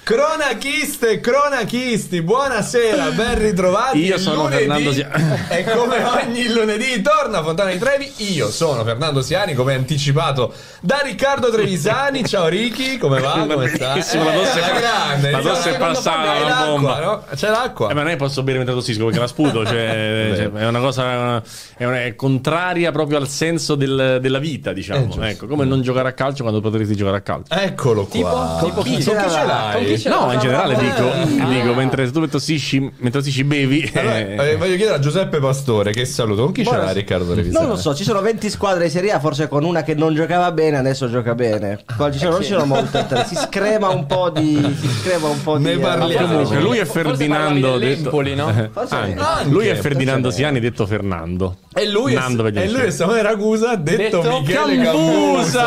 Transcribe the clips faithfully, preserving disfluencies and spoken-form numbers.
Cronachiste, cronachisti, buonasera, ben ritrovati. Io sono lunedì, Fernando Siani. E come ogni lunedì torna Fontana di Trevi. Io sono Fernando Siani, come anticipato da Riccardo Trevisani. Ciao Ricky, come va? Come stai? Eh, la tosse è grande. la tosse è passata C'è la l'acqua, bomba, no? C'è l'acqua. Eh, ma non è che posso bere mentre tossisco perché la sputo, cioè, cioè, è una cosa è, una, è contraria proprio al senso del, della vita, diciamo. Ecco, come non giocare a calcio quando potresti giocare a calcio. Eccolo qua. Tipo, tipo chi, ce l'hai? No, in generale dico, Ah. dico mentre tu tossisci, mentre tossisci bevi. Allora, eh, eh, voglio chiedere a Giuseppe Pastore, che saluto. Con chi ce l'ha Riccardo Trevisani? Non lo so, ci sono venti squadre di Serie A, forse con una che non giocava bene, adesso gioca bene. Qua ci sono, non ci sono molte, si screma un po' di si screma un po' Ne di parliamo. Comunque, lui è Ferdinando detto, no? Forse anche. anche, lui è forse Ferdinando anche. Siani detto Fernando. E lui, Nando è, per gli e lui è amici. Samuele Ragusa, detto, Detto Michele Cambusa!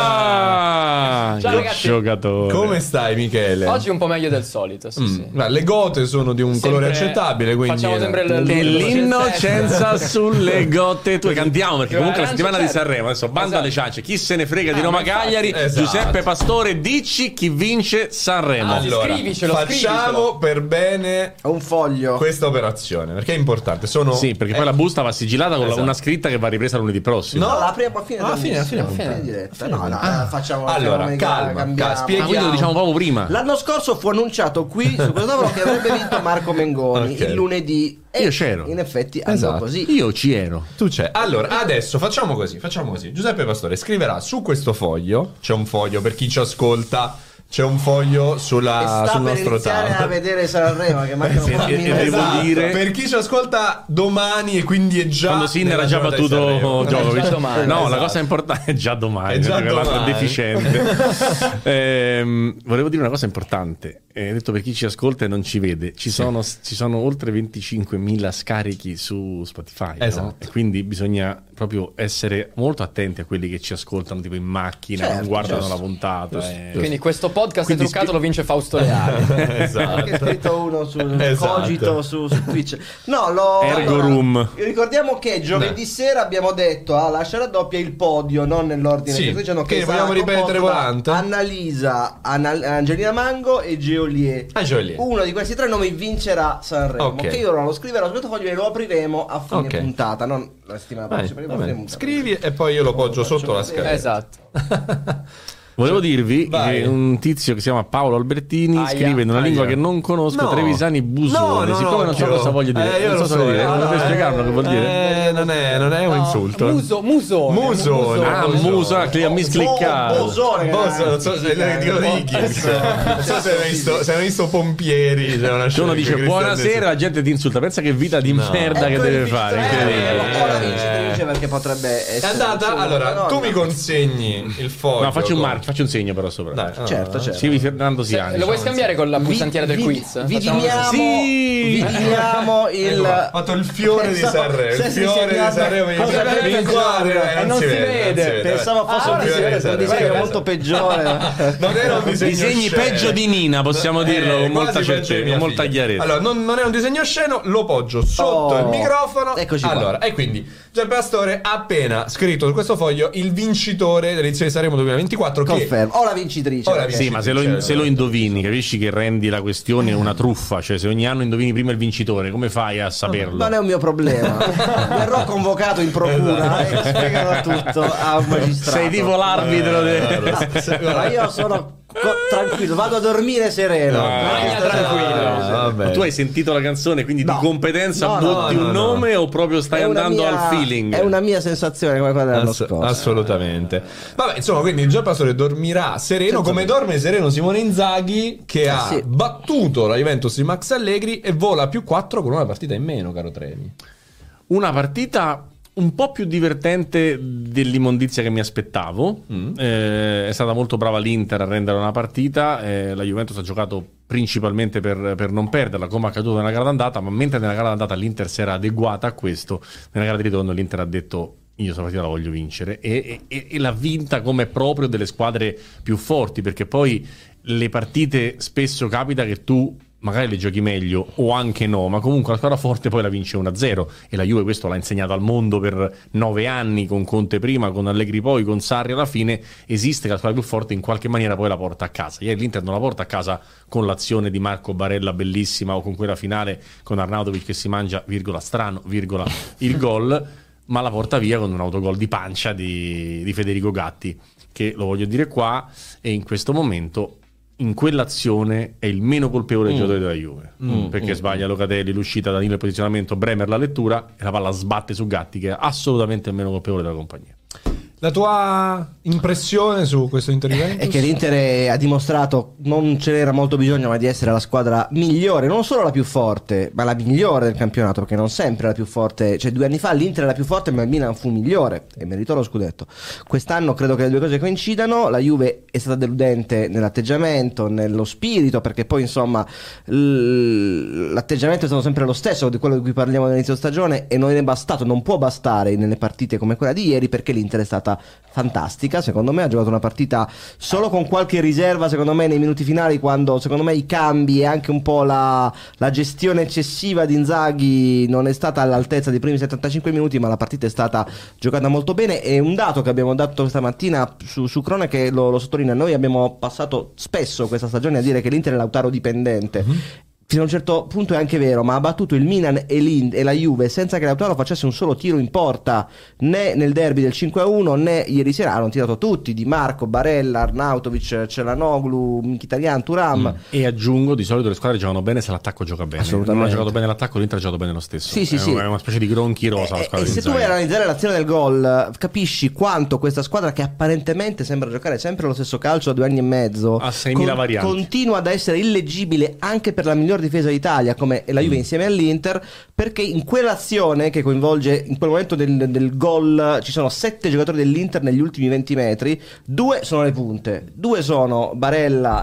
Ciao, Che ragazzi. giocatore. Come stai, Michele? Oggi un po' meglio del solito, sì, sì. Ma le gote sono di un Sempre- colore accettabile, quindi facciamo sempre il- E il- l'innocenza sulle gotte. Tu cantiamo perché comunque la Arancio settimana di c'è. Sanremo adesso banda Esatto. alle ciance. Chi se ne frega di Ah, Roma ma infatti. Cagliari? Esatto. Giuseppe Pastore, dici chi vince Sanremo. Allora, scrivicelo, facciamo scrivicelo. per bene un foglio. questa operazione, perché è importante. Sono Sì, perché poi la busta va sigillata con la- Esatto. una scritta che va ripresa lunedì prossimo. No, No, la apriamo a fine Ah, a fine, a fine, trasmissione, a fine. diretta. No, no, eh, facciamo Allora, facciamo calma, mega- cambiamo. calma, spieghi- Ah, quindi lo diciamo proprio prima. L'anno scorso fu annunciato qui su questo tavolo che avrebbe vinto Marco Mengoni Ok. il lunedì. E Io c'ero. In effetti andò Esatto. così. Io ci ero. Tu c'è. Allora, adesso facciamo così, facciamo così. Giuseppe Pastore scriverà su questo foglio, c'è un foglio per chi ci ascolta, c'è un foglio E sulla, sta sul per nostro iniziare a tavolo. vedere Sanremo che mancano Sì, pochi e- e minuti. devo Esatto, dire- per chi ci ascolta domani e quindi è già Quando Sinner nella ha già giornata di battuto Sanremo. Djokovic. Già domani. No, Esatto. la cosa importante è già domani. È già perché l'altro è domani. deficiente. Ehm, volevo dire una cosa importante. Eh, detto per chi ci ascolta e non ci vede, ci sono, ci sono oltre venticinquemila scarichi su Spotify. No? Esatto. E quindi bisogna proprio essere molto attenti a quelli che ci ascoltano, tipo in macchina, Certo, non guardano giusto. la puntata. eh. Quindi questo podcast Quindi è truccato, spi- lo vince Fausto Leali. Esatto. Anche scritto uno su Esatto. Cogito su, su Twitch. No, lo Ergo allora, Room. ricordiamo che giovedì sera abbiamo detto a lasciare a doppia il podio, non nell'ordine Sì, che sto dicendo, che è vogliamo stato ripetere composto da volante? Annalisa, Anna- Angelina Mango e Geolier. Ah, Geolier. Uno di questi tre nomi vincerà Sanremo. Ok. Che io ora lo scriverò su questo foglio e lo apriremo a fine Ok. puntata, non la settimana Vai, prossima. va a bene. fine puntata. Scrivi e poi io lo poggio sotto la scaletta. Esatto. Volevo dirvi Vai. che un tizio che si chiama Paolo Albertini Aia, scrive in una aia. lingua che non conosco, No. Trevisani Busone. No, no, Siccome non so occhio. cosa voglio dire, Eh, io non lo so so, cosa dire, eh, non no, potete spiegarlo che vuol dire? Eh, non è, non è un insulto. Muso, musone. Musone. Ah, Musone. muso, ah, che mi scliccato. Bosone, Boh, non so se è dico di Kings. Non so se hai visto, se hai visto Pompieri. C'è una Che scena uno dice che buonasera, Cristian la gente ti insulta. Pensa che vita di merda che Ecco deve il fare. vincitore. Incredibile. Ora vincitrice perché potrebbe essere. è andata. insomma, Allora, una tu donna. mi consegni il foglio. No, faccio un con- marchio, faccio un segno però sopra. Dai, no, Certo, no, certo. Scrivi Fernando Siani. Lo vuoi scambiare con la Vi- pulsantiera del vi- quiz? Vi Facciamo dimiamo, così. Sì! vi dimiamo Ecco, il. ha fatto il fiore di Pensavo- Sanremo. Il sì, sì, fiore sì, di guarda, Sanremo. cosa Mi- per mi peggiore, guarda, e non si vede. Pensavo fosse Ah, un ora si disegno, vede, un si vede. disegno Esatto. molto peggiore. Non era un disegno Disegni sceno. peggio di Nina, possiamo dirlo con Eh, molta quasi peggio di certezza, mia con molta figlia. chiarezza. Allora, non, non è un disegno sceno, lo poggio sotto Oh. il microfono. Eccoci qua. Allora, e quindi Giuseppe Pastore ha appena scritto su questo foglio il vincitore dell'edizione di Sanremo duemilaventiquattro. Che Confermo. O la vincitrice. Ora ragazzi. Sì, ma se lo, Certo. se lo indovini, capisci che rendi la questione una truffa. Cioè, se ogni anno indovini prima il vincitore, come fai a saperlo? Non è un mio problema. Verrò convocato in procura e spiegherò tutto a un magistrato. Sei tipo l'arbitro. de- Ma io sono co- tranquillo, vado a dormire sereno. Ah. Magna tranquillo. Ah, vabbè. Tu hai sentito la canzone, quindi No. di competenza No, no, butti no, un no, nome o proprio stai È una andando mia- al feeling? È una mia sensazione come quella dell'anno Ass- scorso. assolutamente. Vabbè, insomma, quindi il Giuseppe Pastore dormirà sereno come dorme sereno Simone Inzaghi, che ha sì. battuto la Juventus di Max Allegri e vola più quattro con una partita in meno, caro Trevi. Una partita un po' più divertente dell'immondizia che mi aspettavo. Mm. Eh, è stata molto brava l'Inter a rendere una partita. Eh, la Juventus ha giocato principalmente per, per non perderla, come è accaduto nella gara d'andata, ma mentre nella gara d'andata l'Inter si era adeguata a questo, nella gara di ritorno l'Inter ha detto: io questa partita la voglio vincere, e, e, e l'ha vinta come proprio delle squadre più forti, perché poi le partite spesso capita che tu magari le giochi meglio o anche no, ma comunque la squadra forte poi la vince uno a zero, e la Juve questo l'ha insegnato al mondo per nove anni, con Conte prima, con Allegri poi, con Sarri alla fine. Esiste che la squadra più forte in qualche maniera poi la porta a casa. Ieri l'Inter non la porta a casa con l'azione di Marco Barella bellissima, o con quella finale con Arnautovic che si mangia, virgola, strano, virgola, il gol, ma la porta via con un autogol di pancia di, di Federico Gatti, che lo voglio dire qua, e in questo momento in quell'azione è il meno colpevole mm. giocatore della Juve, mm. perché mm. sbaglia Locatelli l'uscita, Danilo il posizionamento, Bremer la lettura, e la palla sbatte su Gatti, che è assolutamente il meno colpevole della compagnia. La tua impressione su questo intervento? È che l'Inter ha dimostrato, non ce n'era molto bisogno, ma di essere la squadra migliore, non solo la più forte, ma la migliore del campionato, perché non sempre la più forte. Cioè due anni fa l'Inter era la più forte, ma il Milan fu migliore e meritò lo scudetto. Quest'anno credo che le due cose coincidano. La Juve è stata deludente nell'atteggiamento, nello spirito, perché poi insomma l'atteggiamento è stato sempre lo stesso di quello di cui parliamo all'inizio stagione, e non è bastato, non può bastare nelle partite come quella di ieri, perché l'Inter è stata fantastica. Secondo me ha giocato una partita solo con qualche riserva, secondo me, nei minuti finali, quando secondo me i cambi e anche un po' la, la gestione eccessiva di Inzaghi non è stata all'altezza dei primi settantacinque minuti, ma la partita è stata giocata molto bene. E un dato che abbiamo dato questa mattina su, su Cronache lo, lo sottolinea: noi abbiamo passato spesso questa stagione a dire che l'Inter è Lautaro dipendente. Mm-hmm. Fino a un certo punto è anche vero, ma ha battuto il Milan e, e la Juve senza che Lautaro facesse un solo tiro in porta, né nel derby del cinque a uno, né ieri sera. Hanno tirato tutti, Di Marco, Barella, Arnautovic, Cialanoglu, Mkhitaryan, Thuram. Mm. E aggiungo, di solito le squadre giocano bene se l'attacco gioca bene. Non ha giocato bene l'attacco, l'Inter ha giocato bene lo stesso. Sì, sì, è, sì. è una specie di gronchi rosa la squadra. E, e se tu vai a analizzare l'azione del gol, capisci quanto questa squadra, che apparentemente sembra giocare sempre lo stesso calcio da due anni e mezzo, ha seimila con, varianti, continua ad essere illeggibile anche per la miglior difesa d'Italia, come la Juve insieme all'Inter, perché in quell'azione che coinvolge, in quel momento del, del gol, ci sono sette giocatori dell'Inter negli ultimi venti metri, due sono le punte, due sono Barella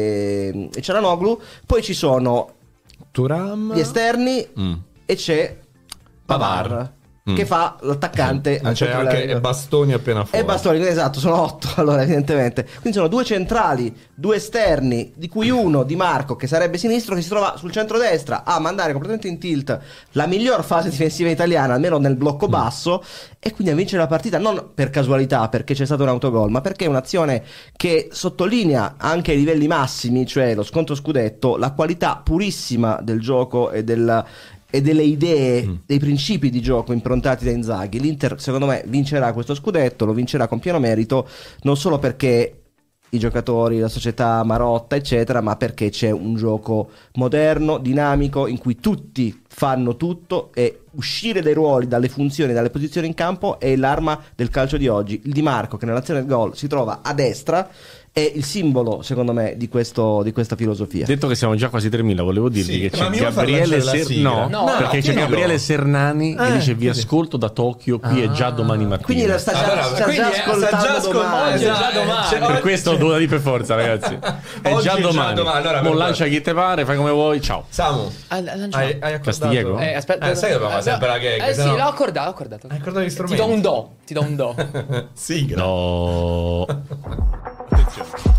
e, e Cialanoglu, poi ci sono Thuram, gli esterni, mm. e c'è Pavard, Pavard. che fa l'attaccante. Mm. C'è anche e Bastoni appena fuori. E Bastoni, esatto, sono otto allora evidentemente. Quindi sono due centrali, due esterni, di cui uno, Di Marco, che sarebbe sinistro, che si trova sul centrodestra a mandare completamente in tilt la miglior fase difensiva italiana, almeno nel blocco basso, e quindi a vincere la partita non per casualità, perché c'è stato un autogol, ma perché è un'azione che sottolinea anche ai livelli massimi, cioè lo scontro scudetto, la qualità purissima del gioco e del... e delle idee, mm. dei principi di gioco improntati da Inzaghi. L'Inter secondo me vincerà questo scudetto, lo vincerà con pieno merito, non solo perché i giocatori, la società Marotta eccetera, ma perché c'è un gioco moderno, dinamico, in cui tutti fanno tutto, e uscire dai ruoli, dalle funzioni, dalle posizioni in campo è l'arma del calcio di oggi. Il Di Marco, che nell'azione del gol si trova a destra, è il simbolo, secondo me, di, questo, di questa filosofia. Detto che siamo già quasi tremila, volevo dirvi sì, che c'è Gabriele Ser... no, no, perché no, c'è Gabriele no. Sernani eh, che dice: vi ascolto da Tokyo, qui ah. è già domani mattina. Quindi la sta già, allora, sta già ascoltando sta già domani. Oggi è già domani. Cioè, per questo lo devo dire per forza, ragazzi. È già è domani. Già domani. Allora, lancia chi te pare, fai come vuoi. Ciao. Samu, hai, hai accordato? Castigliego? Eh, aspetta, eh, sai che dobbiamo sempre la gag? Eh sì, no? l'ho accordato, l'ho accordato. Hai accordato gli strumenti. Ti do un do, ti do un do. Sigla. No. Attenzione.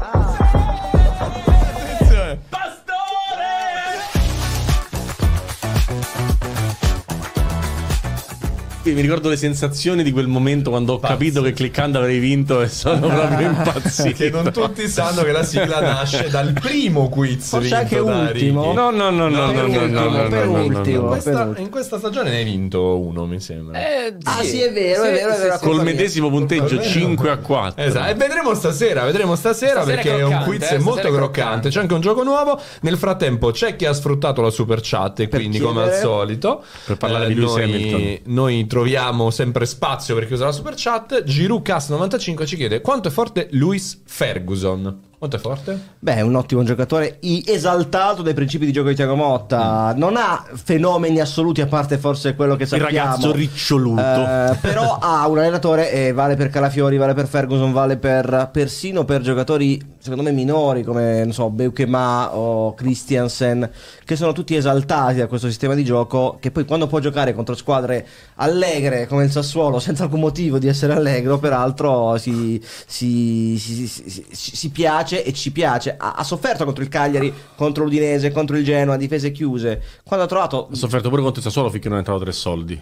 Mi ricordo le sensazioni di quel momento quando ho Pazzi. capito che cliccando avrei vinto, e sono proprio impazzito. Che non tutti sanno che la sigla nasce dal primo quiz. Forse anche ultimo. No, no, no, no, no, no, no, per ultimo. In questa stagione ne hai vinto uno, mi sembra. Eh, sì. Ah, sì, è vero, è vero, è vero. Col medesimo punteggio cinque a quattro. Esatto. E vedremo stasera, vedremo stasera, stasera perché è un quiz eh, molto croccante. croccante. C'è anche un gioco nuovo. Nel frattempo c'è chi ha sfruttato la super chat, e per quindi chiedere, come al solito per parlare eh, di Lewis noi, Hamilton, noi troviamo sempre spazio per chiudere la super chat. Girucas novantacinque ci chiede: quanto è forte Lewis Ferguson? Quanto è forte? Beh, è un ottimo giocatore, esaltato dai principi di gioco di Thiago Motta. Mm. Non ha fenomeni assoluti, a parte forse quello che sappiamo. Il ragazzo riccioluto. Eh, però ha un allenatore, e vale per Calafiori, vale per Ferguson, vale per persino per giocatori secondo me minori come, non so, Beukema o Christiansen, che sono tutti esaltati da questo sistema di gioco, che poi quando può giocare contro squadre allegre come il Sassuolo, senza alcun motivo di essere allegro peraltro, si, si, si, si, si, si piace piace e ci piace. Ha, ha sofferto contro il Cagliari, contro l'Udinese, contro il Genoa, difese chiuse. Quando ha trovato Ha sofferto pure contro il Sassuolo finché non è entrato tre soldi.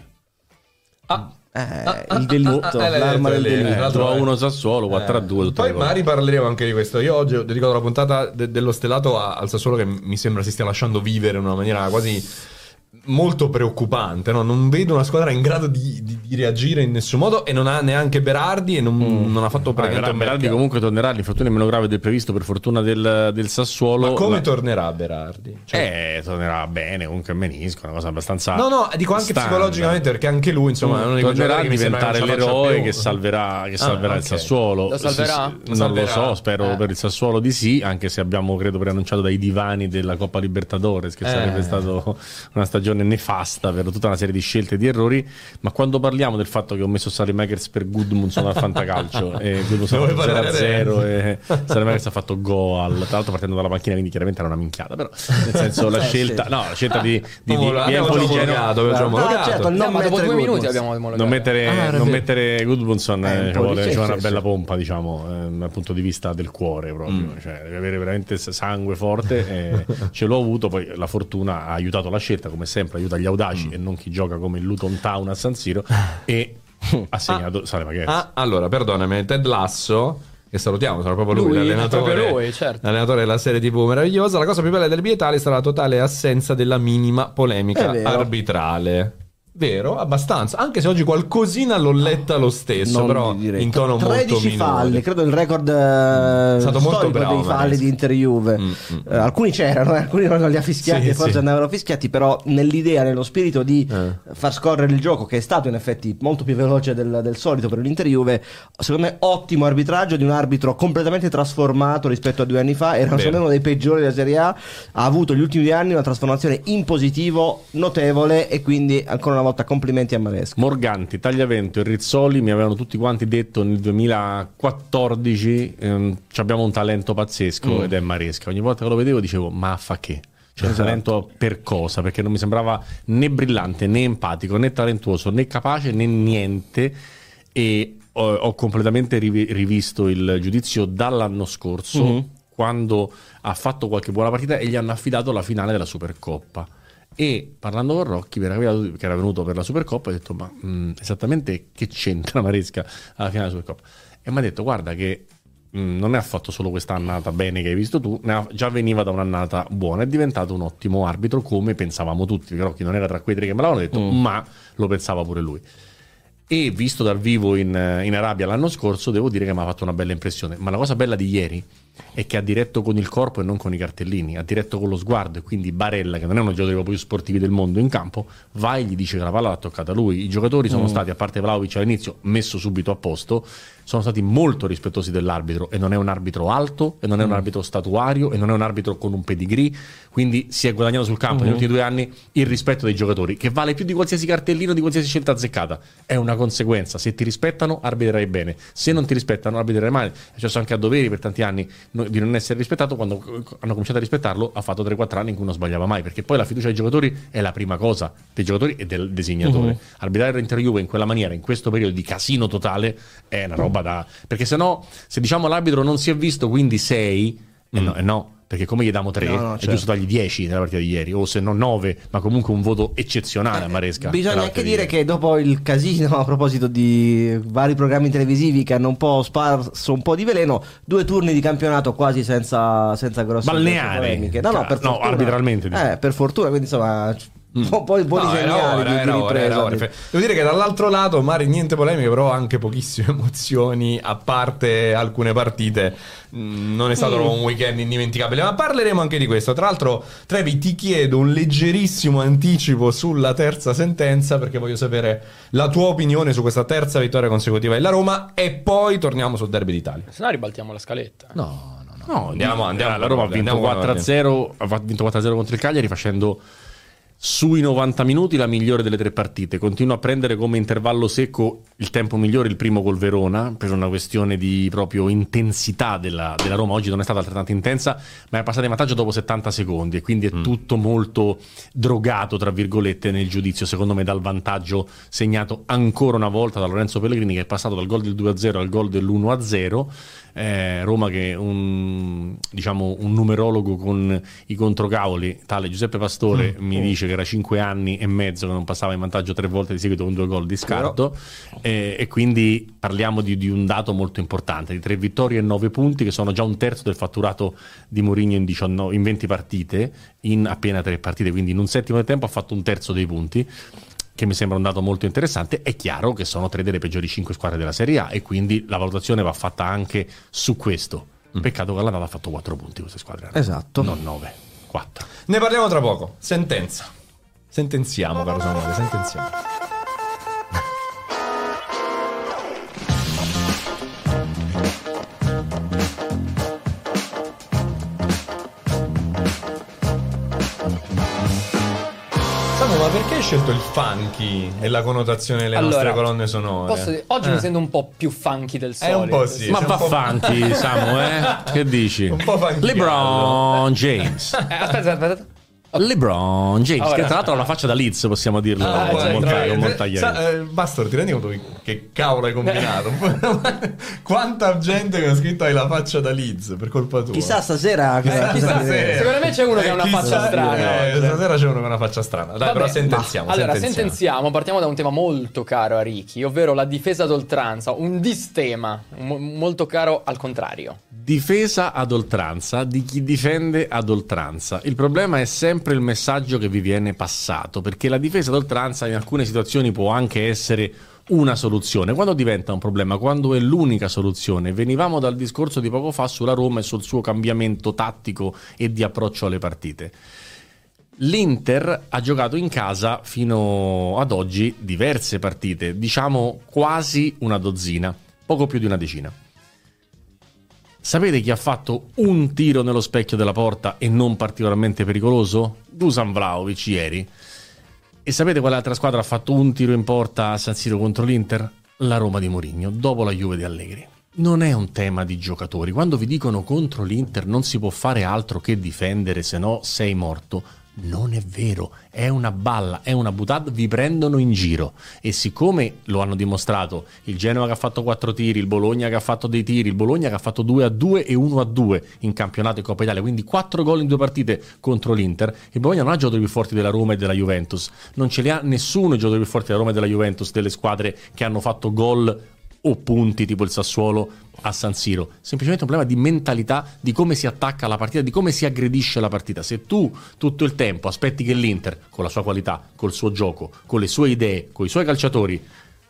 Ah, eh, ah, il delitto, ah, ah, eh, l'arma del lì, delitto. tra l'altro, due a uno eh. Sassuolo, quattro a due. tutte Poi le cose. magari parleremo anche di questo. Io oggi ho dedicato la puntata de- dello stellato a- al Sassuolo, che mi sembra si stia lasciando vivere in una maniera quasi molto preoccupante, no? Non vedo una squadra in grado di, di- di reagire in nessun modo, e non ha neanche Berardi, e non, non ha fatto Ah, praticamente un Berardi mercato. comunque tornerà. L'infortunio è meno grave del previsto, per fortuna del, del Sassuolo. Ma come La- tornerà Berardi? Cioè, Eh, tornerà bene. Comunque è menisco, una cosa abbastanza. no, no, dico anche standard. psicologicamente, perché anche lui, insomma, è uno di quei Tornerà a giocatori che mi sembra diventare che non ce la faccia l'eroe più. che salverà, che salverà Ah, il ok. Sassuolo. Lo salverà? Sì, sì, non Salverà. lo so, spero Eh. per il Sassuolo di sì, anche se abbiamo, credo, preannunciato dai divani della Coppa Libertadores che Eh. sarebbe stata una stagione nefasta per tutta una serie di scelte e di errori. Ma quando parliamo del fatto che ho messo Saelemaekers per Gudmundsson al fantacalcio e Gudmundsson ha Dove fatto zero a parlare zero e Saelemaekers ha fatto goal, tra l'altro partendo dalla panchina, quindi chiaramente era una minchiata, però nel senso la Eh, scelta, sì. no, la scelta di, di, di, Abbiamo di già Empoli Genoa- omologato, abbiamo già Ah, omologato. certo, non No, ma dopo mettere due minuti Gudmundsson. abbiamo omologato. non mettere, Ah, era non vero. mettere Gudmundsson Eh, eh, un ci po' vuole, di- ci vuole sì, una sì, bella sì. pompa, diciamo, eh, dal punto di vista del cuore proprio, Mm. cioè deve avere veramente s- sangue forte e ce l'ho avuto. Poi la fortuna ha aiutato la scelta, come sempre aiuta gli audaci Mm. e non chi gioca come il Luton Town a San Siro, e ha segnato Saelemaekers. Ah, allora, perdonami, Ted Lasso, che salutiamo, sarà proprio lui, Lui, l'allenatore, proprio lui, certo. l'allenatore della serie tivù meravigliosa. La cosa più bella del bietale sarà la totale assenza della minima polemica È vero. arbitrale. Vero? Abbastanza. Anche se oggi qualcosina l'ho letta lo stesso, Non però vi direi. in tono molto tredici minore. falli, credo il record eh, stato molto storico bravo dei falli Maresca. di Inter Juve. Mm, mm, Eh, alcuni c'erano, eh, alcuni non li ha fischiati, Sì, forse sì. andavano fischiati, però nell'idea, nello spirito di Eh. far scorrere il gioco, che è stato in effetti molto più veloce del, del solito per l'Inter Juve, secondo me ottimo arbitraggio di un arbitro completamente trasformato rispetto a due anni fa. Era secondo me uno dei peggiori della Serie A, ha avuto negli ultimi due anni una trasformazione in positivo notevole, e quindi ancora una volta complimenti a Maresca. Morganti, Tagliavento e Rizzoli mi avevano tutti quanti detto nel duemilaquattordici ehm, ci abbiamo un talento pazzesco Mm. ed è Maresca. Ogni volta che lo vedevo dicevo ma fa che? Cioè Esatto. talento per cosa? Perché non mi sembrava né brillante né empatico né talentuoso né capace né niente, e ho, ho completamente rivi- rivisto il giudizio dall'anno scorso, Mhm. quando ha fatto qualche buona partita e gli hanno affidato la finale della Supercoppa. E parlando con Rocchi, per arrivato- che era venuto per la Supercoppa, ho detto ma mh, esattamente che c'entra Maresca alla finale della Supercoppa? E mi ha detto guarda che mh, non ne ha fatto solo questa annata bene che hai visto tu, ne ha- già veniva da un'annata buona, è diventato un ottimo arbitro come pensavamo tutti, perché Rocchi non era tra quei tre che me l'avevano detto, ma lo pensava pure lui. E visto dal vivo in, in Arabia l'anno scorso, devo dire che mi ha fatto una bella impressione. Ma la cosa bella di ieri è che ha diretto con il corpo e non con i cartellini, ha diretto con lo sguardo, e quindi Barella, che non è uno dei giocatori più sportivi del mondo in campo, va e gli dice che la palla l'ha toccata lui. I giocatori sono stati, a parte Vlahovic all'inizio, messo subito a posto, sono stati molto rispettosi dell'arbitro, e non è un arbitro alto, e non è un arbitro statuario, e non è un arbitro con un pedigree, quindi si è guadagnato sul campo negli ultimi due anni il rispetto dei giocatori, che vale più di qualsiasi cartellino, di qualsiasi scelta azzeccata. È una conseguenza: se ti rispettano arbitrerai bene, se non ti rispettano arbitrerai male. È successo anche a Doveri per tanti anni no- di non essere rispettato. Quando hanno cominciato a rispettarlo ha fatto tre quattro anni in cui non sbagliava mai, perché poi la fiducia dei giocatori è la prima cosa dei giocatori e del designatore. Arbitrare l'Inter Juve in quella maniera, in questo periodo di casino totale, è una roba da... perché se no, se diciamo l'arbitro non si è visto quindi sei, e no, e no, perché come gli diamo tre, No, no, è certo. giusto dargli dieci nella partita di ieri, o se no nove, ma comunque un voto eccezionale a Maresca. Bisogna nella anche partita dire di che dopo il casino, a proposito di vari programmi televisivi che hanno un po' sparso un po' di veleno, due turni di campionato quasi senza, senza grosse Balneari. polemiche. No, no, per No, fortuna. arbitralmente, dico. Eh, per fortuna, quindi insomma, un po' i buoni No, era segnali ora, di, era di ora, ripresa. era ora. di- Devo dire che dall'altro lato, Mari, niente polemiche, però anche pochissime emozioni, a parte alcune partite. Mm, Non è stato un weekend indimenticabile, ma parleremo anche di questo. Tra l'altro, Trevi, ti chiedo un leggerissimo anticipo sulla terza sentenza, perché voglio sapere la tua opinione su questa terza vittoria consecutiva della Roma, e poi torniamo sul derby d'Italia. Se no ribaltiamo la scaletta. No, no, no. No, andiamo, andiamo. La Roma ha vinto andiamo con quattro a zero, ha vinto quattro a zero contro il Cagliari, facendo Sui novanta minuti la migliore delle tre partite, continua a prendere come intervallo secco il tempo migliore il primo col Verona, per una questione di proprio intensità della, della Roma. Oggi non è stata altrettanto intensa, ma è passata in vantaggio dopo settanta secondi e quindi è mm. tutto molto drogato tra virgolette nel giudizio, secondo me, dal vantaggio segnato ancora una volta da Lorenzo Pellegrini, che è passato dal gol del due a zero al gol dell'uno a zero. Eh, Roma che un, diciamo, un numerologo con i controcavoli tale Giuseppe Pastore mm. mi dice che era cinque anni e mezzo che non passava in vantaggio tre volte di seguito con due gol di scarto, eh, e quindi parliamo di, di un dato molto importante, di tre vittorie e nove punti, che sono già un terzo del fatturato di Mourinho in, diciannove, in venti partite, in appena tre partite, quindi in un settimo del tempo ha fatto un terzo dei punti, che mi sembra un dato molto interessante. È chiaro che sono tre delle peggiori cinque squadre della Serie A e quindi la valutazione va fatta anche su questo. Mm. Peccato che all'andata ha fatto quattro punti queste squadre. Esatto. Non nove, quattro. Ne parliamo tra poco. Sentenza. Sentenziamo, caro Samuele, sentenziamo. Ma perché hai scelto il funky e la connotazione delle allora, nostre colonne sonore? Posso dire, oggi eh. mi sento un po' più funky del solito. È un po' sì. Ma va funky, Samu, eh? Che dici? Un po' funky. LeBron James. Eh, aspetta, aspetta. LeBron James, Ora, che tra l'altro ha la faccia da Leeds, possiamo dirlo, Ah, con cioè, molta, tra- con molta eh, ironia. sa- eh, Bastor, ti rendi conto che, che cavolo hai combinato? Quanta gente che ha scritto hai la faccia da Leeds per colpa tua. Chissà stasera. Chissà chissà stasera. Secondo me c'è uno che ha una chissà- faccia strana. eh, stasera c'è uno che ha una faccia strana. Dai, Vabbè, però sentenziamo. ma- allora, sentenziamo. sentenziamo. Partiamo da un tema molto caro a Ricky, ovvero la difesa d'oltranza, un distema mo- molto caro al contrario. Difesa ad oltranza di chi difende ad oltranza. Il problema è sempre il messaggio che vi viene passato, perché la difesa ad oltranza in alcune situazioni può anche essere una soluzione. Quando diventa un problema? Quando è l'unica soluzione. Venivamo dal discorso di poco fa sulla Roma e sul suo cambiamento tattico e di approccio alle partite. L'Inter ha giocato in casa fino ad oggi diverse partite, diciamo quasi una dozzina, poco più di una decina. Sapete chi ha fatto un tiro nello specchio della porta e non particolarmente pericoloso? Dusan Vlahovic ieri. E sapete quale altra squadra ha fatto un tiro in porta a San Siro contro l'Inter? La Roma di Mourinho, dopo la Juve di Allegri. Non è un tema di giocatori. Quando vi dicono contro l'Inter non si può fare altro che difendere, se no sei morto. Non è vero, è una balla, è una butad, vi prendono in giro. E siccome lo hanno dimostrato il Genoa che ha fatto quattro tiri, il Bologna che ha fatto dei tiri, il Bologna che ha fatto due a due e uno a due in campionato e Coppa Italia, quindi quattro gol in due partite contro l'Inter, il Bologna non ha giocatori più forti della Roma e della Juventus, non ce li ha nessuno i giocatori più forti della Roma e della Juventus, delle squadre che hanno fatto gol o punti tipo il Sassuolo a San Siro. Semplicemente un problema di mentalità, di come si attacca alla partita, di come si aggredisce la partita. Se tu tutto il tempo aspetti che l'Inter, con la sua qualità, col suo gioco, con le sue idee, con i suoi calciatori,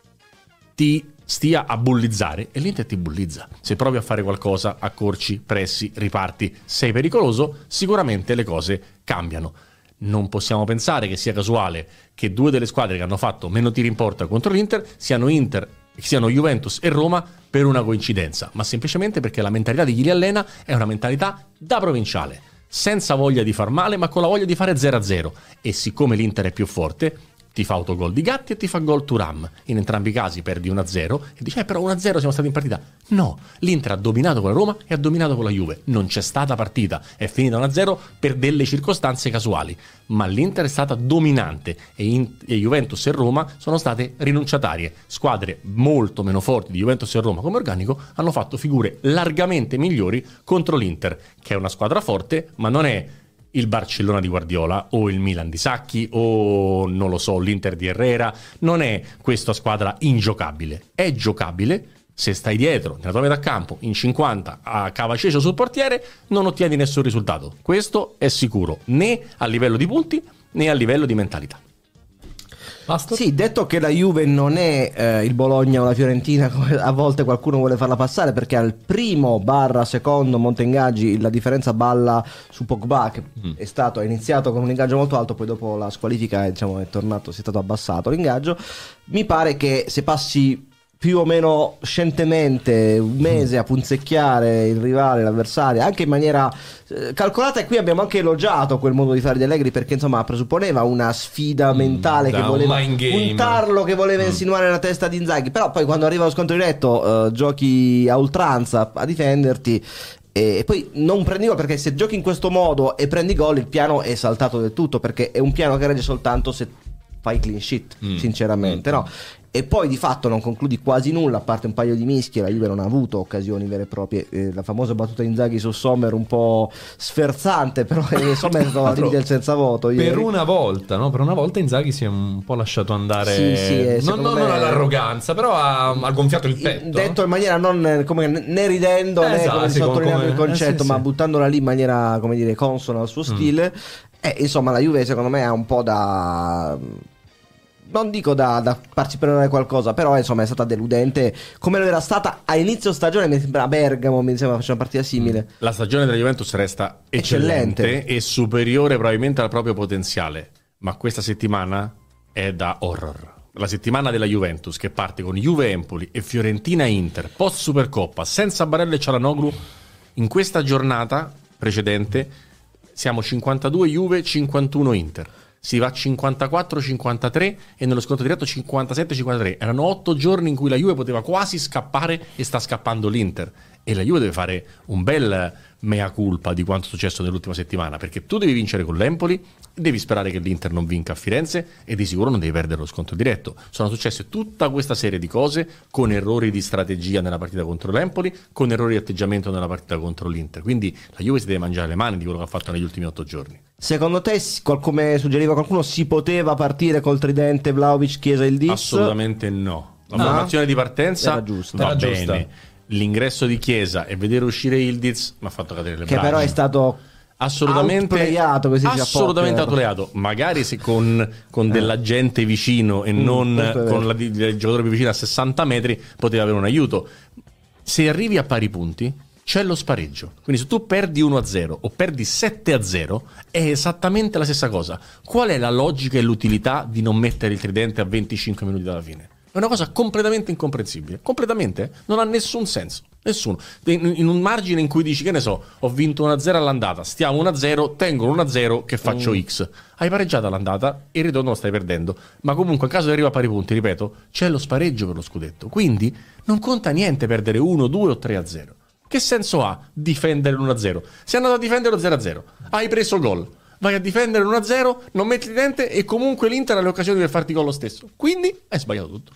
ti stia a bullizzare, e l'Inter ti bullizza. Se provi a fare qualcosa, accorci, pressi, riparti, sei pericoloso, sicuramente le cose cambiano. Non possiamo pensare che sia casuale che due delle squadre che hanno fatto meno tiri in porta contro l'Inter siano Inter, siano Juventus e Roma per una coincidenza, ma semplicemente perché la mentalità di chi li allena è una mentalità da provinciale, senza voglia di far male ma con la voglia di fare zero a zero, e siccome l'Inter è più forte ti fa autogol di Gatti e ti fa gol Thuram. In entrambi i casi perdi uno a zero e dici eh, però uno a zero siamo stati in partita. No, l'Inter ha dominato con la Roma e ha dominato con la Juve. Non c'è stata partita, è finita uno a zero per delle circostanze casuali, ma l'Inter è stata dominante e, in, e Juventus e Roma sono state rinunciatarie. Squadre molto meno forti di Juventus e Roma come organico hanno fatto figure largamente migliori contro l'Inter, che è una squadra forte ma non è il Barcellona di Guardiola o il Milan di Sacchi o non lo so l'Inter di Herrera. Non è questa squadra ingiocabile, è giocabile se stai dietro nella tua metà campo in cinquanta a cavacecio sul portiere, non ottieni nessun risultato, questo è sicuro, né a livello di punti né a livello di mentalità. Basta? Sì, detto che la Juve non è eh, il Bologna o la Fiorentina come a volte qualcuno vuole farla passare, perché al primo barra secondo monte ingaggi la differenza balla su Pogba, che mm. è stato, è iniziato con un ingaggio molto alto, poi dopo la squalifica diciamo, è tornato, si è stato abbassato l'ingaggio. Mi pare che se passi più o meno scientemente un mese a punzecchiare il rivale, l'avversario, anche in maniera eh, calcolata, e qui abbiamo anche elogiato quel modo di fare di Allegri, perché insomma presupponeva una sfida mentale, mm, che voleva un tarlo che voleva mm. insinuare nella testa di Inzaghi, però poi quando arriva lo scontro diretto eh, giochi a oltranza a difenderti e poi non prendi gol, perché se giochi in questo modo e prendi gol il piano è saltato del tutto, perché è un piano che regge soltanto se fai clean sheet, mm. sinceramente, mm. no? E poi di fatto non concludi quasi nulla, a parte un paio di mischie. La Juve non ha avuto occasioni vere e proprie. Eh, la famosa battuta di Inzaghi su Sommer un po' sferzante, però eh, Sommer è stato al limite del senza voto per ieri. una volta, no? Per una volta Inzaghi si è un po' lasciato andare, sì, sì, eh, non, non, me... non all'arroganza, però ha, ha gonfiato il petto, detto in maniera non come, né ridendo eh, né esatto, come sì, sottolineando come, il concetto, eh, sì, ma sì. buttandola lì in maniera, come dire, consona al suo stile. Mm. E insomma la Juve secondo me ha un po' da... non dico da, da farci prendere qualcosa, però insomma è stata deludente come lo era stata a inizio stagione. Mi sembra a Bergamo, mi sembra faccia una partita simile. La stagione della Juventus resta eccellente, eccellente e superiore probabilmente al proprio potenziale, ma questa settimana è da horror. La settimana della Juventus, che parte con Juve Empoli e Fiorentina Inter post Supercoppa senza Barella e Çalhanoğlu. In questa giornata precedente siamo cinquantadue Juve, cinquantuno Inter. Si va a cinquantaquattro cinquantatré e nello scontro diretto cinquantasette cinquantatré. Erano otto giorni in cui la Juve poteva quasi scappare e sta scappando l'Inter. E la Juve deve fare un bel mea culpa di quanto è successo nell'ultima settimana, perché tu devi vincere con l'Empoli, devi sperare che l'Inter non vinca a Firenze e di sicuro non devi perdere lo scontro diretto. Sono successe tutta questa serie di cose con errori di strategia nella partita contro l'Empoli, con errori di atteggiamento nella partita contro l'Inter. Quindi la Juve si deve mangiare le mani di quello che ha fatto negli ultimi otto giorni. Secondo te, come suggeriva qualcuno, si poteva partire col tridente Vlahovic, Chiesa e il Diz? Assolutamente no. La Ah. formazione di partenza Era giusta. va Era bene. giusta. L'ingresso di Chiesa e vedere uscire Ildiz mi ha fatto cadere le Che braccia. però è stato assolutamente outplayato, così si assolutamente apposta. outplayato. Magari se con, con della gente vicino e Mm, non questo è vero. con la, il giocatore più vicino a sessanta metri poteva avere un aiuto. Se arrivi a pari punti c'è lo spareggio, quindi se tu perdi uno a zero o perdi sette a zero è esattamente la stessa cosa. Qual è la logica e l'utilità di non mettere il tridente a venticinque minuti dalla fine? È una cosa completamente incomprensibile. Completamente. Non ha nessun senso. Nessuno. In, in un margine in cui dici, che ne so, ho vinto uno a zero all'andata, stiamo uno a zero, tengo uno a zero, che faccio Mm. X. Hai pareggiato all'andata e il ritorno lo stai perdendo. Ma comunque, in caso di arrivo a pari punti, ripeto, c'è lo spareggio per lo scudetto. Quindi non conta niente perdere uno, due o tre a zero. Che senso ha difendere l'uno a zero? Sei andato a difendere lo zero a zero. Hai preso gol. Vai a difendere l'uno a zero, non metti il dente e comunque l'Inter ha le occasioni per farti gol lo stesso. Quindi hai sbagliato tutto.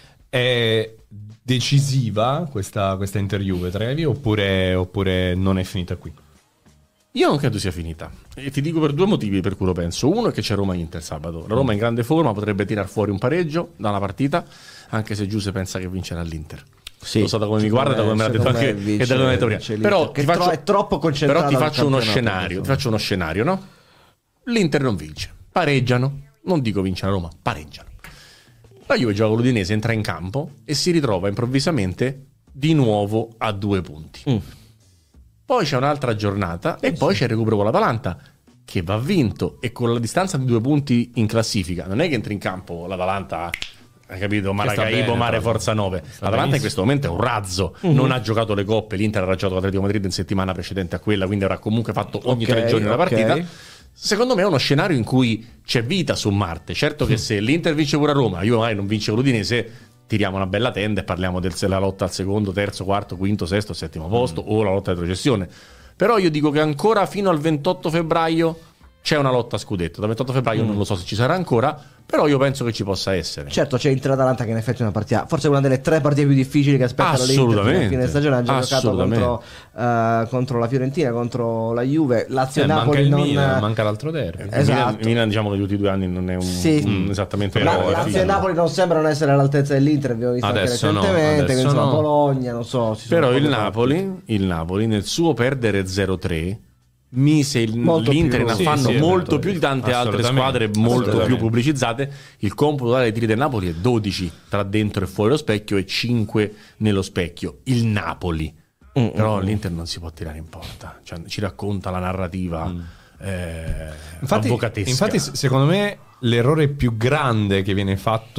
È decisiva questa, questa Inter-Juve, Trevi, oppure, oppure non è finita qui? Io non credo sia finita. E ti dico per due motivi per cui lo penso. Uno è che c'è Roma-Inter sabato. La Roma è in grande forma, potrebbe tirar fuori un pareggio da una partita, anche se Giuse pensa che vincerà l'Inter. Sì, lo so da come mi guarda, da come me l'ha detto secondo me anche vince- e da come mi ha detto vince prima. Però l'Inter, ti che faccio, tro- è troppo concentrato però ti al faccio uno campionato, scenario, ti insomma. faccio uno scenario, no? L'Inter non vince, pareggiano, non dico vince la Roma, pareggiano. La Juve gioca con l'Udinese, entra in campo e si ritrova improvvisamente di nuovo a due punti. Mm. Poi c'è un'altra giornata e poi c'è il recupero con l'Atalanta, che va vinto, e con la distanza di due punti in classifica non è che entri in campo l'Atalanta, hai capito, Maracaibo, bene, Mare, proprio. Forza nove. Sta L'Atalanta in benissimo. questo momento è un razzo, Mm-hmm. non ha giocato le coppe, l'Inter ha raggiunto l'Atletico Madrid in settimana precedente a quella, quindi avrà comunque fatto ogni Ok, tre giorni una ok. partita. Secondo me è uno scenario in cui c'è vita su Marte. Certo che se l'Inter vince pure a Roma, io magari non vince con l'Udinese, tiriamo una bella tenda e parliamo della lotta al secondo, terzo, quarto, quinto, sesto, settimo posto o la lotta di retrocessione. Però io dico che ancora fino al ventotto febbraio c'è una lotta a scudetto. Da ventotto febbraio non lo so se ci sarà ancora, però io penso che ci possa essere. Certo, c'è Inter-Atalanta che in effetti è una partita, forse una delle tre partite più difficili che aspettano l'Inter fino a fine stagione. Ha già giocato Assolutamente. contro, eh, contro la Fiorentina, contro la Juve, Lazio Eh, e manca Napoli il non... Milan, manca l'altro derby. Eh, esatto. Milan, Milan, diciamo che negli ultimi due anni non è un, Sì. un- esattamente La- eroe, Lazio figlio. e Napoli non sembrano essere all'altezza dell'Inter, abbiamo visto Adesso anche no, recentemente, adesso quindi, insomma, no. Bologna, non so. si sono Però un po' il fatti. Napoli, il Napoli nel suo perdere zero tre mise il- Molto l'Inter più- in sì, affanno sì, molto esatto. più di tante altre Assolutamente. squadre molto Assolutamente. più pubblicizzate. Il computo totale dei tiri del Napoli è dodici tra dentro e fuori lo specchio e cinque nello specchio. Il Napoli Mm, però mm, l'Inter non si può tirare in porta, cioè, ci racconta la narrativa eh, Infatti, avvocatesca. infatti, s- secondo me, l'errore più grande che viene fatto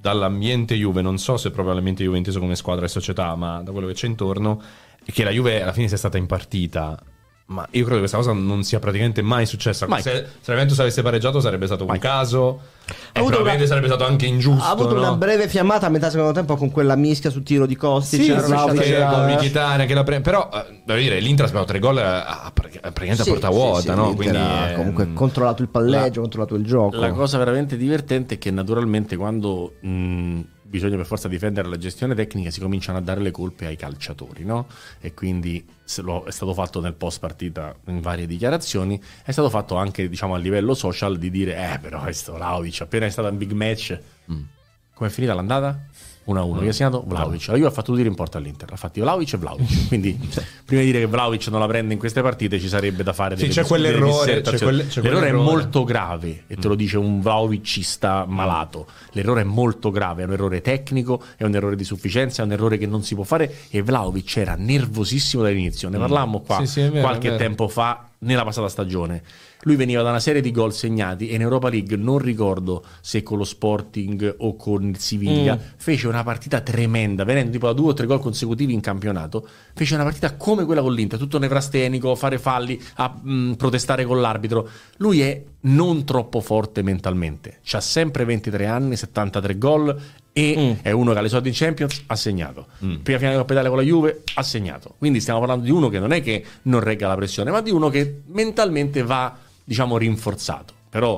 dall'ambiente Juve, non so se proprio l'ambiente Juve inteso come squadra e società, ma da quello che c'è intorno, è che la Juve alla fine sia stata in partita. Ma io credo che questa cosa non sia praticamente mai successa. Mai. Se, se la Juventus avesse pareggiato sarebbe stato Mai. un caso, e avuto probabilmente una- sarebbe stato anche ingiusto. Ha avuto no? una breve fiammata a metà secondo tempo con quella mischia sul tiro di Costi. Sì, c'era sì, Vlahovic, anche c'era- con Mkhitaryan che la pre- però eh, devo dire l'Inter ha sbagliato tre gol a, a, praticamente Sì, a porta sì, vuota, sì, no? l'Inter Quindi ha eh, comunque controllato il palleggio, la- controllato il gioco. La cosa veramente divertente è che naturalmente quando mh, bisogna per forza difendere la gestione tecnica si cominciano a dare le colpe ai calciatori, no? E quindi se lo, è stato fatto nel post partita in varie dichiarazioni, è stato fatto anche diciamo a livello social di dire eh però questo Vlahovic appena è stato un big match mm. Com'è finita l'andata? uno a uno, che ha segnato Vlahovic. La Juve ha fatto tutti in porta all'Inter, ha fatto Vlahovic e Vlahovic. Quindi prima di dire che Vlahovic non la prende in queste partite ci sarebbe da fare Sì, delle c'è dis- quell'errore, delle c'è dissertazioni. quel- c'è L'errore è quell'errore. molto grave e te lo dice un Vlahovicista malato. L'errore è molto grave, è un errore tecnico, è un errore di sufficienza, è un errore che non si può fare e Vlahovic era nervosissimo dall'inizio. Ne parlammo qua Sì, sì, è vero, qualche è vero. tempo fa nella passata stagione. Lui veniva da una serie di gol segnati e in Europa League, non ricordo se con lo Sporting o con il Siviglia, Mm. fece una partita tremenda, venendo tipo da due o tre gol consecutivi in campionato. Fece una partita come quella con l'Inter, tutto nevrastenico, fare falli, a mh, protestare con l'arbitro. Lui è non troppo forte mentalmente, c'ha sempre ventitré anni, settantatré gol e Mm. è uno che ha le soldi in Champions, ha segnato. Mm. Prima finale di Coppa Italia con la Juve, ha segnato. Quindi stiamo parlando di uno che non è che non regga la pressione, ma di uno che mentalmente va, diciamo, rinforzato. Però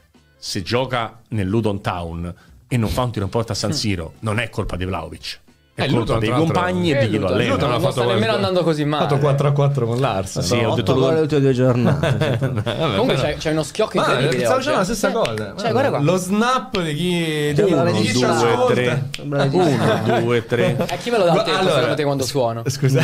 se gioca nel Luton Town e non fa un tiro in porta a San Siro, non è colpa di Vlahovic. È Eh, colpa Luton, dei tra l'altro, compagni e eh, di chi lo Luton, allena. Luton non sta nemmeno andando così male. Ha fatto quattro a quattro con l'Arsenal. Sì, ho otto detto gol Luton. le ultime due giornate. Comunque c'è, c'è uno schiocco Ma incredibile stavo oggi, dicendo la eh. stessa Sì. cosa. Cioè, guarda qua. Lo snap di chi di Uno, uno, due, chi ci ascolta. tre. Sembra registrato. Uno, due, tre. E chi me lo dà il tempo Allora, secondo te quando suono? Scusa.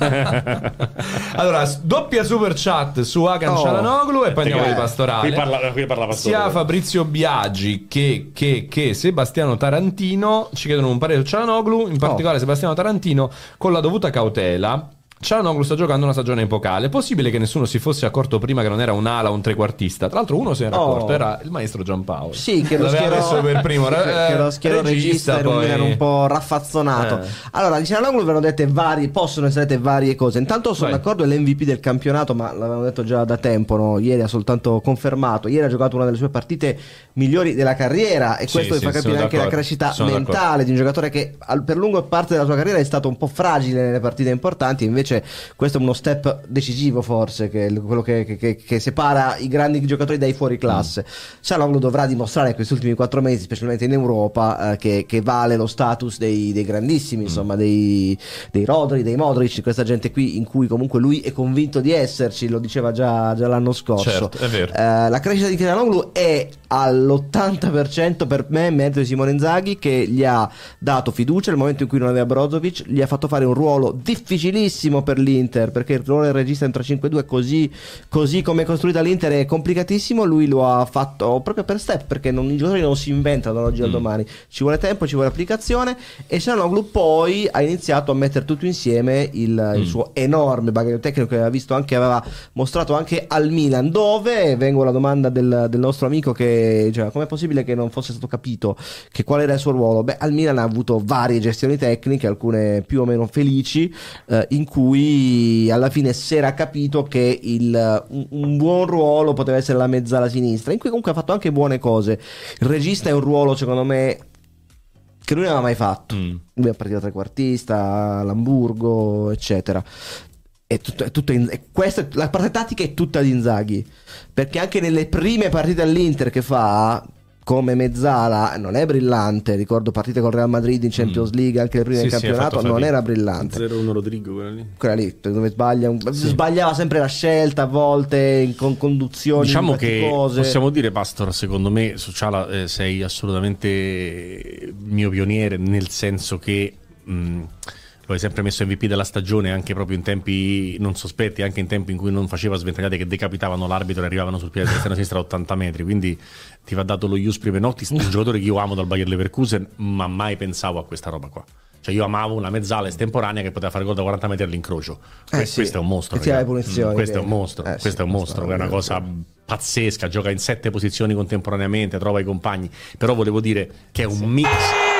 Allora, s- doppia super chat su Hakan Oh. Çalhanoğlu e poi andiamo Eh, di pastorale. Qui parla, qui parla Pastore. Sia Fabrizio Biagi che, che, che Sebastiano Tarantino ci chiedono un parere su Çalhanoğlu, in particolare Sebastiano Tarantino, con la dovuta cautela. Çalhanoğlu sta giocando una stagione epocale. È possibile che nessuno si fosse accorto prima che non era un ala o un trequartista? Tra l'altro uno se n'era Oh. accorto, era il maestro Giampaolo. Sì, che lo L'aveva schiero, messo per primo. che, che lo schiero eh, regista era un poi- Milan un po' raffazzonato. Eh. Allora, di Çalhanoğlu vengono dette varie, possono essere dette varie cose. Intanto sono Vai. d'accordo, è l'M V P del campionato, ma l'avevamo detto già da tempo, no? Ieri ha soltanto confermato. Ieri ha giocato una delle sue partite migliori della carriera e Sì, questo sì, vi fa capire sono anche la d'accordo. crescita Sono mentale d'accordo. di un giocatore che al- per lungo parte della sua carriera è stato un po' fragile nelle partite importanti, invece questo è uno step decisivo forse, che è il- quello che, che- che- che separa i grandi giocatori dai fuori classe. Çalhanoğlu dovrà dimostrare in questi ultimi quattro mesi, specialmente in Europa, eh, che, che vale lo status dei, dei grandissimi, insomma dei, dei Rodri, dei Modric, questa gente qui in cui comunque lui è convinto di esserci, lo diceva già, già l'anno scorso. Certo, è vero. Eh, la crescita di Çalhanoğlu è all'ottanta per cento per me merito di Simone Inzaghi, che gli ha dato fiducia nel momento in cui non aveva Brozovic, gli ha fatto fare un ruolo difficilissimo per l'Inter, perché il ruolo del regista in tre cinque due così, così come è costruita l'Inter è complicatissimo. Lui lo ha fatto proprio per step, perché non, i giocatori non si inventano dall'oggi al Mm. domani, ci vuole tempo, ci vuole applicazione, e Çalhanoğlu poi ha iniziato a mettere tutto insieme il, il Mm. suo enorme bagaglio tecnico che aveva visto anche, aveva mostrato anche al Milan, dove vengo alla domanda del, del nostro amico che cioè, com'è possibile che non fosse stato capito che qual era il suo ruolo. Beh, al Milan ha avuto varie gestioni tecniche, alcune più o meno felici, eh, in cui alla fine si era capito che il, un, un buon ruolo poteva essere la mezzala sinistra, in cui comunque ha fatto anche buone cose. Il regista è un ruolo secondo me che lui non aveva mai fatto. Mm. Lui è partito da trequartista all'Hamburgo, eccetera. È tutto, è tutto in- è questa, la parte tattica è tutta di Inzaghi, perché anche nelle prime partite all'Inter che fa come mezzala non è brillante. Ricordo partite col Real Madrid in Champions League, anche le prime Sì, del sì, ha campionato, fatto non fatica. era brillante. zero uno Rodrigo, quella lì. Quella lì dove sbaglia un- sbagliava sempre la scelta, a volte in- con conduzioni Diciamo che faticose. possiamo dire, Pastor, secondo me su Ciala eh, sei assolutamente il mio pioniere, nel senso che mh, lo hai sempre messo M V P della stagione, anche proprio in tempi non sospetti, anche in tempi in cui non faceva sventagliate che decapitavano l'arbitro e arrivavano sul piede destro e sinistra a ottanta metri, quindi ti va dato lo Ius Privenotis, un giocatore che io amo dal Bayer Leverkusen, ma mai pensavo a questa roba qua. Cioè io amavo una mezzala estemporanea che poteva fare gol da quaranta metri all'incrocio. Eh Que- sì. Questo è un mostro. E tira le ragazzi. punizioni, Questo è un che- mostro, eh sì, questo è un mostro, è una cosa pazzesca, gioca in sette posizioni contemporaneamente, trova i compagni, però volevo dire che è un mix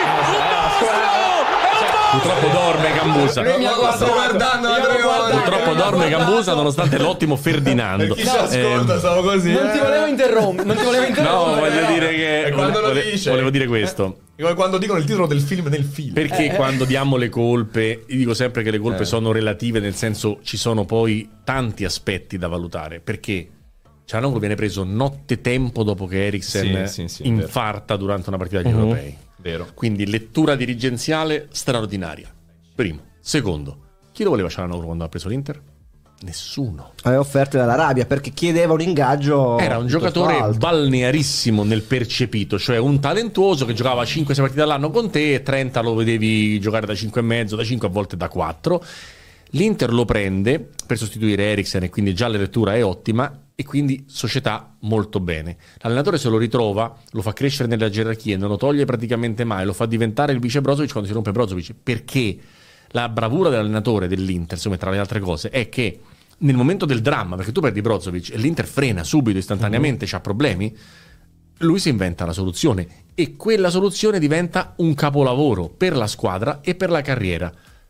Purtroppo dorme Gambusa. Lui mi ha guardato, guardando io da l'ho tre guardato, ore. Purtroppo mi ha dorme guardato. Gambusa nonostante l'ottimo Ferdinando. Per chi ci ascolta, Ehm, stavo così. Non ti eh. volevo interrompere, non ti volevo No, interrompere. voglio però. dire che E quando lo vole- dice? volevo dire questo. È come quando dicono il titolo del film nel film. Perché Eh, quando diamo le colpe, io dico sempre che le colpe Eh. sono relative, nel senso ci sono poi tanti aspetti da valutare. Perché Cialanoglu viene preso notte tempo dopo che Eriksen Sì, sì, sì, è vero. infarta durante una partita degli Mhm. europei. Vero. Quindi lettura dirigenziale straordinaria. Primo. Secondo, chi lo voleva Cialanoglu quando ha preso l'Inter? Nessuno. Aveva offerte dall'Arabia perché chiedeva un ingaggio. Era un piuttosto giocatore alto. balnearissimo nel percepito, cioè un talentuoso che giocava cinque sei partite all'anno con te e trenta lo vedevi giocare da cinque e mezzo, da cinque a volte da quattro. L'Inter lo prende per sostituire Eriksen e quindi già la lettura è ottima e quindi società molto bene. L'allenatore se lo ritrova, lo fa crescere nella gerarchia, non lo toglie praticamente mai, lo fa diventare il vice Brozovic quando si rompe Brozovic, perché la bravura dell'allenatore dell'Inter, insomma, tra le altre cose, è che nel momento del dramma, perché tu perdi Brozovic e l'Inter frena subito, istantaneamente, c'ha problemi, lui si inventa la soluzione e quella soluzione diventa un capolavoro per la squadra e per la carriera.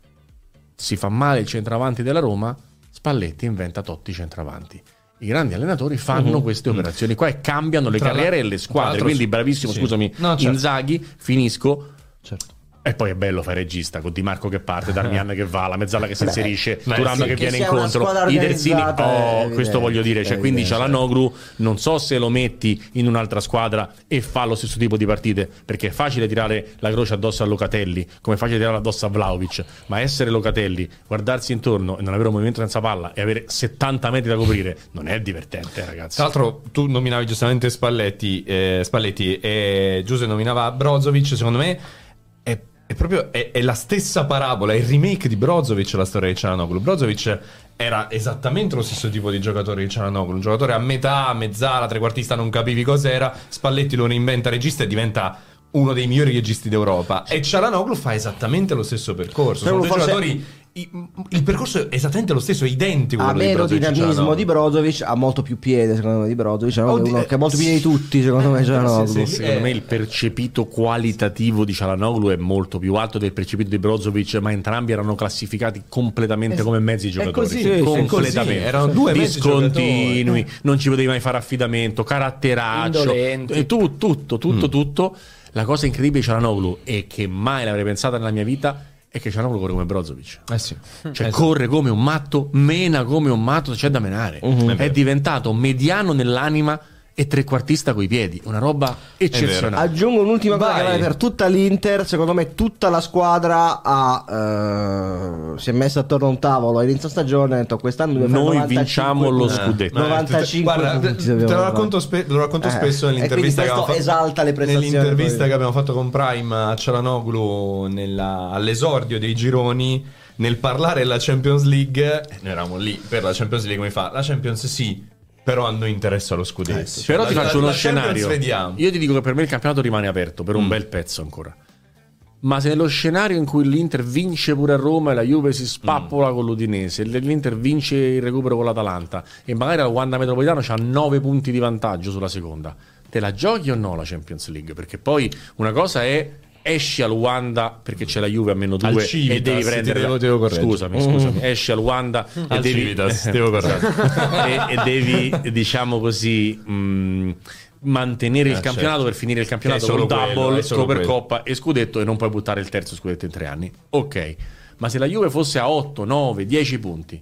Si fa male il centravanti della Roma, Spalletti inventa Totti centravanti. I grandi allenatori fanno queste operazioni qua e cambiano le Tra carriere la- e le tra squadre. l'altro- Quindi bravissimo, sì. scusami, No, certo. Inzaghi, finisco. Certo. E poi è bello fare regista con Di Marco che parte, Darmian che va, la mezzala che si inserisce, beh, Thuram sì, che che viene sia una incontro, squadra i terzini. organizzata è Oh, evidente, questo voglio dire, cioè, è quindi evidente. Cialanoglu non so se lo metti in un'altra squadra e fa lo stesso tipo di partite, perché è facile tirare la croce addosso a Locatelli, come è facile tirare addosso a Vlahovic, ma essere Locatelli, guardarsi intorno e non avere un movimento senza palla e avere settanta metri da coprire non è divertente, ragazzi. Tra l'altro, tu nominavi giustamente Spalletti, eh, Spalletti e Giuseppe nominava Brozovic. Secondo me è, è proprio è, è la stessa parabola, è il remake di Brozovic la storia di Cialanoglu. Brozovic era esattamente lo stesso tipo di giocatore di Cialanoglu, un giocatore a metà, mezzala, trequartista, non capivi cos'era. Spalletti lo reinventa regista e diventa uno dei migliori registi d'Europa. E Cialanoglu fa esattamente lo stesso percorso. Sono due Forse- giocatori. i- Il percorso è esattamente lo stesso, è identico. Ha quello di meno Brozovic e dinamismo Cialanoglu. di Brozovic, ha molto più piede secondo me di Brozovic, no? Oddio, Uno che ha molto più piede di tutti secondo me. sì, Cialanoglu. sì, Secondo Eh. me il percepito qualitativo di Cialanoglu è molto più alto del percepito di Brozovic, ma entrambi erano classificati completamente Es- come mezzi è giocatori. così, sì, sì, completamente. così, erano due mezzi discontinui, giocatori. non ci potevi mai fare affidamento, caratteraccio, Indolenti. e tu, tutto, tutto, Mm. tutto. La cosa incredibile di Cialanoglu e che mai l'avrei pensata nella mia vita è che Cialanoglu corre come Brozovic. Eh sì. Cioè Esatto. corre come un matto, mena come un matto, c'è da menare. È diventato mediano nell'anima e trequartista coi piedi, una roba eccezionale. Aggiungo un'ultima cosa Vai. che vale per tutta l'Inter. Secondo me tutta la squadra ha, eh, si è messa attorno a un tavolo a inizio stagione e ha detto quest'anno dobbiamo fare Noi novantacinque vinciamo lo punti. scudetto. novantacinque Guarda, punti te, dobbiamo te lo fare. racconto, spe- lo racconto Eh, spesso e nell'intervista che quindi abbiamo questo fatto esalta le prestazioni nell'intervista poi. che abbiamo fatto con Prime a Cialanoglu nella- all'esordio dei gironi, nel parlare della Champions League. Noi eravamo lì per la Champions League, mi fa la Champions sì, però a noi interessa lo scudetto. Eh sì. Cioè, Però ti la- faccio la- uno la Champions scenario. vediamo. Io ti dico che per me il campionato rimane aperto per un Mm. bel pezzo ancora. Ma se nello scenario in cui l'Inter vince pure a Roma e la Juve si spappola Mm. con l'Udinese, l'Inter vince il recupero con l'Atalanta e magari al Wanda Metropolitano c'ha nove punti di vantaggio sulla seconda, te la giochi o no la Champions League? Perché poi una cosa è esci al Wanda perché c'è la Juve a meno Al due Civitas, e devi ti prendere devo- la- devo correggere. scusami, scusami, esci al Wanda e Al devi Civitas, devo correggere. e, e devi diciamo così mh, mantenere il Eh, campionato certo. per finire il campionato Che è con solo quello, double, è solo Supercoppa e scudetto e non puoi buttare il terzo scudetto in tre anni. Ok, ma se la Juve fosse a otto, nove, dieci punti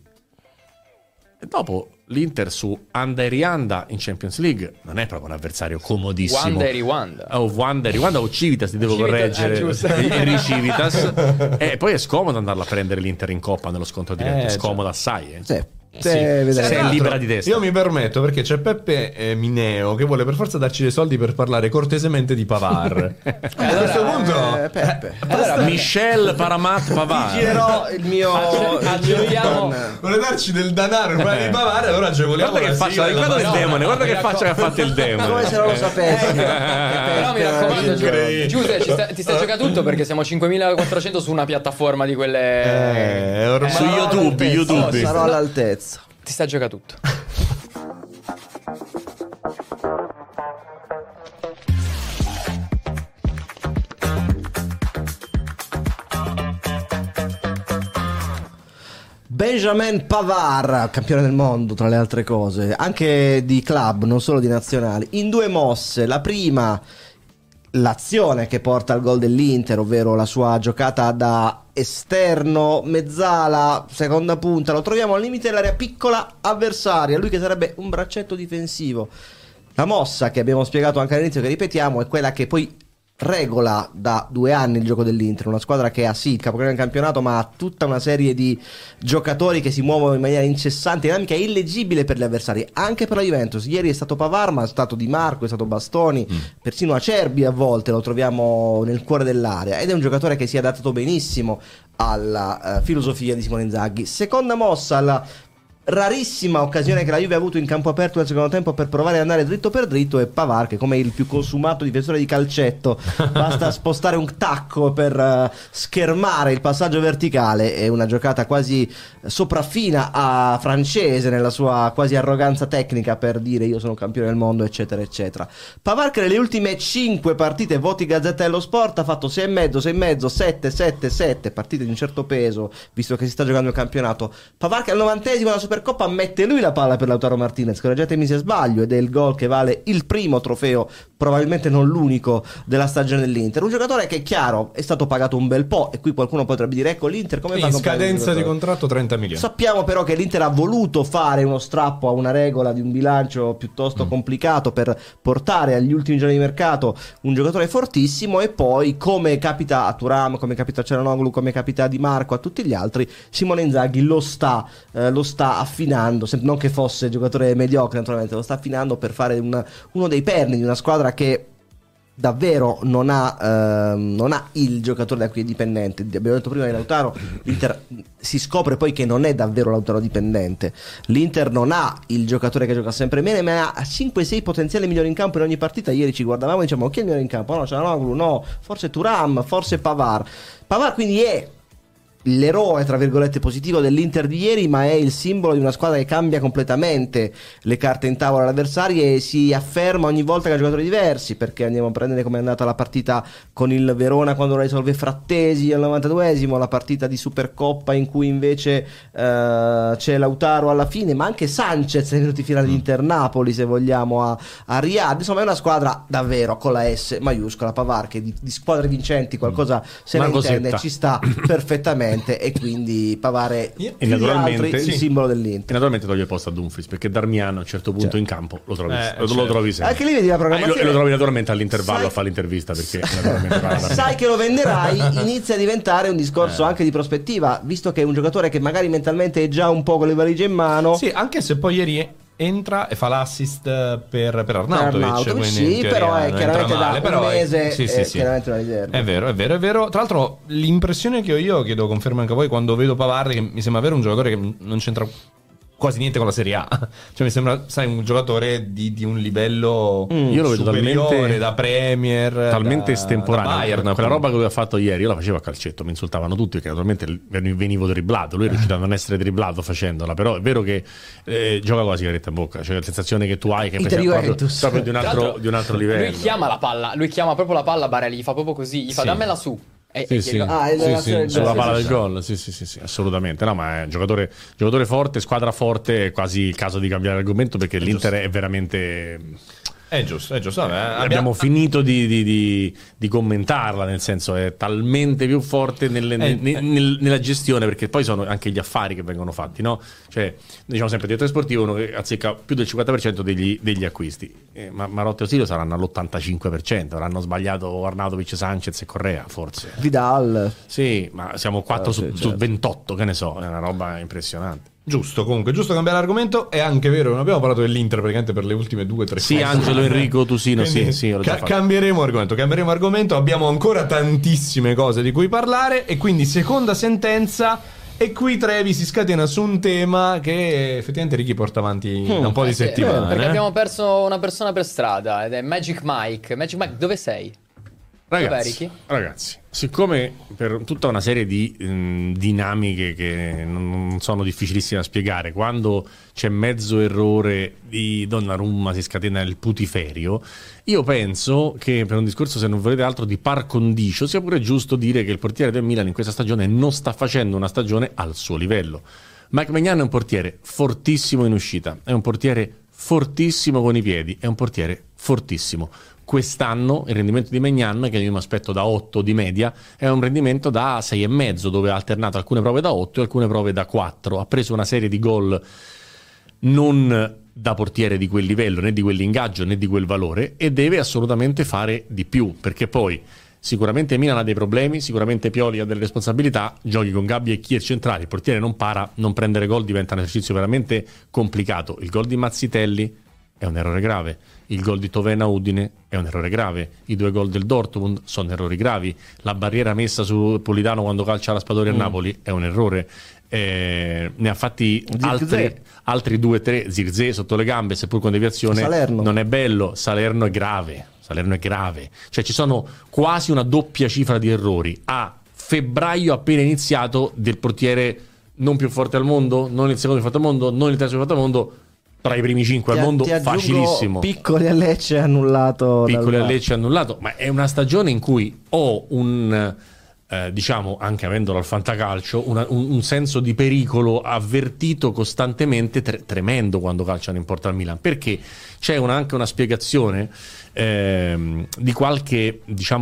e dopo l'Inter su anda e rianda in Champions League non è proprio un avversario comodissimo. Wanda e Riwanda. O Wanda, Riwanda o Civitas ti devo Civitas, correggere, eh, giusto. e Civitas e poi è scomodo andarla a prendere l'Inter in Coppa nello scontro diretto, Eh, è scomodo assai, eh. Sì. Sì. Sì, vedremo. Sei Tra l'altro, libera di testa. Io mi permetto perché c'è Peppe eh, Mineo che vuole per forza darci dei soldi per parlare cortesemente di Pavar. a questo punto Eh, Peppe. Allora, Michel Paramat Ti Pavard. girerò il mio Acce- accettiamo- vuole darci del denaro per parlare di Pavar, allora agevoliamo Guarda che la faccia, sigla della guarda del Pavar. demone, guarda che faccia che ha fatto il demone. come se non lo sapessi. Però mi raccomando, Incredibile. Giuseppe, ci sta- ti stai giocando tutto perché siamo cinquemilaquattrocento su una piattaforma di quelle. Eh, ormai Su YouTube, YouTube. Sarò all'altezza. Ti sta gioca tutto. Benjamin Pavard, campione del mondo tra le altre cose, anche di club, non solo di nazionali, in due mosse. La prima, l'azione che porta al gol dell'Inter, ovvero la sua giocata da esterno, mezzala, seconda punta, lo troviamo al limite dell'area piccola avversaria, lui che sarebbe un braccetto difensivo. La mossa che abbiamo spiegato anche all'inizio, che ripetiamo, è quella che poi regola da due anni il gioco dell'Inter, una squadra che ha sì il capocannoniere in campionato, ma ha tutta una serie di giocatori che si muovono in maniera incessante, dinamica illeggibile per gli avversari, anche per la Juventus. Ieri è stato Pavard, ma è stato Di Marco, è stato Bastoni, mm. persino Acerbi a volte lo troviamo nel cuore dell'area, ed è un giocatore che si è adattato benissimo alla uh, filosofia di Simone Inzaghi. Seconda mossa, alla rarissima occasione che la Juve ha avuto in campo aperto nel secondo tempo per provare ad andare dritto per dritto, e Pavard, che come il più consumato difensore di calcetto basta spostare un tacco per uh, schermare il passaggio verticale. È una giocata quasi sopraffina a francese nella sua quasi arroganza tecnica per dire io sono campione del mondo, eccetera eccetera. Pavard, che nelle ultime cinque partite, voti Gazzetta dello Sport, ha fatto sei e mezzo, sei e mezzo, sette, sette, sette partite di un certo peso, visto che si sta giocando il campionato. Pavard, che al novantesimo della Supercoppa mette lui la palla per Lautaro Martinez, correggetemi se sbaglio, ed è il gol che vale il primo trofeo, probabilmente non l'unico, della stagione dell'Inter. Un giocatore che, è chiaro, è stato pagato un bel po', e qui qualcuno potrebbe dire ecco l'Inter come fa a in comprare scadenza di contratto trenta milioni. Sappiamo però che l'Inter ha voluto fare uno strappo a una regola di un bilancio piuttosto mm. complicato per portare agli ultimi giorni di mercato un giocatore fortissimo, e poi, come capita a Thuram, come capita a Çalhanoğlu, come capita a Di Marco, a tutti gli altri, Simone Inzaghi lo sta eh, lo sta affinando, non che fosse giocatore mediocre naturalmente, lo sta affinando per fare una, uno dei perni di una squadra che davvero non ha, eh, non ha il giocatore da cui è dipendente. Abbiamo detto prima di Lautaro, l'Inter si scopre poi che non è davvero Lautaro dipendente. L'Inter non ha il giocatore che gioca sempre bene, ma ha cinque sei potenziali migliori in campo in ogni partita. Ieri ci guardavamo e diciamo chi è il migliore in campo? No, Çalhanoğlu, no, forse Thuram, forse Pavard. Pavard quindi è l'eroe tra virgolette positivo dell'Inter di ieri, ma è il simbolo di una squadra che cambia completamente le carte in tavola all'avversario e si afferma ogni volta che ha giocatori diversi, perché andiamo a prendere come è andata la partita con il Verona quando la risolve Frattesi al novantaduesimo, la partita di Supercoppa in cui invece uh, c'è Lautaro alla fine, ma anche Sanchez nei minuti finali di Inter-Napoli, se vogliamo, a, a Riyadh. Insomma è una squadra davvero con la S maiuscola. Pavard, che di, di squadre vincenti qualcosa se ne intende, ci sta perfettamente, e quindi Pavard è e naturalmente altri, sì. il simbolo dell'Inter. E naturalmente toglie il posto a Dumfries, perché Darmian a un certo punto, certo, in campo lo trovi, eh, lo, certo. lo trovi sempre. Anche lì vedi la programmazione. E lo, lo trovi naturalmente all'intervallo sai, a fare l'intervista, perché naturalmente sai che lo venderai, inizia a diventare un discorso eh. anche di prospettiva, visto che è un giocatore che magari mentalmente è già un po' con le valigie in mano. Sì, anche se poi ieri entra e fa l'assist per, per Arnautovic, Arnautovic sì, però è chiaramente da un però mese è, sì, sì, è sì. chiaramente una riserva. È vero, è vero, è vero. Tra l'altro l'impressione che ho io, chiedo conferma anche voi, quando vedo Pavard, che mi sembra avere un giocatore che non c'entra quasi niente con la Serie A, cioè mi sembra, sai, un giocatore di, di un livello mm. io lo vedo talmente da Premier, talmente da, estemporaneo, da Bayern, quella roba che lui ha fatto ieri. Io la facevo a calcetto, mi insultavano tutti perché naturalmente venivo dribblato, lui è riuscito a non essere dribblato facendola, però è vero che eh, gioca con la sigaretta in bocca, cioè la sensazione che tu hai che è proprio, proprio di un altro, di un altro livello. Lui chiama la palla, lui chiama proprio la palla a Barelli, gli fa proprio così, gli fa sì. dammela su. Eh, sì, sì. Ah, sì, sì, sulla palla del gol, sì, sì, sì, sì, assolutamente. No, ma è un giocatore, giocatore forte, squadra forte. È quasi il caso di cambiare argomento, perché è l'Inter giusto. È veramente. È giusto, è giusto. Vabbè, abbiamo, abbiamo finito di, di, di, di commentarla, nel senso è talmente più forte nelle, eh, ne, eh. Nel, nella gestione, perché poi sono anche gli affari che vengono fatti, no? Cioè, diciamo sempre, direttore sportivo uno che azzecca più del cinquanta per cento degli, degli acquisti, eh, ma Marotta e Osilio saranno all'ottantacinque per cento, avranno sbagliato Arnautovic, Sanchez e Correa, forse. Vidal. Sì, ma siamo quattro ah, su, sì, su certo. ventotto, che ne so, è una roba impressionante. Giusto, comunque, giusto cambiare argomento. È anche vero, non abbiamo parlato dell'Inter praticamente per le ultime due o tre Sì, Angelo, Enrico, Tusino, sì, sì, ca- cambieremo argomento, cambieremo argomento. Abbiamo ancora tantissime cose di cui parlare. E quindi seconda sentenza. E qui Trevi si scatena su un tema che effettivamente Ricky porta avanti hmm, da un po' di perché, settimane. Perché eh? abbiamo perso una persona per strada, ed è Magic Mike. Magic Mike, dove sei? Ragazzi, ragazzi, siccome per tutta una serie di mh, dinamiche che non sono difficilissime da spiegare, quando c'è mezzo errore di Donnarumma si scatena il putiferio, io penso che per un discorso, se non volete altro, di par condicio, sia pure giusto dire che il portiere del Milan in questa stagione non sta facendo una stagione al suo livello. Mike Maignan è un portiere fortissimo in uscita, è un portiere fortissimo con i piedi, è un portiere fortissimo. Quest'anno il rendimento di Maignan, che io mi aspetto da otto di media, è un rendimento da sei e mezzo, dove ha alternato alcune prove da otto e alcune prove da quattro. Ha preso una serie di gol non da portiere di quel livello, né di quell'ingaggio, né di quel valore, e deve assolutamente fare di più, perché poi sicuramente Milan ha dei problemi, sicuramente Pioli ha delle responsabilità, giochi con Gabbia e Chier centrali, il portiere non para, non prendere gol diventa un esercizio veramente complicato. Il gol di Mazzitelli è un errore grave, il gol di Tovena Udine è un errore grave, i due gol del Dortmund sono errori gravi, la barriera messa su Politano quando calcia la Spadori a mm. Napoli è un errore. Eh, ne ha fatti altri, altri due o tre. Zirze sotto le gambe, seppur con deviazione, Salerno non è bello. Salerno è grave, Salerno è grave, cioè ci sono quasi una doppia cifra di errori a febbraio appena iniziato del portiere non più forte al mondo, non il secondo più forte al mondo, non il terzo più forte al mondo, tra i primi cinque ti, al mondo, facilissimo. Piccoli a Lecce annullato, piccoli a Lecce annullato, ma è una stagione in cui ho un Eh, diciamo, anche avendolo al fantacalcio, una, un, un senso di pericolo avvertito costantemente, tre, tremendo quando calciano in porta al Milan, perché c'è una, anche una spiegazione ehm, di qualche,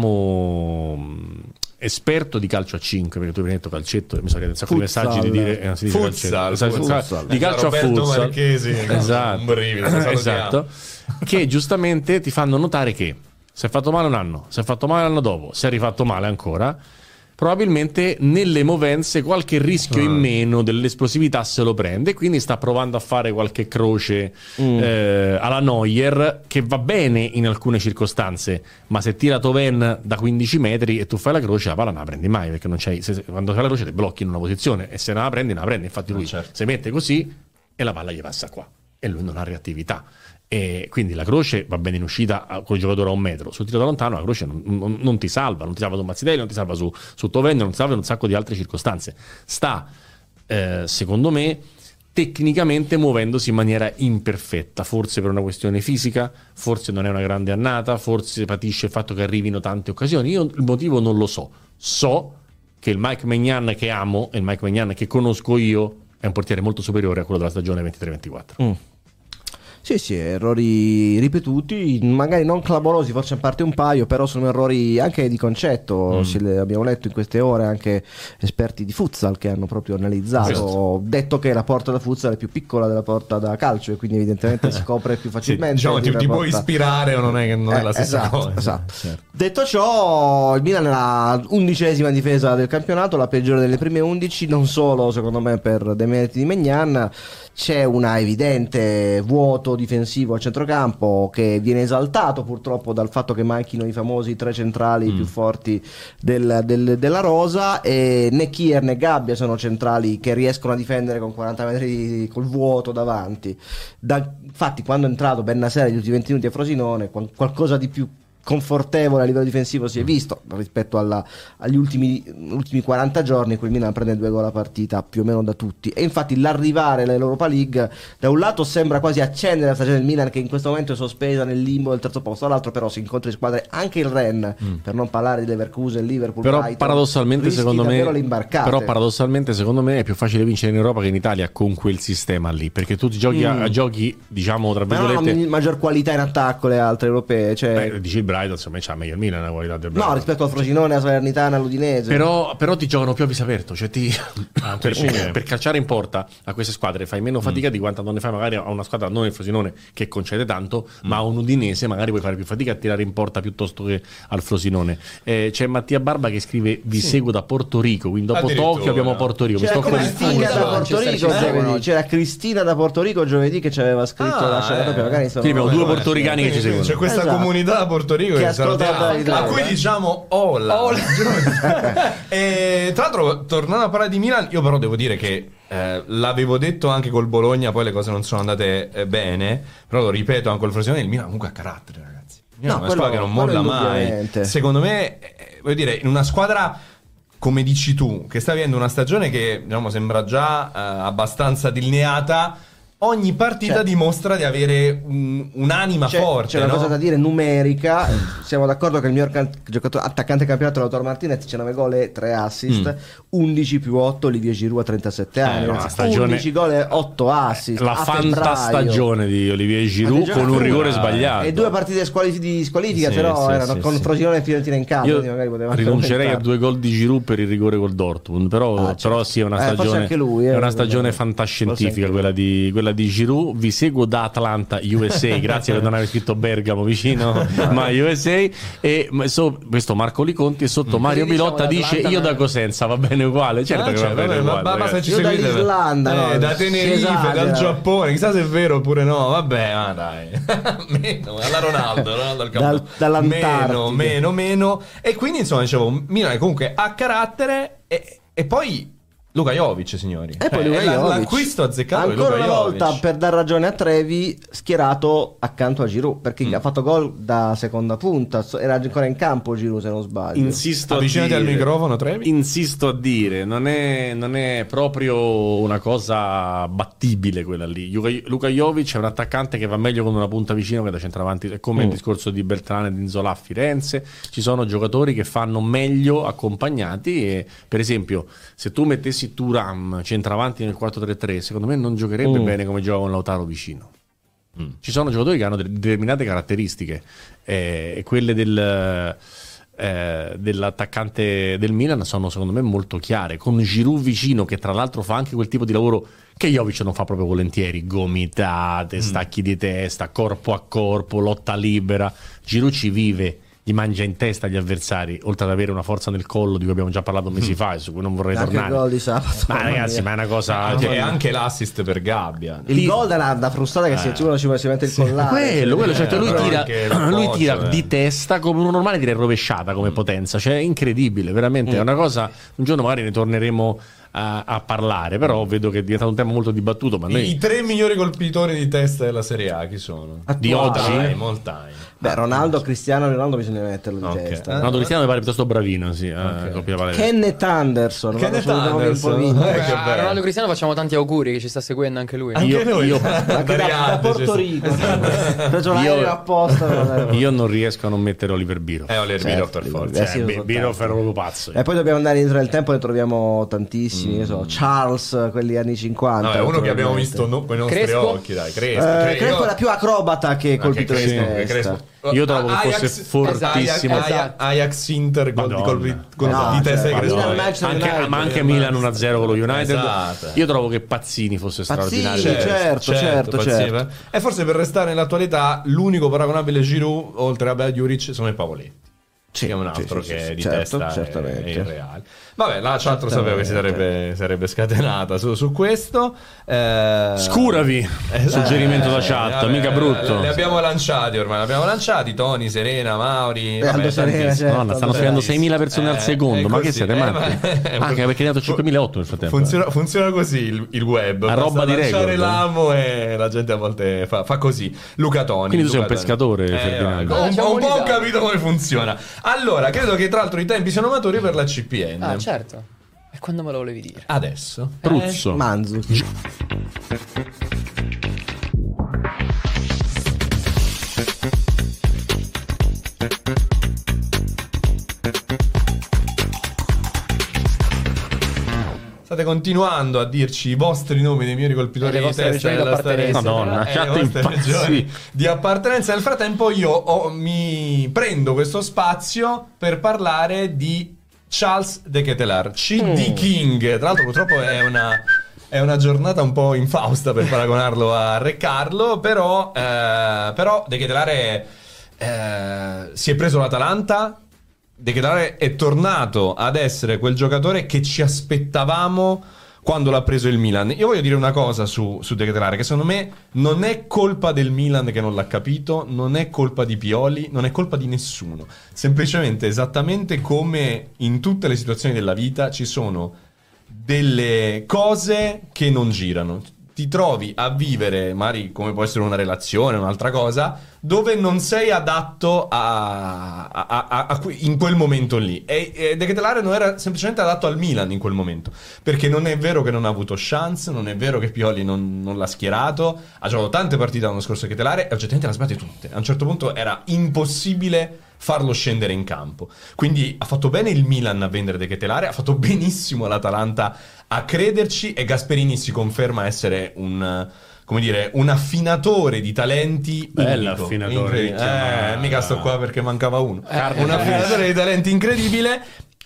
diciamo, esperto di calcio a cinque, perché tu hai detto calcetto e mi sono arrivati un sacco di messaggi di dire eh, si dice futsal, calcetto, futsal, futsal, di calcio a Roberto futsal Marchesi, esatto, un brivido, esatto, che giustamente ti fanno notare che si è fatto male un anno, si è fatto male l'anno dopo, si è rifatto male ancora, probabilmente nelle movenze qualche rischio in meno dell'esplosività se lo prende, quindi sta provando a fare qualche croce mm. eh, alla Neuer, che va bene in alcune circostanze, ma se tira Toven da quindici metri e tu fai la croce, la palla non la prendi mai, perché non c'hai, se, quando fai la croce ti blocchi in una posizione, e se non la prendi non la prendi, infatti lui certo. si mette così e la palla gli passa qua e lui non ha reattività. E quindi la croce va bene in uscita con il giocatore a un metro, sul tiro da lontano la croce non, non, non ti salva, non ti salva su Mazzitelli, non ti salva su, su Tovegno, non ti salva in un sacco di altre circostanze. Sta eh, secondo me tecnicamente muovendosi in maniera imperfetta, forse per una questione fisica, forse non è una grande annata, forse patisce il fatto che arrivino tante occasioni. Io il motivo non lo so, so che il Mike Maignan che amo e il Mike Maignan che conosco io è un portiere molto superiore a quello della stagione ventitré ventiquattro. mm. Sì, sì, errori ripetuti, magari non clamorosi, forse in parte un paio, però sono errori anche di concetto. Mm. Se le abbiamo letto in queste ore anche esperti di futsal che hanno proprio analizzato, ho detto che la porta da futsal è più piccola della porta da calcio e quindi evidentemente si copre più facilmente. Sì, diciamo, di ti, ti porta... può ispirare o non è che non eh, è la stessa esatto, cosa. Esatto. Certo. Detto ciò, il Milan è la undicesima difesa del campionato, la peggiore delle prime undici, non solo secondo me per dei meriti di Maignan. C'è una evidente vuoto difensivo al centrocampo che viene esaltato purtroppo dal fatto che manchino i famosi tre centrali mm. più forti del, del, della rosa, e né Chier né Gabbia sono centrali che riescono a difendere con quaranta metri col vuoto davanti. Da, infatti quando è entrato Bennacer negli ultimi venti minuti a Frosinone, qualcosa di più confortevole a livello difensivo si è visto rispetto alla, agli ultimi, ultimi quaranta giorni in cui il Milan prende due gol a partita più o meno da tutti, e infatti l'arrivare all'Europa League da un lato sembra quasi accendere la stagione del Milan, che in questo momento è sospesa nel limbo del terzo posto, dall'altro però si incontra in squadre, anche il Rennes, mm. per non parlare di Leverkusen, Liverpool, però Brighton, paradossalmente secondo me però paradossalmente secondo me è più facile vincere in Europa che in Italia con quel sistema lì, perché tu ti giochi mm. a, a giochi diciamo tra virgolette, ma non ha maggior qualità in attacco le altre europee, cioè... Beh, dici il Brighton, insomma c'ha meglio il Milan la qualità del Brighton. No, rispetto al Frosinone, alla Salernitana, all'Udinese. Però, però ti giocano più a viso aperto, cioè ti... ah, per, per, per calciare in porta a queste squadre fai meno fatica mm. di quanto non ne fai magari a una squadra, non il Frosinone che concede tanto, mm. ma a un Udinese magari puoi fare più fatica a tirare in porta piuttosto che al Frosinone. Eh, c'è Mattia Barba che scrive vi sì. seguo da Porto Rico, quindi dopo Tokyo abbiamo Porto Rico. C'era Cristina da Porto Rico giovedì, c'era Cristina da Porto Rico giovedì che ci aveva scritto ah, la scena doppia, magari sono... Sì, abbiamo due portoricani che ci seguono. C'è questa esatto. comunità da Porto Rico che, che ascolta a cui diciamo hola, hola. E tra l'altro tornando a parlare di Milan, io però devo dire che eh, l'avevo detto anche col Bologna, poi le cose non sono andate eh, bene, però lo ripeto anche col Frosinone, il Milan comunque ha carattere, ragazzi. Il Milan no, è una squadra che non molla mai, secondo me, eh, voglio dire, in una squadra come dici tu che sta avendo una stagione che diciamo sembra già eh, abbastanza delineata, ogni partita C'è- dimostra di avere un- un'anima C'è, forte, c'è una no? cosa da dire numerica. Siamo d'accordo che il miglior can- giocatore attaccante campionato Lautaro Martinez c'è nove gol e tre assist, undici più otto Olivier Giroud a trentasette anni, no, ragazzi. una stagione- undici gol e otto assist. La a febbraio. fantastagione di Olivier Giroud Addirittura con un rigore una- sbagliato. E due partite squalif- di squalifica, Sì, però sì, erano sì, con sì. Frosinone e Fiorentina in campo. Io quindi magari poteva anche rinuncerei a aumentare. due gol di Giroud per il rigore col Dortmund, però, Ah, certo. però sì, è una Eh, forse stagione, anche lui, eh, è una stagione forse fantascientifica anche quella di, quella di Giroud. Vi seguo da Atlanta, U S A, grazie per non aver scritto Bergamo vicino, ma U S A. E ma so- questo Marco Liconti, e sotto Mario Così diciamo Bilotta dice: l'Atlanta, io da ma- Cosenza, va bene uguale. Certo Ah, che cioè, va bene vabbè, uguale. ma, ma basta ragazzi. ci Io seguite dall'Islanda, eh, no? da Si Tenerife, esagera. dal Giappone, chissà se è vero oppure no. Vabbè, ma dai, meno alla Ronaldo, Ronaldo al campo. Dal- dall'Antartide. meno, meno, meno. E quindi insomma, dicevo, Milan comunque ha carattere e, e poi Luka Jovic, signori. E poi Eh, Luka la- Jovic. l'acquisto azzeccato di Ancora Luka una Jovic. volta, per dar ragione a Trevi, schierato accanto a Giroud, perché Mm. ha fatto gol da seconda punta. so- Era ancora in campo Giroud, se non sbaglio. Insisto a Avvicinati al dire- microfono, Trevi. Insisto a dire, non è, non è proprio una cosa battibile quella lì. Luka- Luka Jovic è un attaccante che va meglio con una punta vicino che da centravanti, è come il Mm. discorso di Bertrand e di Nzola a Firenze. Ci sono giocatori che fanno meglio accompagnati e, per esempio, se tu mettessi Thuram centravanti nel quattro tre tre, secondo me non giocherebbe Mm. bene come gioca con Lautaro vicino. Mm. Ci sono giocatori che hanno delle determinate caratteristiche eh, e quelle del, eh, dell'attaccante del Milan sono secondo me molto chiare, con Giroud vicino che tra l'altro fa anche quel tipo di lavoro che Jovic non fa proprio volentieri, gomitate, stacchi di testa, corpo a corpo, lotta libera. Giroud ci vive, gli mangia in testa gli avversari, oltre ad avere una forza nel collo di cui abbiamo già parlato mesi fa e su cui non vorrei Anche il tornare. gol di sabato. Ma ragazzi, ma è una cosa... Anche, cioè, anche l'assist per Gabbia. Il gol da, da frustata che si uno ci si mette il collare. Quello, quello, certo, lui però tira, anche lui l'appoggio, tira eh. di testa come uno normale, direi rovesciata come potenza, cioè è incredibile, veramente è una cosa. Un giorno magari ne torneremo a, a parlare, però vedo che è diventato un tema molto dibattuto. Ma I, noi i tre migliori colpitori di testa della Serie A chi sono? di oggi, Dai, Moltani. Beh, Ronaldo, Cristiano Ronaldo bisogna metterlo di Ok. testa. Ronaldo Cristiano mi pare piuttosto bravino, sì, eh, coppia Valeria. Kenneth Anderson. Kenneth vado sul nome Anderson. un po' vinto. Eh, Beh, che a bello. Ronaldo Cristiano facciamo tanti auguri, che ci sta seguendo anche lui. Anche Io- noi. io- Anche da, da Porto Rico. Faccio l'aereo apposta. Io non riesco a non mettere Oliver Biro. Eh, Oliver Certo, Biro per forza. eh, sì, lo so Biro tanti. è proprio pazzo. E poi dobbiamo andare dietro nel tempo, ne troviamo tantissimi. Che so, Charles, quelli anni cinquanta. No, è uno che abbiamo naturalmente. visto no, con i nostri Crespo? occhi, dai. Crespo. Eh, Cre- Crespo io- era più acrobata che Anche colpitore di Crespo, testa. Crespo. Io trovo che Ajax- fosse fortissimo. Ajax, Ajax, Ajax Inter gol di Madonna. colpi gol No, di testa cioè, di Crespo. Milan, Manchester Anche- United. ma anche Milan uno a zero con lo United. Esatto. Io trovo che Pazzini fosse Pazzini, straordinario. certo, certo, Pazzini. certo. E forse per restare nell'attualità, l'unico paragonabile Giroud, oltre a Juric, sono i Pavoletti. Sì, Che è un altro sì, sì, che sì, di certo, testa è- certamente. è irreale. Vabbè, la chat lo sapevo che si sarebbe, sarebbe scatenata su, su questo. Eh, Scuravi, suggerimento da chat, vabbè, mica brutto. Li abbiamo lanciati ormai, li abbiamo lanciati. Tony, Serena, Mauri. Aldo vabbè, Serena, tantissimi. certo. Madonna, stanno scrivendo seimila persone Eh, al secondo. è Ma che così. siete Eh, matti? ma- Anche perché ne ha dato cinquemilaotto nel frattempo. Funziona, funziona così il, il web. A roba Basta di lanciare record. l'amo e la gente a volte fa, fa così. Luca Toni. Quindi tu sei Luca un pescatore, Toni. Ferdinando. Eh, Ah, un, siamo po', un po' ho unitari. capito come funziona. Allora, credo che tra l'altro i tempi siano maturi per la C P N. Ah, certo. E quando me lo volevi dire? Adesso. Pruzzo. Manzuki. State continuando a dirci i vostri nomi dei miei colpitori E le di vostre testa regioni di della appartenenza. statistica. Madonna, E chat le vostre impazzi. regioni di appartenenza. Nel frattempo io ho- mi prendo questo spazio per parlare di Charles de Ketelaere, C D King. Tra l'altro purtroppo è una... È una giornata un po' infausta per paragonarlo a Re Carlo, però, eh, però De Ketelaere eh, si è preso l'Atalanta. De Ketelaere è tornato ad essere quel giocatore che ci aspettavamo quando l'ha preso il Milan. Io voglio dire una cosa su, su De Ketelaere, che secondo me non è colpa del Milan che non l'ha capito, non è colpa di Pioli, non è colpa di nessuno. Semplicemente, esattamente come in tutte le situazioni della vita, ci sono delle cose che non girano. Ti ti trovi a vivere, magari come può essere una relazione, un'altra cosa, dove non sei adatto a, a, a, a, a in quel momento lì. E, e De Ketelaere non era semplicemente adatto al Milan in quel momento, perché non è vero che non ha avuto chance, non è vero che Pioli non, non l'ha schierato, ha giocato tante partite l'anno scorso De Ketelaere e oggettivamente le ha sbagliate tutte. A un certo punto era impossibile farlo scendere in campo. Quindi ha fatto bene il Milan a vendere De Ketelaere, ha fatto benissimo l'Atalanta a crederci, e Gasperini si conferma essere un, come dire, un affinatore di talenti. Bella unico, affinatore, incredibile. Eh, mica sto qua perché mancava uno. Eh, un eh, affinatore di talenti incredibile,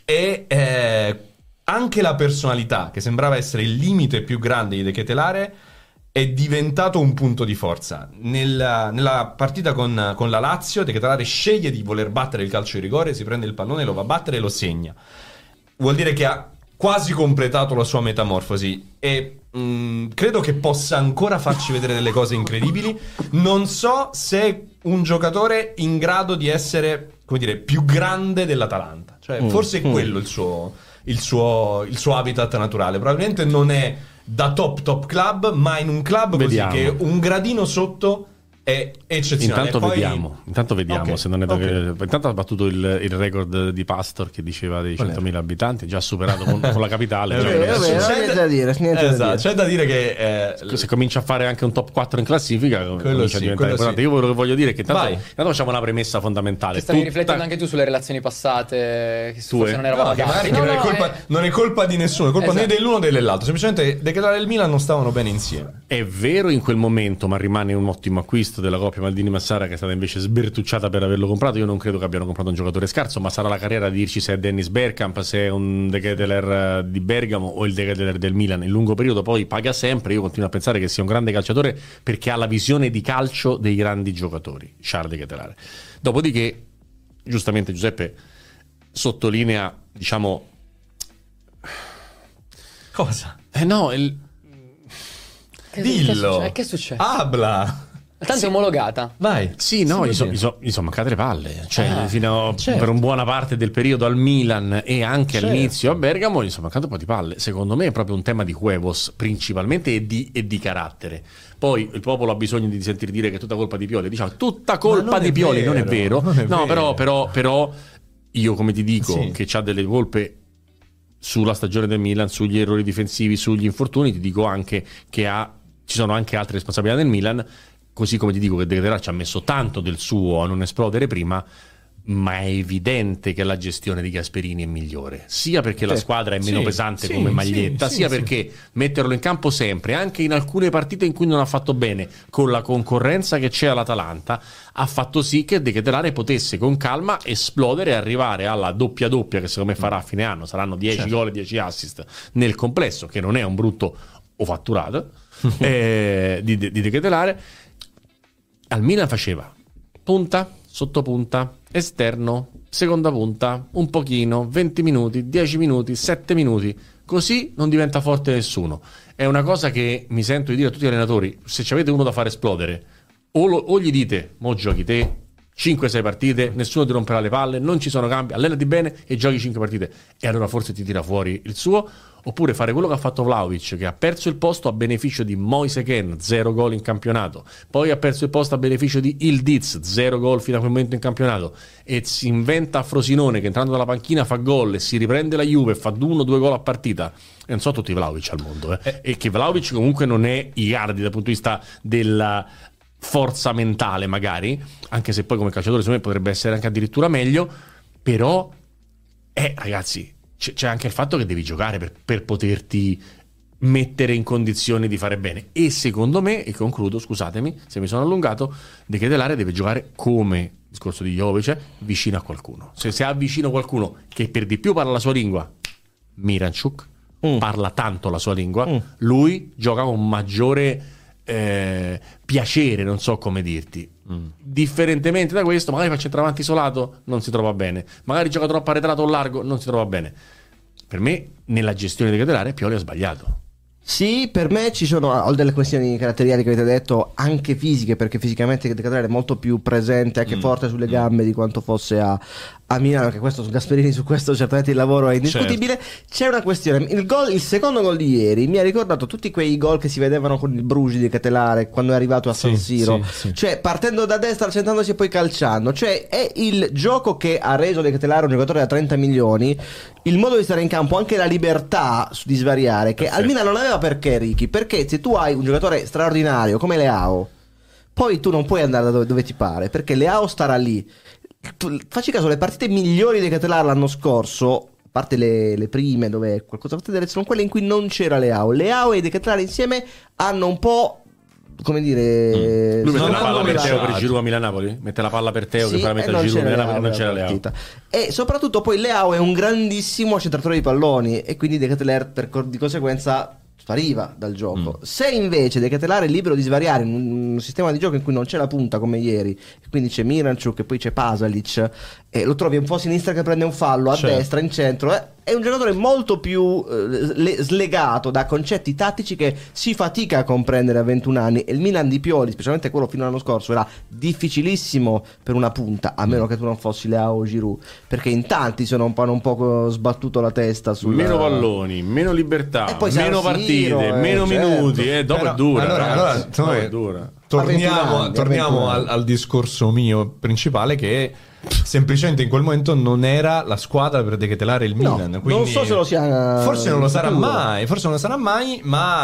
e eh, anche la personalità, che sembrava essere il limite più grande di De Ketelaere, è diventato un punto di forza. Nella, nella partita con, con la Lazio, De Ketelaere sceglie di voler battere il calcio di rigore, si prende il pallone, lo va a battere e lo segna. Vuol dire che ha quasi completato la sua metamorfosi, e mh, credo che possa ancora farci vedere delle cose incredibili. Non so se è un giocatore in grado di essere, come dire, più grande dell'Atalanta. Cioè, mm. forse è quello il suo, il suo, il suo habitat naturale. Probabilmente non è da top top club, ma in un club Vediamo. così che un gradino sotto è eccezionale. Intanto Poi... vediamo, intanto vediamo okay. se non è da... okay. Intanto ha battuto il, il record di Pastor, che diceva dei centomila abitanti, già superato con, con la capitale. È Cioè, vero, è vero, c'è niente da- da dire, niente esatto, da dire. c'è da dire che eh, se comincia a fare anche un top quattro in classifica, comincia sì, a diventare quello importante. sì. Io quello che voglio dire è che intanto, Vai. intanto facciamo una premessa fondamentale. Che stavi Tutta- riflettendo anche tu sulle relazioni passate, che Tue? forse non eravamo No, che magari adatti. che No, non, è no, colpa, eh, non è colpa di nessuno, è colpa Esatto. né dell'uno né dell'altro. Semplicemente De Ketelaere e il Milan non stavano bene insieme. È vero in quel momento, ma rimane un ottimo acquisto della coppia Maldini-Massara, che è stata invece sbertucciata per averlo comprato. Io non credo che abbiano comprato un giocatore scarso, ma sarà la carriera di dirci se è Dennis Bergkamp, se è un De Ketelaere di Bergamo o il De Ketelaere del Milan. Il lungo periodo poi paga sempre. Io continuo a pensare che sia un grande calciatore perché ha la visione di calcio dei grandi giocatori, Charles De Ketelaere. Dopodiché, giustamente Giuseppe sottolinea, diciamo... Cosa? Eh no, il... che- Dillo. Che succede? Che succede? Habla. Tanto è omologata. Vai. Sì, no, Sì, gli sono va so, so mancate le palle. Cioè, Ah, fino a, certo. per una buona parte del periodo al Milan e anche Certo. all'inizio a Bergamo gli sono mancate un po' di palle. Secondo me è proprio un tema di huevos, principalmente, e di, e di carattere. Poi il popolo ha bisogno di sentire dire che è tutta colpa di Pioli. Diciamo, tutta colpa non di è Pioli, vero, non è vero. non è no, vero. però, però, però, io come ti dico Sì. che c'ha delle colpe sulla stagione del Milan, sugli errori difensivi, sugli infortuni, ti dico anche che ha, ci sono anche altre responsabilità del Milan. Così come ti dico che De Ketelaere ci ha messo tanto del suo a non esplodere prima, ma è evidente che la gestione di Gasperini è migliore, sia perché la Sì. squadra è meno Sì, pesante sì, come sì, maglietta, sì, sia sì. perché metterlo in campo sempre, anche in alcune partite in cui non ha fatto bene, con la concorrenza che c'è all'Atalanta, ha fatto sì che De Ketelaere potesse con calma esplodere e arrivare alla doppia doppia che secondo me farà a fine anno. Saranno dieci Certo. gol e dieci assist nel complesso, che non è un brutto o fatturato eh, di, di De Ketelaere. Al Milan faceva punta, sottopunta, esterno, seconda punta, un pochino, venti minuti, dieci minuti, sette minuti. Così non diventa forte nessuno. È una cosa che mi sento di dire a tutti gli allenatori: se ci avete uno da far esplodere, o, lo, o gli dite mo giochi te cinque sei partite, nessuno ti romperà le palle, non ci sono cambi, allenati bene e giochi cinque partite, e allora forse ti tira fuori il suo. Oppure fare quello che ha fatto Vlahovic, che ha perso il posto a beneficio di Moise Kean, zero gol in campionato, poi ha perso il posto a beneficio di Ildiz, zero gol fino a quel momento in campionato, e si inventa Frosinone che entrando dalla panchina fa gol e si riprende la Juve e fa uno o due gol a partita. E non so tutti i Vlahovic al mondo, eh. Eh. E che Vlahovic comunque non è Icardi dal punto di vista della forza mentale magari, anche se poi come calciatore secondo me potrebbe essere anche addirittura meglio, però eh ragazzi, c'è anche il fatto che devi giocare per, per poterti mettere in condizioni di fare bene. E secondo me, e concludo, scusatemi se mi sono allungato, De Ketelaere deve giocare come il discorso di Jovic, vicino a qualcuno. Se, se ha vicino qualcuno che per di più parla la sua lingua, Miranchuk mm. parla tanto la sua lingua, mm. lui gioca con maggiore eh, piacere, non so come dirti. Mm. Differentemente da questo, magari fa centravanti isolato, non si trova bene, magari gioca troppo arretrato o largo, non si trova bene. Per me nella gestione di Ketelaere Pioli ha sbagliato. Sì, per me ci sono, ho delle questioni caratteriali che avete detto, anche fisiche, perché fisicamente De Ketelaere è molto più presente, anche Mm. forte sulle gambe di quanto fosse a, a Milano, che questo su Gasperini, su questo certamente il lavoro è indiscutibile. Certo. C'è una questione, il, gol, il secondo gol di ieri mi ha ricordato tutti quei gol che si vedevano con il Bruges di Ketelare quando è arrivato a San sì, Siro, sì, sì. Cioè partendo da destra, centrandosi e poi calciando, cioè è il gioco che ha reso di Ketelare un giocatore da trenta milioni, il modo di stare in campo, anche la libertà di svariare, che al Milan non aveva. Perché Ricky? Perché se tu hai un giocatore straordinario come Leao, poi tu non puoi andare da dove, dove ti pare, perché Leao starà lì. Tu, facci caso, le partite migliori di Ketelare l'anno scorso, a parte le, le prime dove qualcosa potete vedere, sono quelle in cui non c'era Leao. Leao e De Ketelare insieme hanno un po', come dire, mm. lui mette la palla per Teo per Giroud a Milano-Napoli, mette la palla per Teo sì, che poi la mette a Giroud a Milano, non c'era Leao. E soprattutto poi Leao è un grandissimo accentratore di palloni e quindi De Ketelare per, di conseguenza spariva dal gioco. Mm. Se invece De Ketelare è libero di svariare in un, un sistema di gioco in cui non c'è la punta come ieri, quindi c'è Miranchuk e poi c'è Pasalic, e lo trovi un po' a sinistra che prende un fallo, a certo. destra, in centro, eh, è un giocatore molto più eh, slegato da concetti tattici che si fatica a comprendere a ventuno anni, e il Milan di Pioli, specialmente quello fino all'anno scorso, era difficilissimo per una punta, a meno che tu non fossi Leao o Giroud, perché in tanti sono un po', un po' sbattuto la testa sul... meno palloni, meno libertà, meno partite, eh, meno certo. minuti, eh, dopo Però, è dura, allora, allora, dopo è dura. Torniamo, anni, torniamo al, al discorso mio principale, che semplicemente in quel momento non era la squadra per De Ketelare il Milan, no, quindi non so se lo sia, forse non lo sarà mai, forse non lo sarà mai,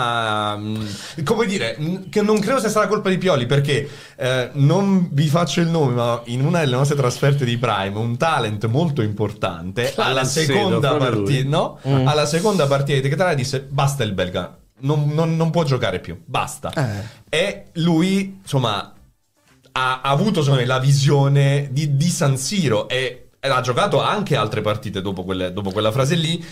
ma come dire, che non credo sia stata colpa di Pioli, perché eh, non vi faccio il nome, ma in una delle nostre trasferte di Prime un talent molto importante alla seconda partita, no? Mm. alla seconda partita di De Ketelare disse basta il belga. Non, non, non può giocare più, basta. Eh. E lui, insomma, ha, ha avuto secondo me la visione di, di San Siro e, e ha giocato anche altre partite dopo, quelle, dopo quella frase lì.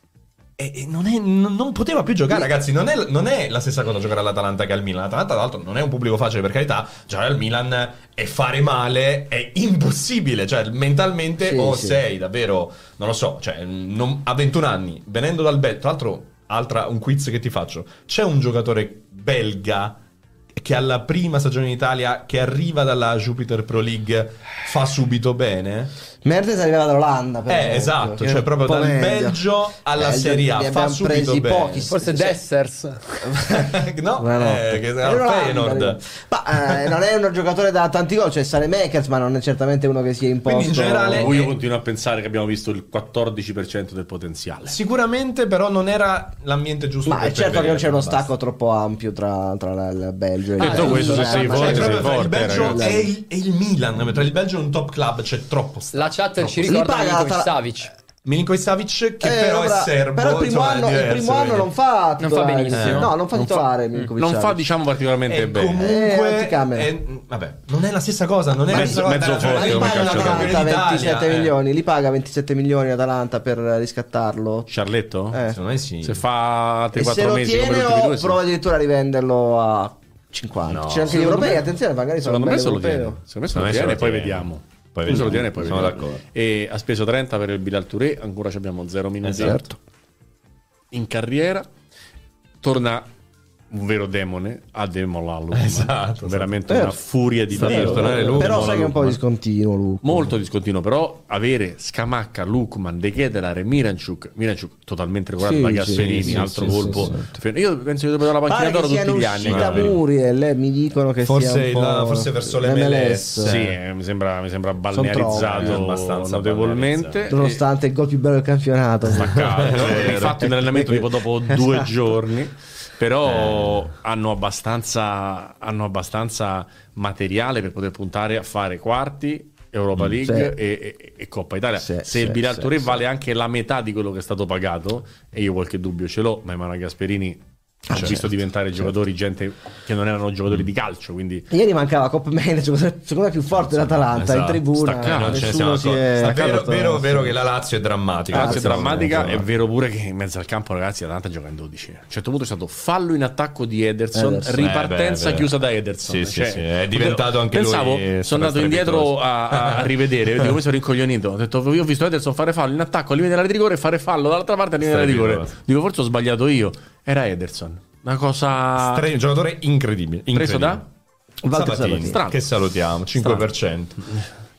E, e non, è, non, non poteva più giocare, ragazzi. Non è, non è la stessa cosa giocare all'Atalanta che al Milan. L'Atalanta, tra l'altro, non è un pubblico facile, per carità. Giocare al Milan e fare male è impossibile. Cioè, mentalmente, sì, o sì. sei davvero, non lo so, cioè, non, a ventuno anni, venendo dal Belgio, tra l'altro. Altra, un quiz che ti faccio. C'è un giocatore belga che alla prima stagione in Italia, che arriva dalla Jupiter Pro League, fa subito bene? Mertens arrivava dall'Olanda, per Eh esempio, esatto, cioè proprio dal meglio. Belgio alla eh, Serie A fa subito bene. Pochi, forse cioè, Dessers no, no, eh, che è al Feyenoord. Ma eh, non è un giocatore da tanti gol, cioè Saelemaekers, ma non è certamente uno che sia imposto. Quindi in generale io continuo a pensare che abbiamo visto il quattordici per cento del potenziale. Sicuramente, però non era l'ambiente giusto. Ma per è certo che non c'è uno basta. stacco troppo ampio tra, tra il Belgio e il ah, Belgio. questo se sei forte, sei tra forte, il Belgio ragazzi. e il, e il Milan, tra il Belgio e un top club c'è troppo stacco. La chat troppo ci ricorda Milinkovic Savic. Milinkovic Savic che eh, però ora, è serbo, però il primo insomma, anno, diverso, il primo anno non fa non fa benissimo eh, no non fa non titolare fa, Milinkovic non Savic. fa diciamo particolarmente e bene comunque eh, è, vabbè non è la stessa cosa, non è mezzo, la mezzo stessa cosa, forte come calciatore. ventisette eh. milioni, li paga ventisette milioni l'Atalanta per riscattarlo. Ciarletto? Eh. Secondo me sì. Se fa altri E quattro se lo mesi tiene come o sì. prova addirittura a rivenderlo a cinquanta. No, c'è anche gli europei, me, attenzione, magari sono secondo me se lo europeo. tiene. Secondo me se lo tiene e poi vediamo. Poi vediamo. Se lo tiene e poi sono vediamo. d'accordo. E ha speso trenta per il Bilal Touré, ancora abbiamo zero minuti. Esatto. In carriera torna un vero demone a Demola Lukman. Esatto, veramente esatto. una furia di per tornare Lukman. Però sai che è un po' discontinuo Lukman. molto discontinuo, però avere Scamacca, Lukman, De Ketelare, Miranchuk Miranchuk totalmente regolato Sì, da Gasperini, sì, sì, altro sì, colpo sì, io penso che dovrebbe la panchina pare d'oro che tutti gli siano anni uscita Gasperini. Muriel, eh, mi dicono che Forse sia un po' il- forse verso l'M L S. Sì, eh, mi sembra, mi sembra troppi, balnearizzato abbastanza notevolmente. nonostante il gol più bello del campionato. Staccato, rifatti un allenamento tipo dopo due giorni. Però eh. hanno abbastanza hanno abbastanza materiale per poter puntare a fare quarti, Europa League sì. e, e, e Coppa Italia. Sì, se sì, il Bilal sì, Touré sì. vale anche la metà di quello che è stato pagato, e io qualche dubbio ce l'ho, ma Emanuele Gasperini Ah, ho certo, visto diventare giocatori, gente che non erano giocatori di calcio, quindi Ieri mancava Cop Manager, secondo me più forte dell'Atalanta, esatto. in tribuna. Staccato, non ce ne nessuno siamo si è accorti. Vero, accorto. vero, vero che la Lazio è drammatica. la Lazio è Questo drammatica. è È vero pure che in mezzo al campo, ragazzi, l'Atalanta gioca in dodici. A un certo punto è stato fallo in attacco di Ederson, Ederson. ripartenza Eh, beh, chiusa da Ederson. Sì, sì, Cioè, sì, è diventato anche pensavo, lui sono andato indietro strepitoso. a, a rivedere, dico, come sono rincoglionito. Ho detto, io ho visto Ederson fare fallo in attacco al limite della rigore e fare fallo dall'altra parte al limite della rigore. Strepitoso. Dico, forse ho sbagliato io. Era Ederson. Una cosa Stre- un giocatore incredibile, preso incredibile. da Walter Sabatini, Sabatini. Strano. che salutiamo, cinque per cento.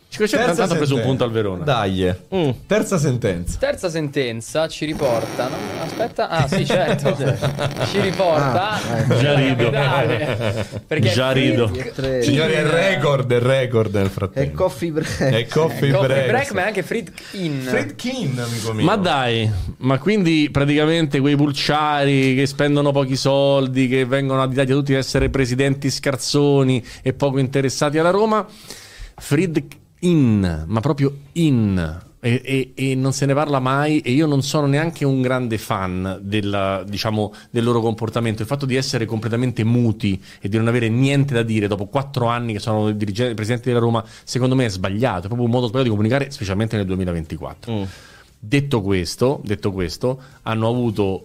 cinquecento tanto ha preso un punto al Verona. Dai. Mm. Terza sentenza. Terza sentenza ci riporta. No? Aspetta, ah sì, certo. Ci riporta. Ah, Già rido. Perché Già rido. Friedkin- Signori, è record, è record nel È frattempo. coffee break. È coffee Coffee break. break, ma è anche Friedkin. Friedkin, amico mio. Ma dai, ma quindi praticamente quei pulciari che spendono pochi soldi, che vengono additati a tutti di essere presidenti scarzoni e poco interessati alla Roma, Friedkin, ma proprio in, e, e, e non se ne parla mai, e io non sono neanche un grande fan della, diciamo, del loro comportamento. Il fatto di essere completamente muti e di non avere niente da dire dopo quattro anni che sono dirigenti, presidenti della Roma, secondo me è sbagliato, è proprio un modo sbagliato di comunicare, specialmente nel duemilaventiquattro. Mm. Detto questo, detto questo, hanno avuto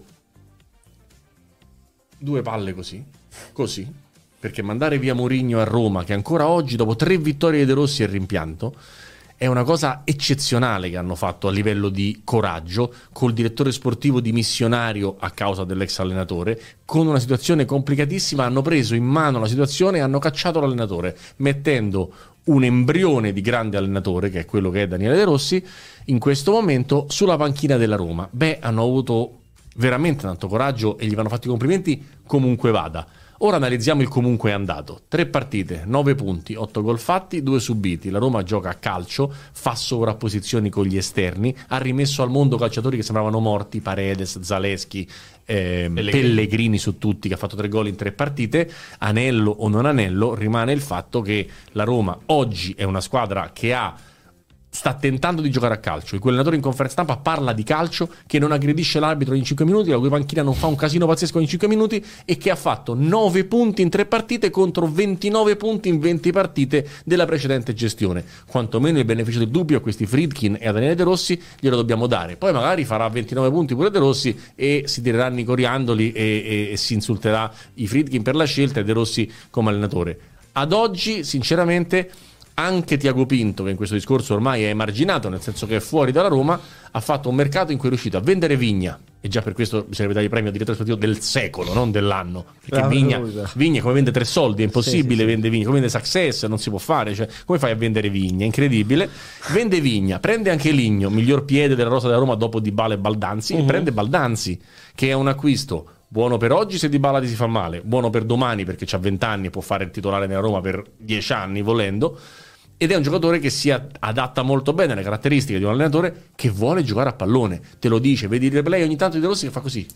due palle così, così, perché mandare via Mourinho a Roma, che ancora oggi, dopo tre vittorie di De Rossi, è rimpianto, è una cosa eccezionale che hanno fatto a livello di coraggio, col direttore sportivo dimissionario a causa dell'ex allenatore, con una situazione complicatissima, hanno preso in mano la situazione e hanno cacciato l'allenatore, mettendo un embrione di grande allenatore, che è quello che è Daniele De Rossi, in questo momento sulla panchina della Roma. Beh, hanno avuto veramente tanto coraggio e gli vanno fatti i complimenti comunque vada. Ora analizziamo il comunque è andato. Tre partite, nove punti, otto gol fatti, due subiti. La Roma gioca a calcio, fa sovrapposizioni con gli esterni, ha rimesso al mondo calciatori che sembravano morti, Paredes, Zaleschi, eh, Pellegrini. Pellegrini su tutti, che ha fatto tre gol in tre partite. Anello o non anello, rimane il fatto che la Roma oggi è una squadra che ha sta tentando di giocare a calcio. Il allenatore in conferenza stampa parla di calcio, che non aggredisce l'arbitro in cinque minuti, la cui panchina non fa un casino pazzesco in cinque minuti, e che ha fatto nove punti in tre partite contro ventinove punti in venti partite della precedente gestione. Quantomeno il beneficio del dubbio a questi Friedkin e a Daniele De Rossi glielo dobbiamo dare. Poi magari farà ventinove punti pure De Rossi e si tireranno i coriandoli e, e, e si insulterà i Friedkin per la scelta e De Rossi come allenatore. Ad oggi, sinceramente, anche Tiago Pinto, che in questo discorso ormai è emarginato, nel senso che è fuori dalla Roma, ha fatto un mercato in cui è riuscito a vendere Vigna, e già per questo bisognerebbe dare il premio al direttore sportivo del secolo, non dell'anno, perché Bravo, Vigna, Luisa. Vigna come vende tre soldi, è impossibile, Sì, sì, sì. vende Vigna, come vende Success, non si può fare, cioè, come fai a vendere Vigna? Incredibile. Vende Vigna, prende anche Ligno, miglior piede della rosa della Roma dopo Dybala e Baldanzi, Uh-huh. e prende Baldanzi, che è un acquisto buono per oggi se Dybala ti si fa male, buono per domani perché c'ha venti anni e può fare il titolare nella Roma per dieci anni volendo. Ed è un giocatore che si adatta molto bene alle caratteristiche di un allenatore che vuole giocare a pallone. Te lo dice, vedi il replay ogni tanto di De Rossi che fa così.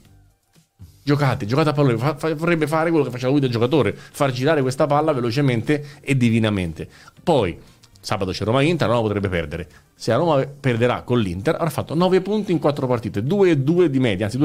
Giocate, giocate a pallone. Fa, fa, vorrebbe fare quello che faceva lui da giocatore, far girare questa palla velocemente e divinamente. Poi, sabato c'è Roma-Inter, la Roma potrebbe perdere. Se la Roma perderà con l'Inter, avrà fatto nove punti in quattro partite, due virgola due di media, anzi due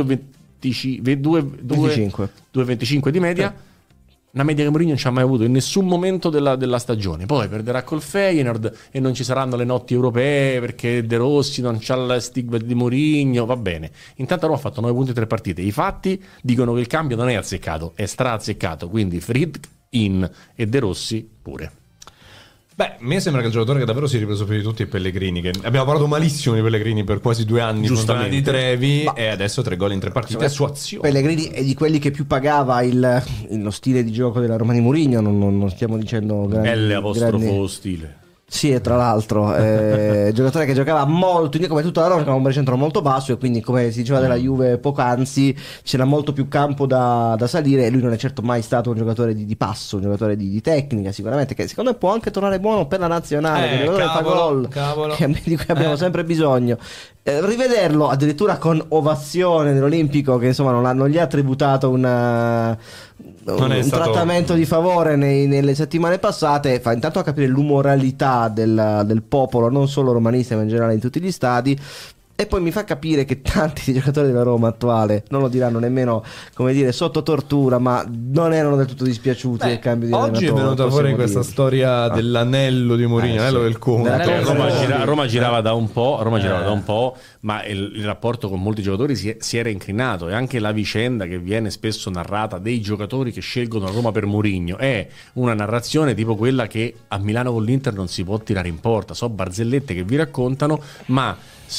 virgola venticinque di media. Una media che Mourinho non ci ha mai avuto in nessun momento della, della stagione. Poi perderà col Feyenoord e non ci saranno le notti europee perché De Rossi non c'ha il stigma di Mourinho. Va bene. Intanto Roma ha fatto nove punti in tre partite. I fatti dicono che il cambio non è azzeccato, è stra-azzeccato. Quindi Friedkin e De Rossi pure. Beh, a me sembra che il giocatore che davvero si è ripreso più di tutti è Pellegrini, che abbiamo parlato malissimo di Pellegrini per quasi due anni, Giustamente. di Trevi, Ma- e adesso tre gol in tre partite su azione. Pellegrini è di quelli che più pagava il, il- lo stile di gioco della Roma di Mourinho, non, non- non stiamo dicendo grandi, Belle apostrofo grandi- stile. Sì, e tra l'altro, eh, giocatore che giocava molto, come tutta la Roma, giocava un baricentro molto basso, e quindi, come si diceva della Juve poc'anzi, c'era molto più campo da, da salire, e lui non è certo mai stato un giocatore di, di passo, un giocatore di, di tecnica, sicuramente, che secondo me può anche tornare buono per la nazionale, Eh, che è un giocatore che fa cavolo, gol, cavolo. che- di cui abbiamo Eh. sempre bisogno. Eh, rivederlo addirittura con ovazione nell'Olimpico, che insomma non, ha- non gli ha tributato una, Non è un stato- trattamento di favore nei- nelle settimane passate, fa intanto a capire l'umoralità del, del popolo, non solo romanista ma in generale in tutti gli stadi, e poi mi fa capire che tanti dei giocatori della Roma attuale non lo diranno nemmeno, come dire, sotto tortura, ma non erano del tutto dispiaciuti Beh, del cambio di oggi è allenatore, venuta fuori possiamo questa dire. storia Ah. dell'anello di Mourinho, Eh, l'anello sì. del conto. L'anello A del Roma, Roma. gira- a Roma girava da un po', a Roma girava Eh. da un po', ma il, il rapporto con molti giocatori si, è- si era inclinato, e anche la vicenda che viene spesso narrata dei giocatori che scelgono la Roma per Mourinho è una narrazione tipo quella che a Milano con l'Inter non si può tirare in porta. So barzellette che vi raccontano, ma se, l'in-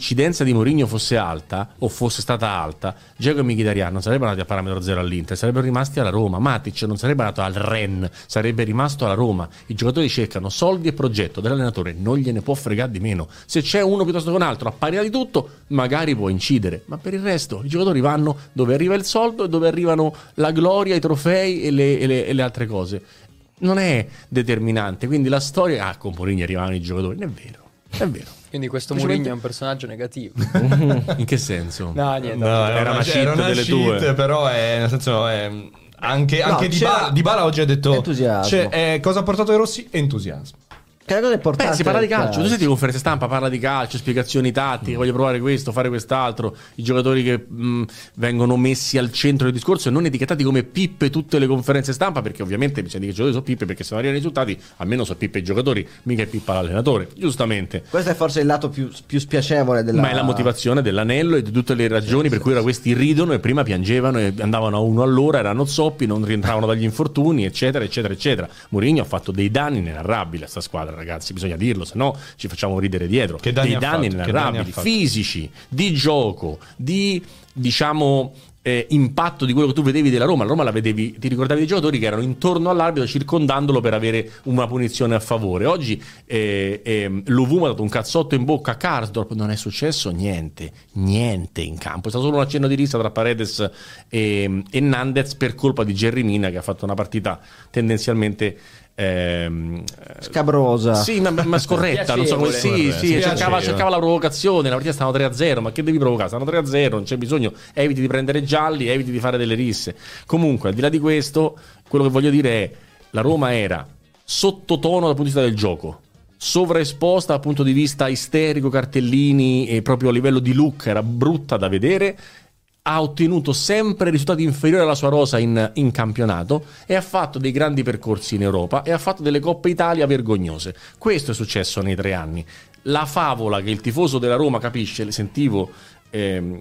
l'incidenza di Mourinho fosse alta o fosse stata alta, Dzeko e Mkhitaryan non sarebbero andati a parametro zero all'Inter, sarebbero rimasti alla Roma. Matic non sarebbe andato al Rennes, sarebbe rimasto alla Roma. I giocatori cercano soldi e progetto dell'allenatore, non gliene può fregare di meno. Se c'è uno piuttosto che un altro a parità di tutto, magari può incidere, ma per il resto i giocatori vanno dove arriva il soldo e dove arrivano la gloria, i trofei e le, e le, e le altre cose. Non è determinante, quindi la storia ah con Mourinho arrivavano i giocatori, non è vero, è vero. Quindi questo Mourinho è un personaggio negativo. In che senso? No, niente. No, era una cheat era una delle cheat, tue. però è, nel senso è, anche, No, anche c'era Dybala, Dybala oggi ha detto entusiasmo. c'è, eh, cosa ha portato ai Rossi? Entusiasmo. Che è una cosa importante. Beh, si parla di calcio. calcio. Tu senti conferenze stampa, parla di calcio, spiegazioni tattiche, voglio provare questo, fare quest'altro. I giocatori che mh, vengono messi al centro del discorso e non etichettati come pippe tutte le conferenze stampa, perché ovviamente bisogna dire che i giocatori sono pippe, perché se non arrivano i risultati, almeno sono pippe i giocatori, mica è pippa l'allenatore, giustamente. Questo è forse il lato più, più spiacevole della... Ma è la motivazione dell'anello e di tutte le ragioni sì, per sì, cui ora questi ridono e prima piangevano e andavano a uno all'ora, erano zoppi, non rientravano dagli infortuni, eccetera, eccetera, eccetera. Mourinho ha fatto dei danni inenarrabili a sta squadra, ragazzi, bisogna dirlo, se no ci facciamo ridere dietro. Che danni dei ha danni fatto? Che danni inenarrabili, ha fatto? fisici, di gioco, di diciamo eh, impatto di quello che tu vedevi della Roma. La Roma la vedevi, ti ricordavi dei giocatori che erano intorno all'arbitro circondandolo per avere una punizione a favore. Oggi eh, eh, l'Uvum ha dato un cazzotto in bocca a Karsdorp, non è successo niente, niente in campo, è stato solo un accenno di rissa tra Paredes e, e Nandez per colpa di Yerry Mina, che ha fatto una partita tendenzialmente Ehm, scabrosa, sì, ma, ma scorretta, non so come, sì, sì, cercava, cercava la provocazione. La partita stavano tre a zero, ma che devi provocare? Stanno tre a zero, non c'è bisogno, eviti di prendere gialli, eviti di fare delle risse. Comunque, al di là di questo, quello che voglio dire è: la Roma era sottotono dal punto di vista del gioco, sovraesposta dal punto di vista isterico, cartellini e proprio a livello di look era brutta da vedere. Ha ottenuto sempre risultati inferiori alla sua rosa in, in campionato e ha fatto dei grandi percorsi in Europa e ha fatto delle Coppe Italia vergognose. Questo è successo nei tre anni. La favola che il tifoso della Roma capisce, le sentivo ehm,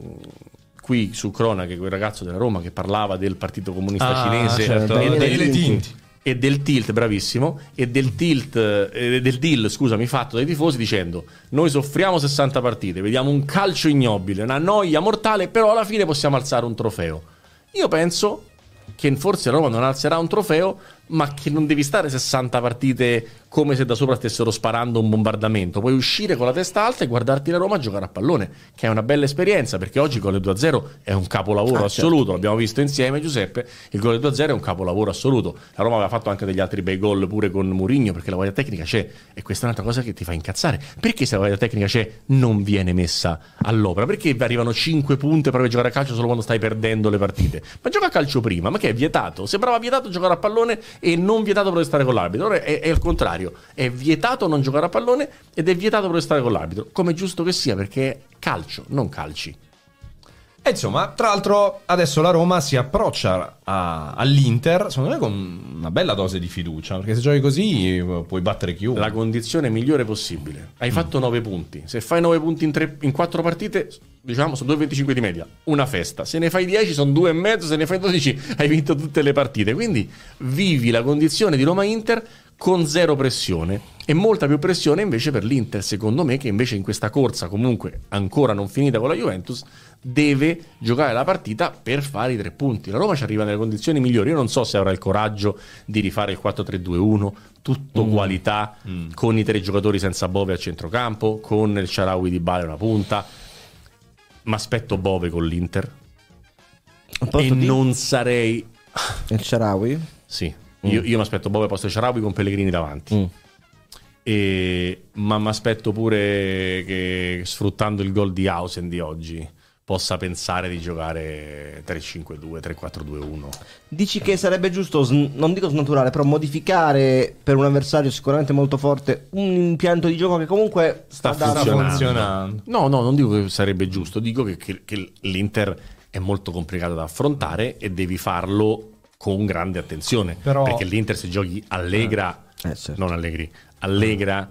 qui su Cronache quel ragazzo della Roma che parlava del Partito Comunista ah, Cinese certo. e, e del, delle tinti. e del tilt, bravissimo, e del tilt eh, del deal, scusami, fatto dai tifosi dicendo: noi soffriamo sessanta partite, vediamo un calcio ignobile, una noia mortale, però alla fine possiamo alzare un trofeo. Io penso che forse Roma non alzerà un trofeo, ma che non devi stare sessanta partite come se da sopra stessero sparando un bombardamento. Puoi uscire con la testa alta e guardarti la Roma giocare a pallone, che è una bella esperienza, perché oggi il gol del due a zero è un capolavoro ah, assoluto, certo. L'abbiamo visto insieme, Giuseppe, il gol del due a zero è un capolavoro assoluto. La Roma aveva fatto anche degli altri bei gol pure con Mourinho, perché la qualità tecnica c'è, e questa è un'altra cosa che ti fa incazzare. Perché se la qualità tecnica c'è non viene messa all'opera? Perché arrivano cinque punte per giocare a calcio solo quando stai perdendo le partite? Ma gioca a calcio prima, ma che è vietato? Sembrava vietato giocare a pallone e non vietato protestare con l'arbitro. Ora è, è il contrario, è vietato non giocare a pallone ed è vietato protestare con l'arbitro, come è giusto che sia, perché è calcio, non calci. E insomma, tra l'altro adesso la Roma si approccia a, all'Inter, secondo me con una bella dose di fiducia, perché se giochi così puoi battere chiunque. La condizione migliore possibile. Hai mm. fatto nove punti, se fai nove punti in, tre, in quattro partite, diciamo sono due virgola venticinque di media, una festa. Se ne fai dieci sono due e mezzo, se ne fai dodici hai vinto tutte le partite. Quindi vivi la condizione di Roma-Inter con zero pressione, e molta più pressione invece per l'Inter, secondo me, che invece in questa corsa comunque ancora non finita con la Juventus deve giocare la partita per fare i tre punti. La Roma ci arriva nelle condizioni migliori. Io non so se avrà il coraggio di rifare il quattro tre due uno, tutto mm. qualità, mm. con i tre giocatori senza Bove a centrocampo, con il Shaarawy di Bale una punta. Ma aspetto Bove con l'Inter e di... non sarei il Shaarawy? Sì, mm. io, io mi aspetto Bove posto Shaarawy con Pellegrini davanti. Mm. E, ma mi aspetto pure che, sfruttando il gol di Hausen di oggi, possa pensare di giocare tre cinque due, tre quattro due uno. Dici che sarebbe giusto, non dico snaturare, però modificare per un avversario sicuramente molto forte un impianto di gioco che comunque sta, sta funzionando. funzionando. No, no, non dico che sarebbe giusto, dico che, che, che l'Inter è molto complicato da affrontare e devi farlo con grande attenzione. Però... perché l'Inter, se giochi allegra, eh, certo. non allegri, allegra,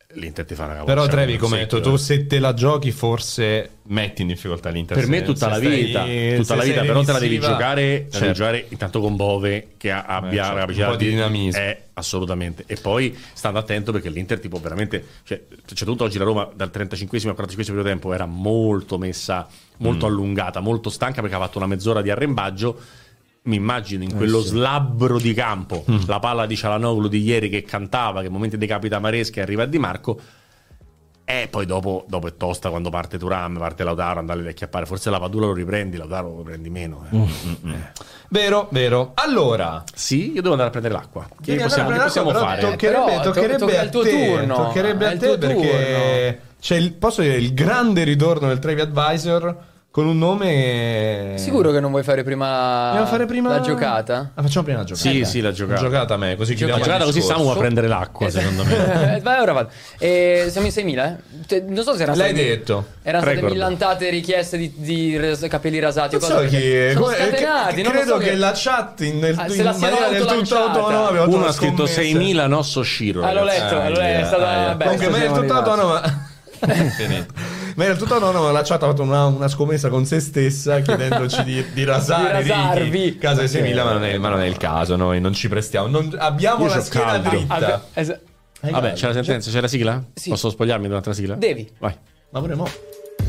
l'Inter ti fa una Però cavolata. Trevi, come hai detto tu, se te la giochi forse metti in difficoltà l'Inter. Per me se- tutta se la stai- vita, se tutta la sei vita, però te la devi remissiva- giocare, te la devi Certo. giocare intanto con Bove che ha- abbia certo, la capacità un po' di dinamismo. Eh, assolutamente. E poi stando attento perché l'Inter tipo veramente, cioè c'è tutto oggi la Roma dal trentacinquesimo al quarantacinquesimo primo tempo era molto messa, molto Mm. allungata, molto stanca perché ha fatto una mezz'ora di arrembaggio. Mi immagino in quello slabbro di campo Mm. la palla di Cialanoglu di ieri che cantava, che momenti decapita Maresca e arriva a Di Marco. E poi dopo, dopo è tosta quando parte Thuram, parte Lautaro, andare a chiappare. Forse la Padula lo riprendi, Lautaro lo prendi meno. eh. Mm. Vero, vero. Allora, Sì, io devo andare a prendere l'acqua. Che devi possiamo, andare che a prendere possiamo l'acqua, fare? però Toccherebbe, Però to- toccherebbe tocca a il tuo te, turno. toccherebbe È a il te tuo perché c'è il, posso dire, il grande ritorno del Trevi Advisor con un nome. Sicuro che non vuoi fare prima, Dobbiamo fare prima la giocata? Ah, facciamo prima la giocata. Sì, sì, la La giocata. giocata a me, così La chiudiamo il giocata così discorso. Samu va a prendere l'acqua, secondo me. Eh, Vai ora vado. Eh, siamo in seimila, eh? Cioè, non so se erano L'hai state- detto. Erano state Record. millantate richieste di, di res- capelli rasati o Non cose so perché chi sono come- scatenati, che- non lo credo so che la chat in, nel, Ah, se in la siamo maniera del tutto autolanciata. autonoma aveva fatto Uno una ha scritto scommessa. seimila Nosso Sciro. Ah, l'ho ragazzi. letto, Ah, l'ho- è yeah, stata ah, yeah. beh, Comunque, sì, ma è siamo tutto arrivati. autonoma. Finito. Ma era tutto autonoma, la chat ha fatto una, una scommessa con se stessa chiedendoci di, di rasare Di rasarvi. Ricky. Casa di seimila, ma non, è, ma non è il caso, noi non ci prestiamo. Non, abbiamo Io la c'ho schiena caldo. dritta. Vabbè, es- Vabbè, c'è la sentenza, c'è la sigla? Sì. Posso spogliarmi durante la sigla? Devi. Vai. Ma pure mo.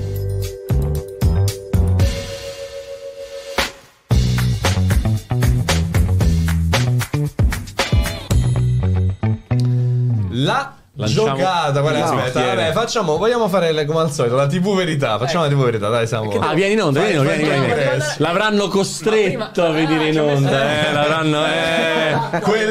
La Lanciamo giocata, guarda, il aspetta, bicchiere. vabbè, facciamo, vogliamo fare le- come al solito, la tivù verità, facciamo la tivù verità, dai, siamo. Ah, vieni in onda, Fai- vieni, fai- vieni, fai vieni. presto. L'avranno costretto Ma a prima- venire in Ah, ci ho onda, messo- eh, l'avranno, eh. Quel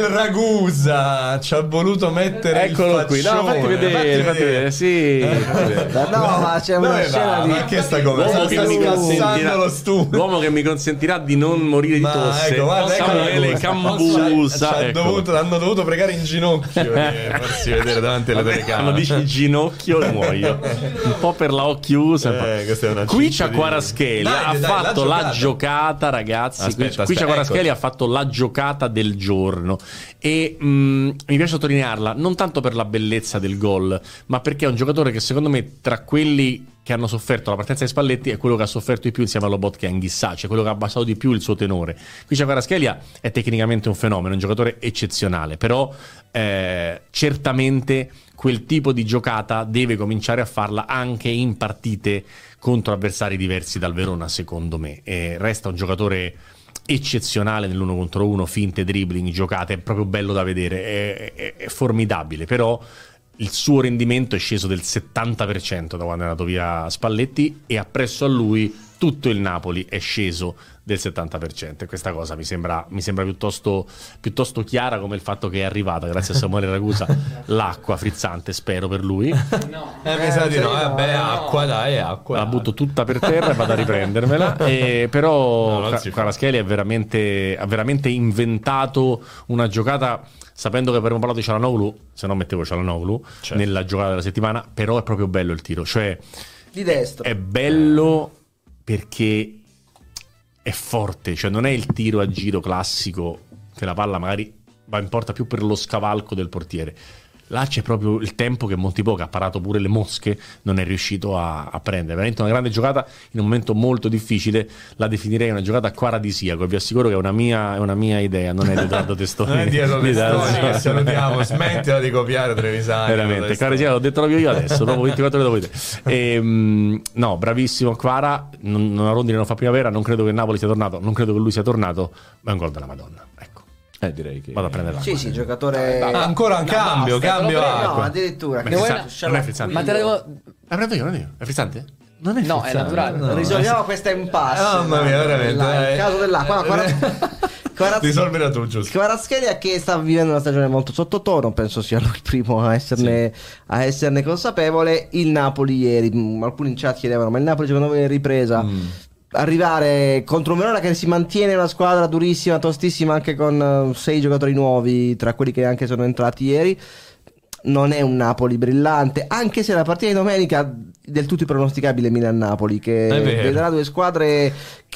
Ragusa ci ha voluto mettere Eccolo il qui, no, faccione. fatti vedere, fatti vedere, sì. fatti vedere. No, ma c'è una Dove scena va? di... Ma che sta come? L'uomo Sta che, mi scassando consentirà, lo studio. l'uomo che mi consentirà di non morire di Ma tosse, ecco, guarda, ecco Samuele Ragusa. Cambusa. Ci ha eccolo. dovuto- hanno dovuto pregare in ginocchio per farsi vedere davanti alle Quando telecamere. dici ginocchio muoio un po' per la O chiusa. Eh, questa è una qui cifra c'è di- Kvaratskhelia Dai, ha dai, la fatto la giocata. giocata, ragazzi. Aspetta, qui, qui c'è aspetta, Kvaratskhelia ecco. ha fatto la giocata del giorno e mh, mi piace sottolinearla non tanto per la bellezza del gol, ma perché è un giocatore che secondo me tra quelli che hanno sofferto la partenza di Spalletti è quello che ha sofferto di più insieme a Lobotka e Anghissà, cioè quello che ha abbassato di più il suo tenore. Qui c'è Kvaratskhelia, è tecnicamente un fenomeno, un giocatore eccezionale, però eh, certamente quel tipo di giocata deve cominciare a farla anche in partite contro avversari diversi dal Verona, secondo me. E resta un giocatore eccezionale nell'uno contro uno, finte, dribbling, giocate, è proprio bello da vedere, è, è, è formidabile, però il suo rendimento è sceso del settanta per cento da quando è andato via Spalletti e appresso a lui tutto il Napoli è sceso del settanta per cento e questa cosa mi sembra, mi sembra piuttosto, piuttosto chiara, come il fatto che è arrivata grazie a Samuele Ragusa l'acqua frizzante, spero per lui. No. Eh, mi sa di no, sì, no, vabbè, no. acqua, dai, acqua. La butto tutta per terra e vado a riprendermela. E però No, non Ca- si fa. Kvaratskhelia è veramente, ha veramente inventato una giocata, sapendo che avremmo parlato di Cialanoglu, se no mettevo Cialanoglu Certo. nella giocata della settimana, però è proprio bello il tiro, cioè Di destro. è bello perché è forte, cioè non è il tiro a giro classico che la palla magari va in porta più per lo scavalco del portiere. Là c'è proprio il tempo che Montipò, che ha parato pure le mosche, non è riuscito a, a prendere. Veramente una grande giocata in un momento molto difficile. La definirei una giocata paradisiaca. Vi assicuro che è una mia, è una mia idea, non è di Edoardo Testoni. Non è dietro le Di Edoardo storie che Testoni. salutiamo, smettila di copiare Trevisani. Veramente, Kvaratskhelia, l'ho detto proprio io adesso, dopo ventiquattro ore dopo di te. Ehm, no, bravissimo Kvara, non, una rondine non fa primavera, non credo che Napoli sia tornato, non credo che lui sia tornato, ma è un gol della Madonna, ecco. Eh, direi che Vado a prendere l'acqua. Sì, sì, giocatore... Ah, ancora un No, cambio, basta, cambio te lo prego. No, acqua. addirittura. Ma che è vuoi- frizzante? scialla- Non è frizzante? Ma te la devo... La prendo io, non è io. È frizzante? Non è No, è frizzante. naturale. No. Risolviamo questa impasse. Mamma mia, no? veramente, La- dai. Il caso dell'acqua. No, Kvarat- Kvarat- Risolvila tu, giusto. Kvaratskhelia che sta vivendo una stagione molto sottotono, penso sia lui il primo a esserne, a esserne consapevole. Il Napoli ieri, mh, alcuni in chat chiedevano, ma il Napoli secondo voi è in ripresa? Mm. Arrivare contro un Verona che si mantiene una squadra durissima, tostissima, anche con eh, sei giocatori nuovi, tra quelli che anche sono entrati ieri. Non è un Napoli brillante, anche se la partita di domenica del tutto pronosticabile Milan-Napoli, che È vero. vedrà due squadre che si,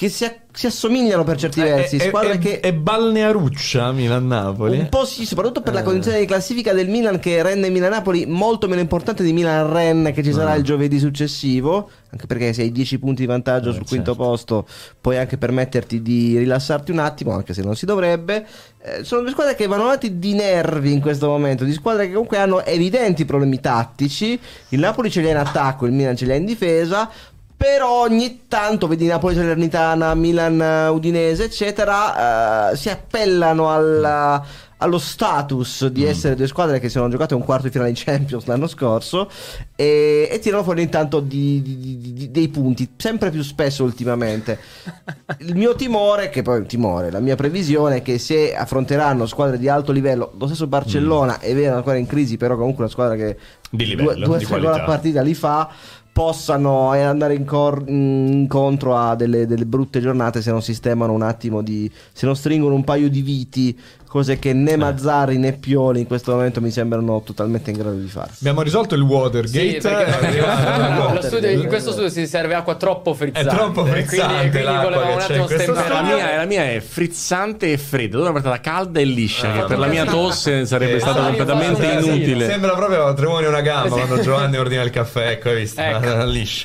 si assomigliano per certi versi, è, squadre è, che è balnearuccia Milan-Napoli. un po' sì, soprattutto per la condizione di classifica del Milan, che rende Milan-Napoli molto meno importante di Milan-Rennes, che ci sarà il giovedì successivo, anche perché se hai dieci punti di vantaggio Eh, sul certo. quinto posto puoi anche permetterti di rilassarti un attimo, anche se non si dovrebbe. Eh, sono due squadre che vanno avanti di nervi in questo momento, di squadre che comunque hanno evidenti problemi tattici. Il Napoli ce li ha in attacco, il Milan ce li ha in difesa. Però ogni tanto vedi Napoli Salernitana, Milan Udinese eccetera, eh, si appellano al, allo status di essere due squadre che si sono giocate un quarto di finale di Champions l'anno scorso e, e tirano fuori intanto di, di, di, di, dei punti sempre più spesso ultimamente. Il mio timore, che poi è un timore, la mia previsione è che se affronteranno squadre di alto livello, lo stesso Barcellona è vero, è una squadra in crisi, però comunque una squadra che Di livello, due, due di tre gol qualità. a partita li fa, possano andare incor- incontro a delle, delle brutte giornate se non sistemano un attimo di, se non stringono un paio di viti, cose che né Mazzarri né Pioli in questo momento mi sembrano totalmente in grado di fare. Abbiamo risolto il Watergate. Sì, perché È arrivato- lo studio- in questo studio si serve acqua troppo frizzante. È troppo quindi- frizzante quindi, l'acqua volevamo che un c'è attimo in questo La stemperare. mia, la mia è frizzante e fredda, dove è una partita calda e liscia, che per la mia tosse sarebbe Eh, stata ah, completamente io faccio inutile. Sembra proprio Tremoni una gamba quando Giovanni ordina il caffè, ecco, hai visto? Ecco. Liscio.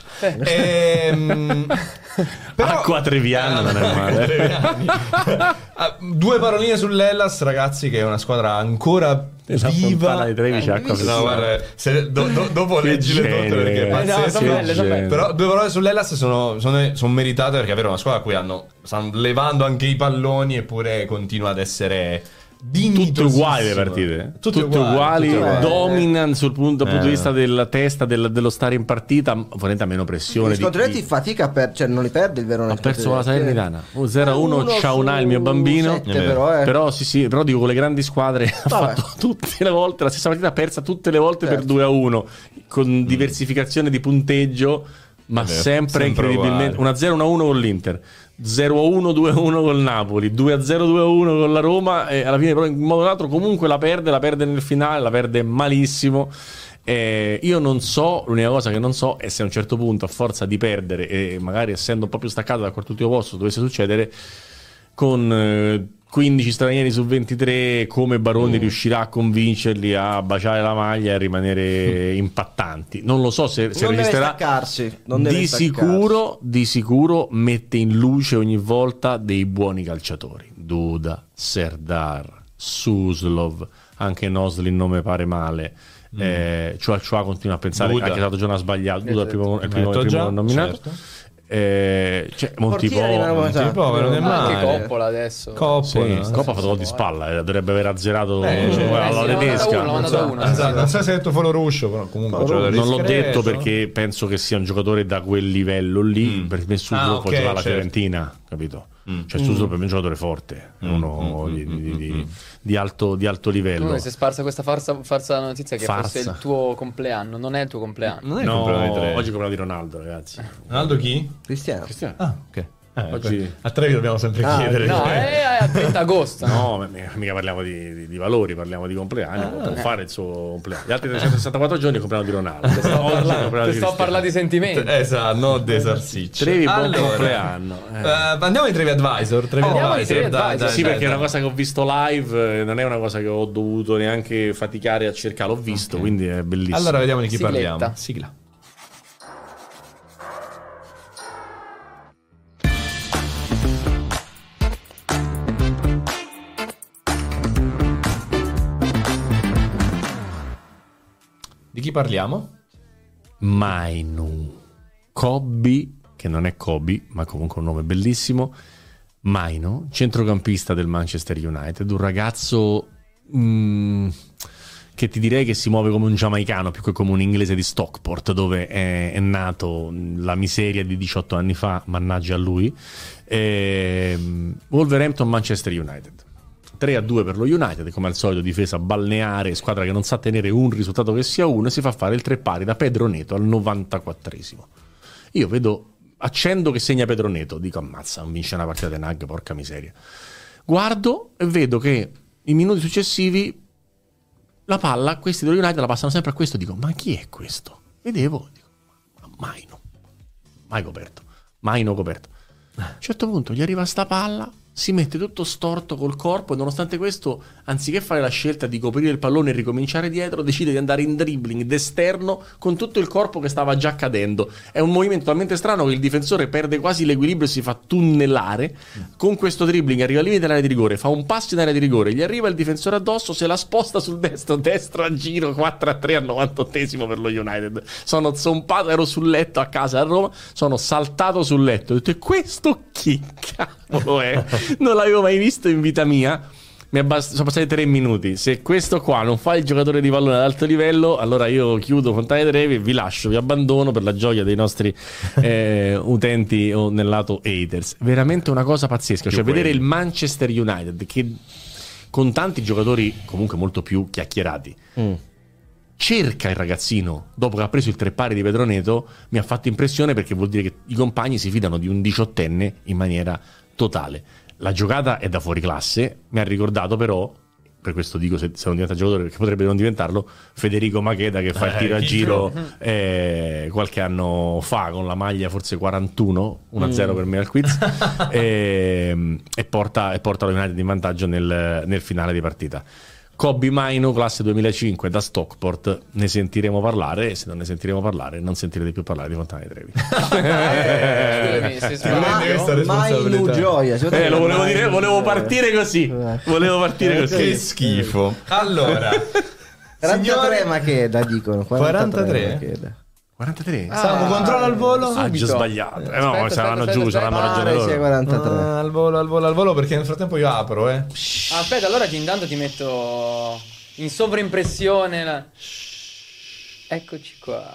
Ehm, però- Acqua Treviana non è male. Treviani. Ah, due paroline sull'Hellas, ragazzi, che è una squadra ancora La viva. fontana di Trevi c'è acqua No, frizzante. guarda, se- do- do- dopo Che leggile tutte genere. perché è Eh, no, pazzesco. sono belle, sono belle. Però due parole sull'Hellas sono, sono, sono meritate, perché è vero, è una squadra a cui hanno, stanno levando anche i palloni, eppure continua ad essere Tutte uguali le partite, tutte, tutte uguali, tutte uguali. dominano sul punto, dal punto di Eh. vista della testa, del- dello stare in partita, ovviamente a meno pressione. Gli scontretti di- fatica per, cioè non li perde il Verona. Ha perso con la Salernitana zero a uno. Uno Ciao su il mio bambino. sette, È vero. però, eh. Però sì, sì, però dico con le grandi squadre ha Vabbè. fatto tutte le volte la stessa partita, persa tutte le volte per Certo. due a uno, con diversificazione di punteggio, ma È vero, sempre, sempre incredibilmente uguale. uno a zero uno a uno con l'Inter, zero a uno due a uno con Napoli, due a zero due a uno con la Roma, e alla fine però in modo o l'altro comunque la perde, la perde nel finale, la perde malissimo. Eh, io non so, l'unica cosa che non so è se a un certo punto, a forza di perdere e magari essendo un po' più staccato da quest'ultimo posto, dovesse succedere con eh, quindici stranieri su ventitré, come Baroni riuscirà a convincerli a baciare la maglia e a rimanere impattanti. Non lo so se, se non deve resisterà. staccarsi, non deve Di staccarsi. sicuro, di sicuro mette in luce ogni volta dei buoni calciatori. Duda, Serdar, Suslov, anche Nosli non mi pare male. Eh, Chua Chua continua a pensare Duda. che anche l'altro giorno ha sbagliato. Duda è il primo, è il primo, Detto il primo già, nominato. certo. Eh, cioè, Portiere rimane Montipo. come sa. Montipo, non è Ma anche male. Coppola adesso. Coppola. Sì, Coppa ha fatto gol di spalla, eh, dovrebbe aver azzerato Eh, cioè, alla eh, sì, l'ha tedesca. mandato uno, l'ha Non mandato so. uno. Esatto, non so se hai detto Folo Ruscio, però comunque Folo un giocatore Non l'ho discreto. detto perché penso che sia un giocatore da quel livello lì. Mm. Per me Suso Ah, può ok, giocare alla certo. Fiorentina, capito? Mm. Cioè Suso per me è un giocatore forte, è uno Mm, mm, di, mm, di- mm, di- mm. di alto, di alto livello. Comunque si è sparsa questa farsa, farsa notizia che Farsa. fosse il tuo compleanno. Non è il tuo compleanno. Non è il No, compleanno di tre. oggi è il compleanno di Ronaldo, ragazzi. Ronaldo chi? Cristiano. Cristiano. Ah, ok. Eh, Oggi- poi a Trevi dobbiamo sempre Ah, chiedere. No, è a trenta agosto. No, ma mica mica parliamo di, di- di valori, parliamo di compleanno. può fare il suo compleanno. Gli altri trecentosessantaquattro giorni è il compleanno di Ronaldo. Oggi è il compleanno Ti di sto a Cristiano. parlare di sentimenti. Esatto, no desarsiccio. Trevi, buon Allora, compleanno. Eh. eh, andiamo ai Trevi Advisor. Trevi Andiamo ai Advisor, Trevi dai, Advisor. dai, Sì, dai, perché è dai. una cosa che ho visto live, eh, non è una cosa che ho dovuto neanche faticare a cercare, l'ho visto, quindi è bellissimo. Allora vediamo di chi Sigletta. parliamo. Sigla. Di chi parliamo? Mainu Kobe, che non è Kobe, ma comunque un nome bellissimo. Mainu, centrocampista del Manchester United, un ragazzo mm, che ti direi che si muove come un giamaicano più che come un inglese di Stockport, dove è, è nato la miseria di diciotto anni fa, mannaggia a lui. Ehm, Wolverhampton Manchester United, tre a due per lo United, come al solito difesa balneare, squadra che non sa tenere un risultato che sia uno, e si fa fare il tre pari da Pedro Neto al novantaquattresimo. Io vedo, accendo che segna Pedro Neto, dico ammazza, non vince una partita di Nag, porca miseria. Guardo e vedo che i minuti successivi la palla, questi dello United la passano sempre a questo, dico ma chi è questo? Vedevo, dico, Maino, mai coperto, Maino coperto. A un certo punto gli arriva sta palla, si mette tutto storto col corpo e nonostante questo, anziché fare la scelta di coprire il pallone e ricominciare dietro, decide di andare in dribbling d'esterno con tutto il corpo che stava già cadendo. È un movimento talmente strano che il difensore perde quasi l'equilibrio e si fa tunnellare. Con questo dribbling arriva al limite dell'area di rigore, fa un passo in area di rigore, gli arriva il difensore addosso, se la sposta sul destro, destro a giro, quattro a tre al novantottesimo per lo United. Sono zompato, ero sul letto a casa a Roma, sono saltato sul letto, ho detto: e questo chi cavolo è? Non l'avevo mai visto in vita mia. Mi abbast- sono passati tre minuti. Se questo qua non fa il giocatore di pallone ad alto livello, allora io chiudo Fontana di Trevi, vi lascio, vi abbandono per la gioia dei nostri eh, utenti o nel lato haters. Veramente una cosa pazzesca. Cioè, vedere il Manchester United che con tanti giocatori comunque molto più chiacchierati mm. cerca il ragazzino dopo che ha preso il tre pari di Pedroneto, mi ha fatto impressione, perché vuol dire che i compagni si fidano di un diciottenne in maniera totale. La giocata è da fuori classe, mi ha ricordato però, per questo dico se, se non diventa giocatore, perché potrebbe non diventarlo, Federico Macheda che fa il tiro a giro eh, qualche anno fa con la maglia forse quarantuno, uno a zero mm. per me al quiz e, e, porta, e porta lo United in vantaggio nel, nel finale di partita. Kobbie Mainoo, classe duemilacinque da Stockport, ne sentiremo parlare, e se non ne sentiremo parlare non sentirete più parlare di Fontana di Trevi. Mainoo Gioia, eh, lo volevo dire, volevo partire così, volevo partire così. Che schifo. Allora, quarantatré Macheda dicono, quarantatré quarantatré quarantatré Ah, Samu, controlla al volo. Ha già sbagliato. Eh, no, Aspetta, saranno aspetta, giù, aspetta, saranno aspetta. ragione loro. quarantatré Ah, al volo, al volo, al volo, perché nel frattempo io apro, eh. Aspetta, allora ti, intanto ti metto in sovraimpressione la... Eccoci qua.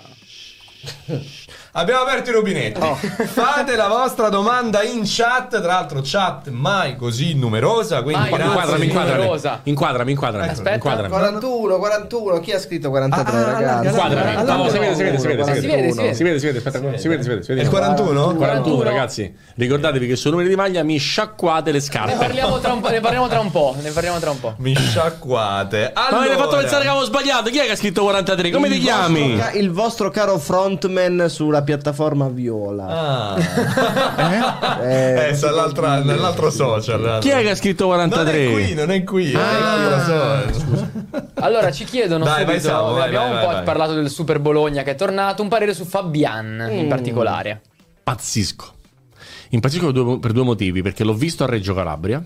Abbiamo aperto i rubinetti. Oh. Fate la vostra domanda in chat. Tra l'altro, chat mai così numerosa. Quindi Mai grazie. Inquadrami, inquadrami, numerosa. inquadrami, inquadrami, Aspetta. inquadrami. quarantuno, quarantuno, chi ha scritto quarantatré Ah, ragazzi? Inquadrami. Allora, No, si vede, si vede, si vede, si Si vede, vede, si vede. si vede, si vede, aspetta, si vede, si vede, si vede. Il quarantuno? quarantuno, ragazzi. Ricordatevi che sul numero di maglia mi sciacquate le Ne scarpe. parliamo tra un po', ne parliamo tra un po', ne parliamo tra un po'. Mi sciacquate. Ma Allora, avete fatto pensare che avevo sbagliato. Chi è che ha scritto quarantatré? Come ti Il chiami? vostro ca- il vostro caro frontman sulla piattaforma Viola. Ah. Eh, Eh, sta all'altra- nell'altro social. Chi è che ha scritto Non quarantatré? è qui, non è qui. Ah. Eh, lo so. Allora ci chiedono Dai, vai, subito, Samu, vai, abbiamo vai, un vai, po' vai. parlato del Super Bologna che è tornato, un parere su Fabian in particolare. Pazzisco. Impazzisco per due, per due motivi. Perché l'ho visto a Reggio Calabria.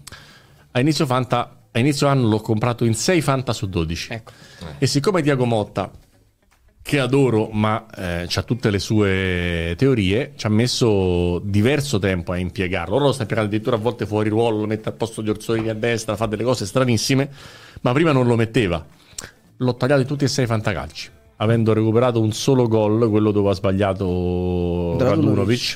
A inizio Fanta, a inizio anno l'ho comprato in sei Fanta su dodici. Ecco. E siccome Thiago Motta, che adoro, ma eh, ha tutte le sue teorie, ci ha messo diverso tempo a impiegarlo. Ora lo sta impiegando addirittura a volte fuori ruolo, lo mette al posto di Orsolini a destra, fa delle cose stranissime, ma prima non lo metteva. L'ho tagliato in tutti e sei fantacalci, avendo recuperato un solo gol, quello dove ha sbagliato Radunovic.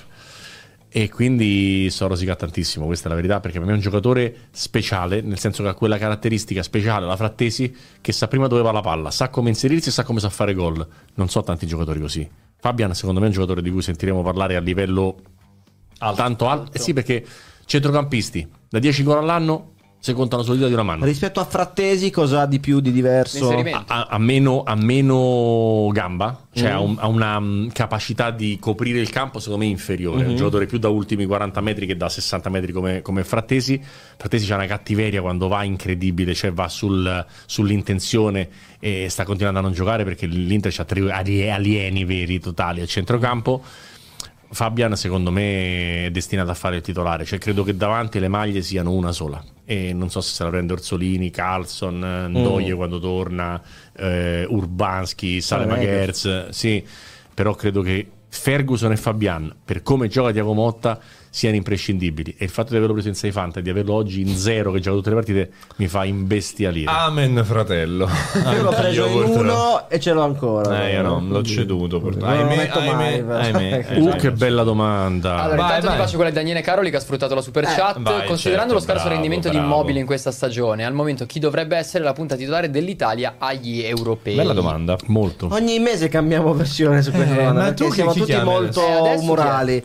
E quindi sto rosicando tantissimo, questa è la verità, perché per me è un giocatore speciale, nel senso che ha quella caratteristica speciale, la Frattesi, che sa prima dove va la palla, sa come inserirsi e sa come sa fare gol. Non so tanti giocatori così. Fabian secondo me è un giocatore di cui sentiremo parlare a livello alto, tanto alto. Eh sì, perché centrocampisti da dieci gol all'anno se contano sulle dita di una mano. rispetto a Frattesi cosa ha di più di diverso? L'inserimento. Ha, ha meno, ha meno gamba, cioè mm. ha, un, ha una um, capacità di coprire il campo secondo me inferiore. Mm-hmm. Un giocatore più da ultimi quaranta metri che da sessanta metri come, come Frattesi. Frattesi c'ha una cattiveria quando va incredibile, cioè va sul, sull'intenzione e sta continuando a non giocare perché l'Inter c'ha tre alieni veri totali al centrocampo. Fabian secondo me è destinato a fare il titolare, cioè credo che davanti le maglie siano una sola e non so se se la prende Orsolini, Carlson, Ndoye mm. quando torna, eh, Urbanski, Salema Gerz, sì, però credo che Ferguson e Fabian, per come gioca Thiago Motta, siano imprescindibili, e il fatto di averlo preso in sei Fanta e di averlo oggi in zero che gioca tutte le partite mi fa imbestialire. Amen, fratello. Io l'ho preso in uno e ce l'ho ancora. Eh, io no, l'ho ceduto. Non lo Ahimè, metto mai, ahimè, però. ahimè. Uh, che bella domanda. Allora, Vai, intanto vai. ti faccio quella di Daniele Caroli che ha sfruttato la super Eh, chat. vai, Considerando certo, lo scarso bravo, rendimento bravo. di Immobile in questa stagione, al momento chi dovrebbe essere la punta titolare dell'Italia agli europei? Bella domanda. Molto. Ogni mese cambiamo versione su questa Eh, domanda ma perché tu chi- siamo chi tutti chiami molto adesso? Eh, adesso umorali.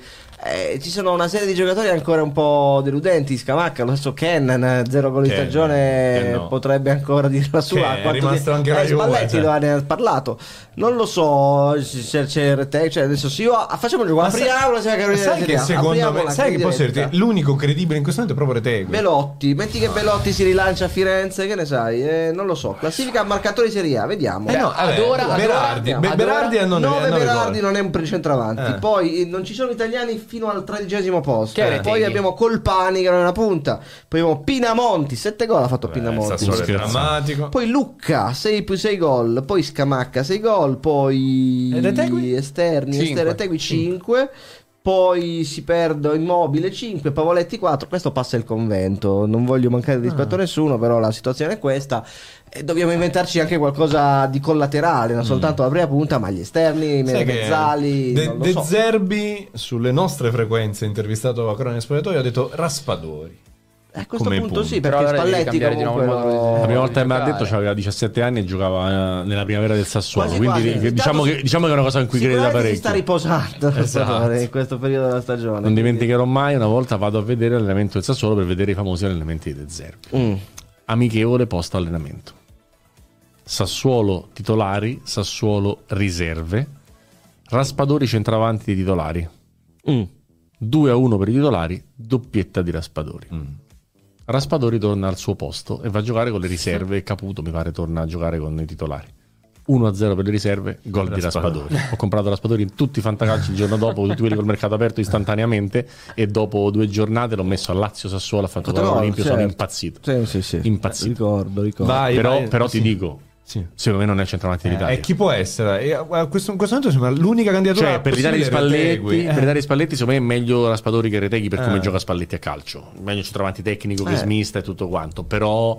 Eh, ci sono una serie di giocatori ancora un po' deludenti. Scamacca, lo stesso Kenan, zero gol in Kenan, stagione, che no. potrebbe ancora dire la sua. Che è Quanto rimasto di- anche eh, la Juve, Spalletti cioè. lo ha- ne ha parlato. Non lo so se c'è Rete, cioè adesso sì, io, facciamo un gioco, Ma sai- apriamo la Serie A, sai che secondo me, sai che posso dirti, l'unico credibile in questo momento è proprio Retegui. Belotti, metti che Belotti si rilancia a Firenze, che ne sai? Eh, non lo so. Classifica marcatori Serie A, vediamo. Eh no, vabbè, Adora- adora- Berardi, Be- adora- Berardi a nove, nove a nove Berardi gol. non è un centravanti. Eh. Poi eh, non ci sono italiani fino al tredicesimo posto. Che Eh. Retegui. Poi abbiamo Colpani che non è una punta. Poi abbiamo Pinamonti, sette gol ha fatto Eh, Pinamonti. Sassuolo è Scherzo. drammatico. Poi Lucca, sei più sei gol. Poi Scamacca, sei gol. Poi E Retegui? esterni, Cinque. esterni, Retegui, cinque. Poi si perde Immobile cinque, Pavoletti quattro. Questo passa il convento. Non voglio mancare di rispetto a nessuno, però la situazione è questa. E dobbiamo inventarci anche qualcosa di collaterale, non soltanto la prima punta, ma gli esterni, i Sai che mezzali. De, non lo De so. Zerbi sulle nostre frequenze, intervistato a Cronaca Spogliatoio, ha detto Raspadori. Eh, a questo come punto punto. sì, Però perché allora devi Spalletti cambiare di nuovo comunque il modo di- no- La prima volta che me l'ha giocare. detto aveva diciassette anni e giocava eh, nella primavera del Sassuolo. Quasi, quindi quasi. di- diciamo, Intanto che, diciamo che è una cosa in cui crede da sicuramente si parecchio. sta riposando Esatto. in questo periodo della stagione. Non quindi- dimenticherò mai, una volta vado a vedere l'allenamento del Sassuolo per vedere i famosi allenamenti di De Zerbi. Mm. Amichevole post allenamento. Sassuolo titolari, Sassuolo riserve, Raspadori centravanti di titolari. Mm. due a uno per i titolari, doppietta di Raspadori. Mm. Raspadori torna al suo posto e va a giocare con le riserve e Caputo mi pare torna a giocare con i titolari. uno a zero per le riserve, gol di Raspadori. Raspadori. Ho comprato Raspadori in tutti i fantacalci il giorno dopo, tutti quelli col mercato aperto istantaneamente, e dopo due giornate l'ho messo a Lazio Sassuolo, ha fatto Fatto gol gol, Olimpio, sono certo. impazzito. Sì, sì, sì. Impazzito. Ricordo, ricordo. Vai, però vai, però sì. ti dico, Sì. secondo me non è il centravanti d'Italia. E chi può essere? E a questo, in questo momento sembra l'unica candidatura Cioè, per ridare, possibile Spalletti, Retegui. per ridare Spalletti, secondo me è meglio Raspadori che Retegui per come Eh. gioca Spalletti a calcio. Meglio centravanti tecnico che Eh. smista e tutto quanto. Però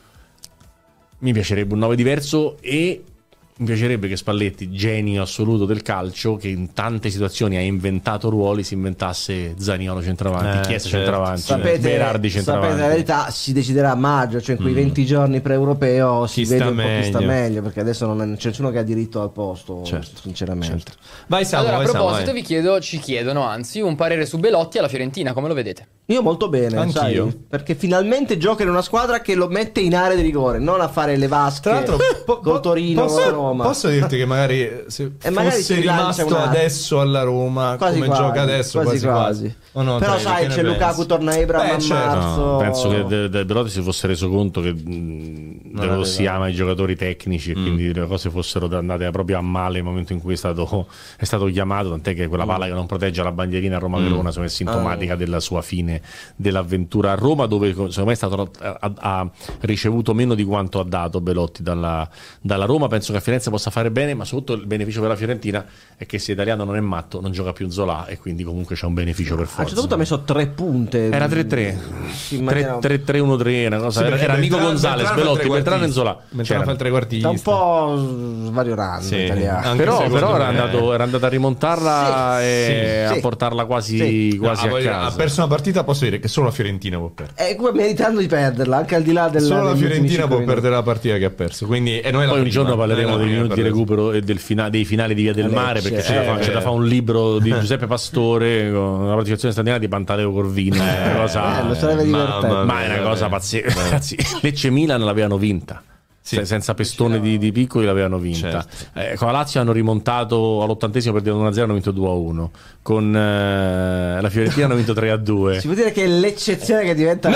mi piacerebbe un nove diverso e mi piacerebbe che Spalletti, genio assoluto del calcio, che in tante situazioni ha inventato ruoli, si inventasse Zaniolo centravanti, Eh, Chiesa certo. centravanti, Sapete, Berardi sapete centravanti. la verità, si deciderà a maggio, cioè in quei venti giorni pre-europeo si Chi vede sta un po' chi sta meglio. meglio, perché adesso non, è- non c'è nessuno che ha diritto al posto, Certo, sinceramente. Vai Samu, Allora, a vai Samu, proposito, vai. vi chiedo, ci chiedono anzi un parere su Belotti alla Fiorentina, come lo vedete? Io molto bene, Anch'io. sai, perché finalmente gioca in una squadra che lo mette in area di rigore, non a fare le vasche Tra l'altro, po- col po- Torino, posso, con la Roma. posso dirti che magari se E magari fosse si rilancia rimasto una- adesso alla Roma, Quasi come quasi, gioca adesso, quasi quasi quasi. quasi. O no, Però Trevi, sai, che ne c'è pensi? Lukaku, torna a Ibra Beh, a certo. marzo. No, penso che De, De Belotti si fosse reso conto che mh, De aveva- Rossi ama i giocatori tecnici e quindi le cose fossero andate proprio a male nel momento in cui è stato, è stato chiamato, tant'è che quella palla che non protegge la bandierina a Roma-Verona insomma, è sintomatica della sua fine dell'avventura a Roma, dove secondo me è stato, ha, ha ricevuto meno di quanto ha dato Belotti dalla, dalla Roma. Penso che a Firenze possa fare bene, ma soprattutto il beneficio per la Fiorentina è che se italiano non è matto non gioca più Zola e quindi comunque c'è un beneficio per A un certo forza. punto ha messo tre punte. Era tre tre Sì, immaginavo- tre tre uno tre, una cosa. Sì, era, perché era Nico Beltrán- Gonzalez, Beltrán fa il Belotti, Beltrán e Zola. Beltrán C'erano. fa il trequartista. Sta un po' svariolando Sì, l'italiano. anche Però, secondo però era, me- andato, era andato a rimontarla Sì, e sì, a sì. portarla quasi, Sì. quasi No, a voglio dire, casa. ha perso una partita, posso dire che solo la Fiorentina può perdere. E come meritando di perderla, anche al di là del Solo la degli ultimi Fiorentina cinque può minuti. perdere la partita che ha perso. Quindi, e noi la Poi un prima, giorno parleremo noi la dei prima minuti di per- recupero e del fina- dei finali di Via del Lecce, Mare, perché c'è, da eh, fa, c'è da eh. fare un libro di Giuseppe Pastore con la partecipazione straordinaria di Pantaleo Corvino. una cosa, bello, sarebbe divertente. mamma ma è una mia, cosa vabbè. pazzesca. Ragazzi, Lecce Milan l'avevano vinta. Sì. Se- senza pestone di, di piccoli l'avevano vinta. Eh, con la Lazio hanno rimontato all'ottantesimo, perdevano uno a zero, hanno vinto due a uno. Con eh, la Fiorentina hanno vinto tre a due. Si può dire che è l'eccezione che diventa.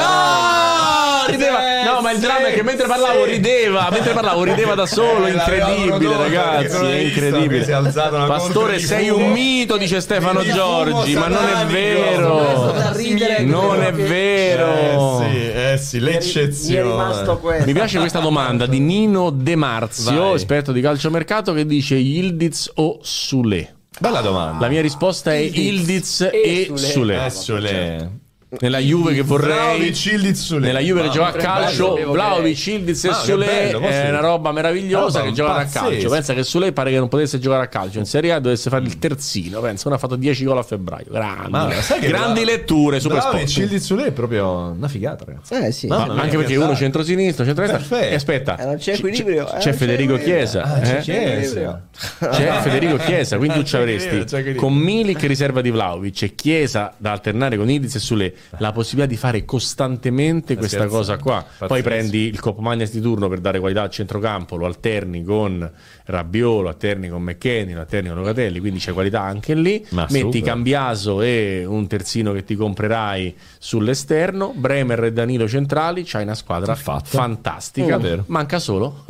No, rideva. No, ma il dramma è che mentre parlavo rideva, mentre parlavo rideva da solo, Eh, incredibile, l'avevamo prodotto, ragazzi, perché non è hai visto che incredibile. si è alzata una Pastore, coltre di sei fumo. un mito, dice Stefano Di fumo Giorgi, ma non è satanico. vero. Da ridere, Non credo è che- vero. Eh sì, eh sì, Mi è l'eccezione. rimasto questo. Mi piace questa domanda di Nino De Marzio, Vai. esperto di calciomercato, che dice Yildiz o Sule. Bella domanda. La mia risposta è Yildiz Yildiz e e Sule. Sule. Eh, Sule. nella Juve che vorrei, Vlahovic, Yildiz, Sule. nella Juve che Mamma, gioca a che calcio, bello, Vlahovic, Yildiz e Ah, che Sule bello, posso è dire. una roba meravigliosa Roba che giocano a pazzesca. calcio. Pensa che Sule pare che non potesse giocare a calcio in Serie A, dovesse fare il terzino. Pensa, uno ha fatto dieci gol a febbraio. Grandi, Ma sai che grandi Vla- letture, super Vlahovic, sport. Yildiz, Sule è proprio una figata, ragazzi. Eh sì. Mamma Ma mia, anche perché che uno dai. centro-sinistra, centro-destra. Perfetto. E aspetta, Eh, non c'è c- equilibrio, c- eh, c'è non c'è Federico equilibrio. Chiesa, Ah, c'è eh? Chiesa. C'è Federico Chiesa, quindi tu ci C'è avresti Chiesa, c'è Chiesa. con Milik riserva di Vlahovic e Chiesa da alternare con Yildiz e Sule la possibilità di fare costantemente questa scherzando. cosa qua. Poi Pazzesco. prendi il Cop Magnas di turno per dare qualità al centrocampo, lo alterni con Rabiot, lo alterni con McKennie, lo alterni con Locatelli, quindi c'è qualità anche lì. Ma Metti super. Cambiaso e un terzino che ti comprerai sull'esterno, Bremer e Danilo centrali, c'hai una squadra Fatto. fantastica. Mm. Vero. Manca solo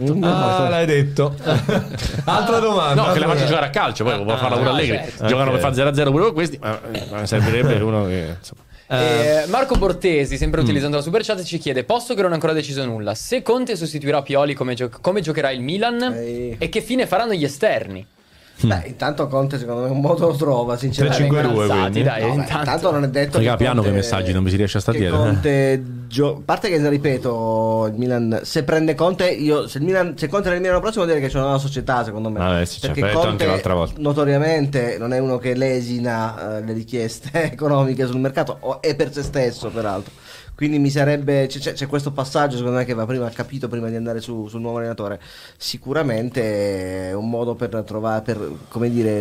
Ah, l'hai detto. Altra domanda. no, che la Altra- faccio giocare a calcio, poi può farla pure no, Allegri. certo. Giocano Ok. per fare zero a zero pure con questi, ma, ma servirebbe uno che insomma. Eh, Marco Bortesi, sempre utilizzando la super chat, ci chiede: posto che non ha ancora deciso nulla, se Conte sostituirà Pioli, come, gio- come giocherà il Milan Eh. e che fine faranno gli esterni? Beh, intanto Conte secondo me un modo lo trova, sinceramente. tre cinque due, Alzati, quindi. dai, No, beh, intanto. intanto non è detto Raga, che piano Conte- con i messaggi, non mi si riesce a stare che dietro, eh. Conte gio- a parte che ripeto, il Milan se prende Conte, io se il Milan se Conte nel Milano prossimo vuol dire che c'è una nuova società, secondo me. Ah, eh, sì, ci ha perché detto Conte anche l'altra volta. notoriamente non è uno che lesina eh, le richieste economiche sul mercato o è per se stesso, peraltro. Quindi mi sarebbe c'è, c'è- c'è questo passaggio secondo me che va prima capito prima di andare su, sul nuovo allenatore. Sicuramente è un modo per trovare per come dire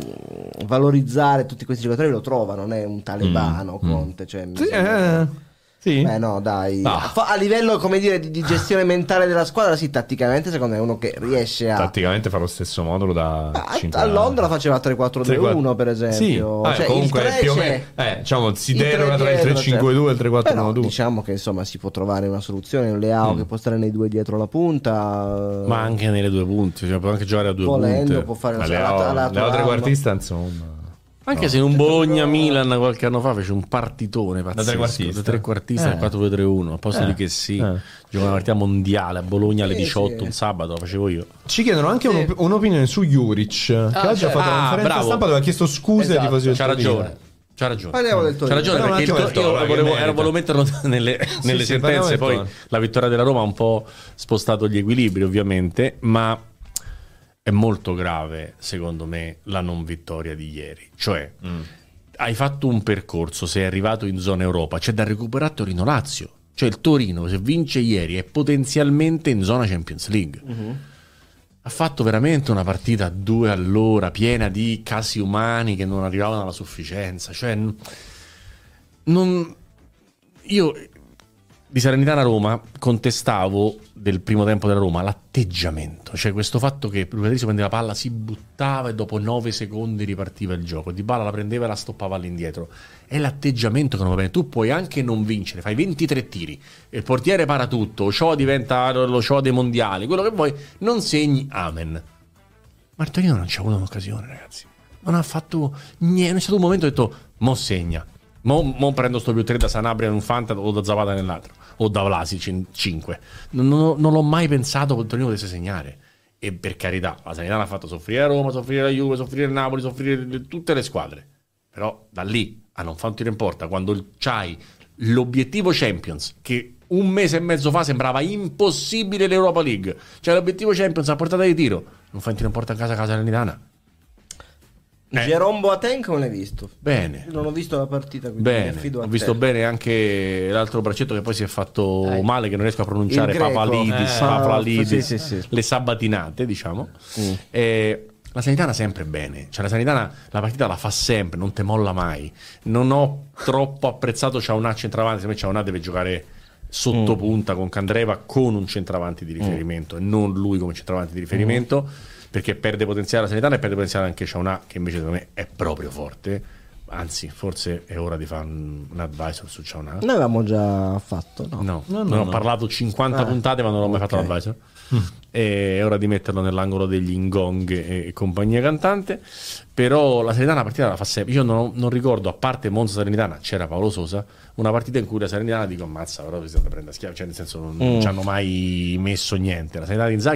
mh, valorizzare tutti questi giocatori, lo trova, non è un talebano Mm, mm. Conte, cioè, mi Sì, sembra- eh, sì. Beh no dai, No. a, fa- a livello come dire di, di gestione mentale della squadra, sì, tatticamente secondo me è uno che riesce a Tatticamente fa lo stesso modulo da a, cinque a anni. Londra faceva tre quattro due uno per Sì, esempio. vabbè, Cioè, comunque il tre più o c'è, meno eh, diciamo si il tre deroga tra il dietro, tre cinque due e il tre quattro Però uno due. diciamo che insomma si può trovare una soluzione, un Leao Mm. che può stare nei due dietro la punta, Ma anche nelle due punte, cioè può anche giocare a due volendo punte. può fare Ma la Leao, alla- alla Leao Turam. trequartista insomma. Anche se in un Bologna-Milan qualche anno fa fece un partitone pazzesco, trequartista? da trequartista al Eh. quattro due tre uno, a posto Eh. di che sì, Eh. gioca una partita mondiale a Bologna alle Sì, diciotto, sì. un sabato, la facevo io. Ci chiedono anche Sì. un'op- un'opinione su Juric, che oggi ha cioè- fatto una Ah, conferenza bravo. stampa dove ha chiesto scuse ai Esatto. tifosi del C'ha Torino. ragione. C'ha ragione. Parliamo del C'ha Torino. ragione Parliamo perché un il attimo Tor- del io Toro, volevo, che era- volevo merita. metterlo nelle, nelle sì, parliamo sentenze, del poi Toro. la vittoria della Roma ha un po' spostato gli equilibri ovviamente, ma è molto grave secondo me la non vittoria di ieri. Cioè hai fatto un percorso, sei arrivato in zona Europa, c'è da recuperare Torino-Lazio. Cioè il Torino se vince ieri è potenzialmente in zona Champions League. Ha fatto veramente una partita a due all'ora, piena di casi umani che non arrivavano alla sufficienza. Cioè, n- non, io di Salernitana a Roma contestavo del primo tempo della Roma l'atteggiamento, cioè questo fatto che Patrizio prendeva la palla, si buttava e dopo nove secondi ripartiva il gioco, Dybala la prendeva e la stoppava all'indietro. È l'atteggiamento che non va bene. Tu puoi anche non vincere, fai ventitré tiri, il portiere para tutto, Shaw diventa lo Shaw dei mondiali, quello che vuoi, non segni, amen. Martorino non c'ha avuto un'occasione, ragazzi, non ha fatto niente, non è stato un momento ho detto mo segna, mo, mo prendo sto più tre da Sanabria in un Fanta o da Zapata nell'altro o da Vlasic in cinque. Non, non- non l'ho mai pensato che Torino potesse segnare. E per carità, la Salernitana ha fatto soffrire la Roma, soffrire la Juve, soffrire il Napoli, soffrire le- tutte le squadre. Però da lì a non fare un tiro in porta, quando il- c'hai l'obiettivo Champions, che un mese e mezzo fa sembrava impossibile l'Europa League, cioè l'obiettivo Champions a portata di tiro, non fai un tiro in porta a casa a casa Salernitana. Eh. Jerome Boateng come l'hai visto? Bene. Non ho visto la partita, quindi mi Bene, affido a ho visto te. bene anche l'altro braccetto che poi si è fatto Eh. male, che non riesco a pronunciare, Il greco. Papalidis, Eh. Papalidis, Sì, sì, sì. le sabatinate, diciamo. Mm. Eh, la Sanitana sempre bene, cioè la Sanitana la partita la fa sempre, non te molla mai. Non ho troppo apprezzato Ciaunà centravanti, secondo me Ciaunà deve giocare sotto punta con Candreva con un centravanti di riferimento e non lui come centravanti di riferimento, perché perde potenziale la Sanitana e perde potenziale anche Ciaunà, che invece secondo me è proprio forte. Anzi, forse è ora di fare un, un advisor su Ciaunà. Noi avevamo già fatto, no? No, No, no, non ho no. parlato cinquanta Ah, puntate, ma non ho mai ok. fatto l'advisor. E è ora di metterlo nell'angolo degli ingong e, e compagnia cantante. Però la Salernitana la partita la fa sempre. Io non, non ricordo, a parte Monza Salernitana, c'era Paolo Sosa, una partita in cui la Salernitana dico ammazza, però si sta prendendo a schiaffo, cioè nel senso non, non ci hanno mai messo niente. La Salernitana di Inzaghi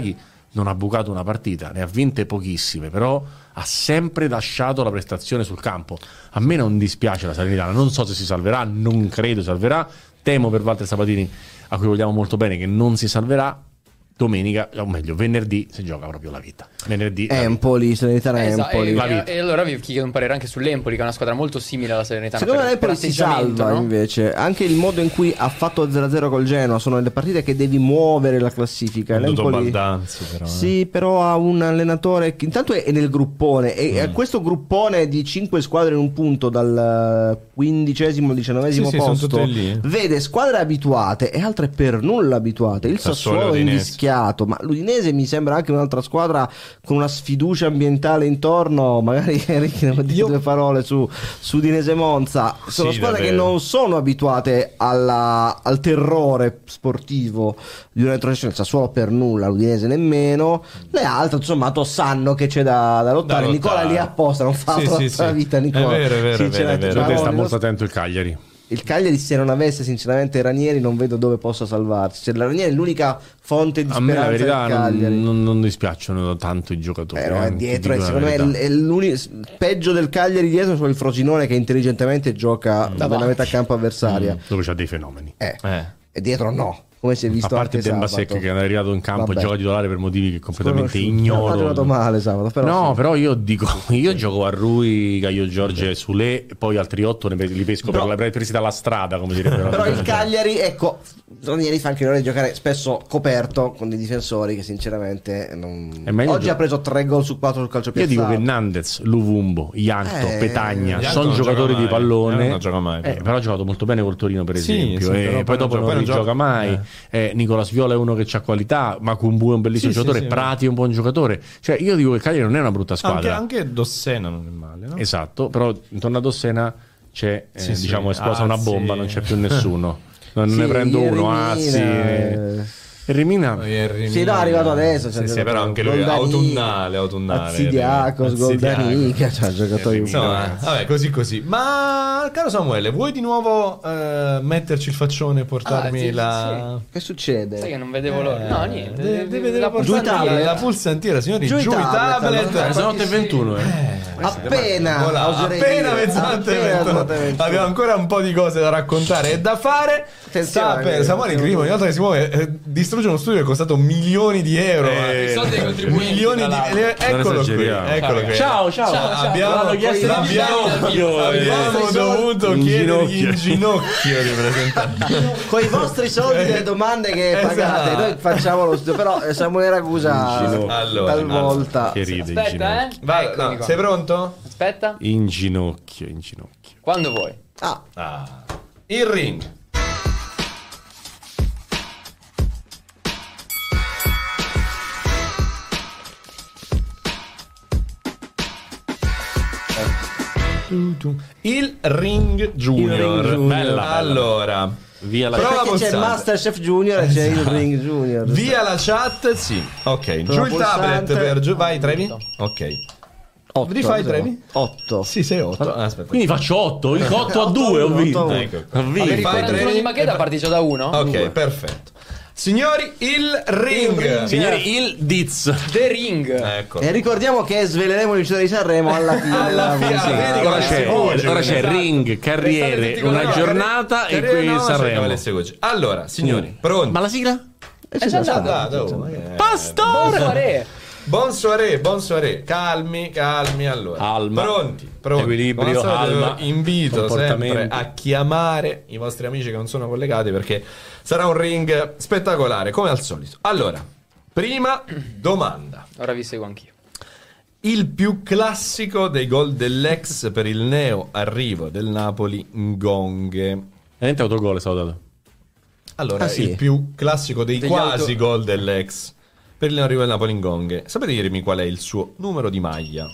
non ha bucato una partita, ne ha vinte pochissime, però ha sempre lasciato la prestazione sul campo. A me non dispiace la Salernitana, non so se si salverà, non credo si salverà, temo per Walter Sabatini, a cui vogliamo molto bene, che non si salverà. Domenica, o meglio, venerdì si gioca proprio la vita. Venerdì Empoli, Salernitana Esatto, Empoli. e, La vita. e, e allora vi chiedo un parere anche sull'Empoli, che è una squadra molto simile alla Salernitana. Secondo me per, per l'Empoli si atteggiamento, salva no? invece. Anche il modo in cui ha fatto zero a zero col Genoa, sono le partite che devi muovere la classifica. Ho avuto L'Empoli Baldanzi, però, eh. sì, però ha un allenatore che intanto è nel gruppone e Mm. questo gruppone di cinque squadre in un punto dal quindicesimo al diciannovesimo Sì, sì, sono posto tutte lì. vede squadre abituate e altre per nulla abituate. Il Sassuolo Sassuolo è e Udinese. invischiato, ma l'Udinese mi sembra anche un'altra squadra con una sfiducia ambientale intorno. Magari Enrico ne può dire due parole su, su Udinese Monza. Sono Sì, squadre davvero. che non sono abituate alla- al terrore sportivo di una retrocessione. Il Sassuolo per nulla, l'Udinese nemmeno. Le altre, insomma, sanno che c'è da, da lottare. Da Nicola lottare. lì apposta, non fa Sì, tutta sì, la sì. vita, Nicola. È vero, è vero, è vero, Sinceramente, è vero. Secondo te sta Giacomo, molto attento il Cagliari. il Cagliari, se non avesse sinceramente Ranieri, non vedo dove possa salvarsi. Cioè, la Ranieri è l'unica fonte di A me la speranza verità del Cagliari. non, non, non dispiacciono tanto i giocatori. Però è eh, dietro, ti e dico secondo la me verità. è l'unico peggio del Cagliari dietro sono il Frosinone, che intelligentemente gioca nella metà campo avversaria. Dove c'ha dei fenomeni. Eh, Eh. e dietro no, come si è A visto parte anche Demba sabato. Secca che è arrivato in campo Vabbè. e gioca titolare per motivi che completamente Sconosciuto. Non ha ignoro. giocato male sabato, però no, sì. però io dico, io gioco a Rui, Gaio Giorgio e Sule, e poi altri otto ne pe- li pesco Però- per la presi dalla strada, come direbbero. Però il Cagliari, ecco, Ranieri fa anche l'ora di giocare spesso coperto con dei difensori che sinceramente non... È meglio oggi gio- ha preso tre gol su quattro sul calcio Io dico piazzato. che Nandez, Luvumbo, Ianto, Eh, Petagna Ianto sono non giocatori gioca di mai. pallone. Ianto non gioca mai, Eh, però. però ha giocato molto bene col Torino, per Sì, esempio. sì, e però poi poi dopo non non gioca- poi non rigioca gioca. mai. Eh, Nicola Sviola è uno che ha qualità, Macumbu è un bellissimo Sì, sì, giocatore, sì, Prati è un buon giocatore. Cioè, io dico che il Cagliari non è una brutta Anche, squadra. anche Dossena non è male, no? Esatto, però intorno a Dossena c'è, eh, Sì, sì, diciamo, esplosa una Azzi. bomba, non c'è più nessuno. Non Sì, ne prendo ieri uno, Mina, Azzi. eh. E Rimina. Sì, no, è arrivato adesso, cioè, Sì, sì, ha però giocato anche lui è Goldani, autunnale, autunnale. Azzidiakos, Azzidiakos. Goldanica, cioè giocatori Insomma, vabbè, così così. Ma caro Samuele, vuoi di nuovo eh, metterci il faccione e portarmi Ah, sì, la Che succede? Sai che non vedevo l'ora. No, niente. Deve, deve vedere La Giù i portarmi tablet. la pulsantiera, signori, Giù i giù i tablet, tablet. allora. Eh, sono otto e ventuno, eh. Appena, Voilà, oserei appena dire. mezzanotte Appena e ventuno. mezzanotte e ventuno. Abbiamo ancora un po' di cose da raccontare e da fare. Attenzione, Sta per Samuele Grimo, ogni volta che si muove eh, distrugge uno studio che è costato milioni di euro. Eh, I soldi dei contribuenti, milioni tra di l'altro. eh, eccolo qui, esageriamo. eccolo qui. Ciao, ciao. Ciao, ciao. Abbiamo, L'hanno chiesto in abbiamo, ginocchio, eh. abbiamo dovuto In chiedergli ginocchio. in ginocchio di presentare. Con i vostri soldi delle domande che Esatto. pagate, noi facciamo lo studio, però eh, Samuele Ragusa In ginocchio. Allora, talvolta Che ride in Aspetta, eh. ginocchio. Va, Eccomi no, qua. sei pronto? Aspetta. In ginocchio, in ginocchio. Quando vuoi. Ah, Ah. Il ring. Il ring junior. Il ring junior. Bella, bella. Allora, Via la Prova perché c'è il pulsante. Masterchef Junior e c'è il Ring Junior. via la chat, sì. Ok, giù il pulsante. tablet per giù. Vai, Trevi. Ok. otto, Rifai, Trevi? otto. Sì, sei otto. Ah, aspetta. Quindi faccio otto, otto a due ho vinto. otto a uno. Ecco. Ho vinto. Rifai, Fai il turno Trevi. di Macheda, parti già da uno. Ok, perfetto. Signori, il ring. Signori, il Diz. The Ring. Ecco. E ricordiamo che sveleremo il vincitore di Sanremo alla fine. Alla della fine, puntata. vedi Ora come c'è, si voce, ora c'è esatto. ring, carriere, Restate zitti una con- giornata e Carriera- qui no, Sanremo. cercava le seguaci. Allora, signori, pronti? Ma la sigla? Eh, È sì, già sì, andata. sì, Ah, sì, oh, sì. ma che- Pastore! Bonsoiré. Buon soirée, buon soirée. Calmi, calmi. Allora, Alma. pronti, pronti. Equilibrio, Come al solito, alma, invito comportamento. sempre a chiamare i vostri amici che non sono collegati perché sarà un ring spettacolare, come al solito. Allora, prima domanda. Ora vi seguo anch'io. Il più classico dei gol dell'ex per il neo arrivo del Napoli, Ngonghe. Niente autogol è stato dato. Allora, Ah, sì? il più classico dei Degli quasi auto- gol dell'ex per il neo arrivo del Napoli, Ngonghe. Sapete dirmi qual è il suo numero di maglia?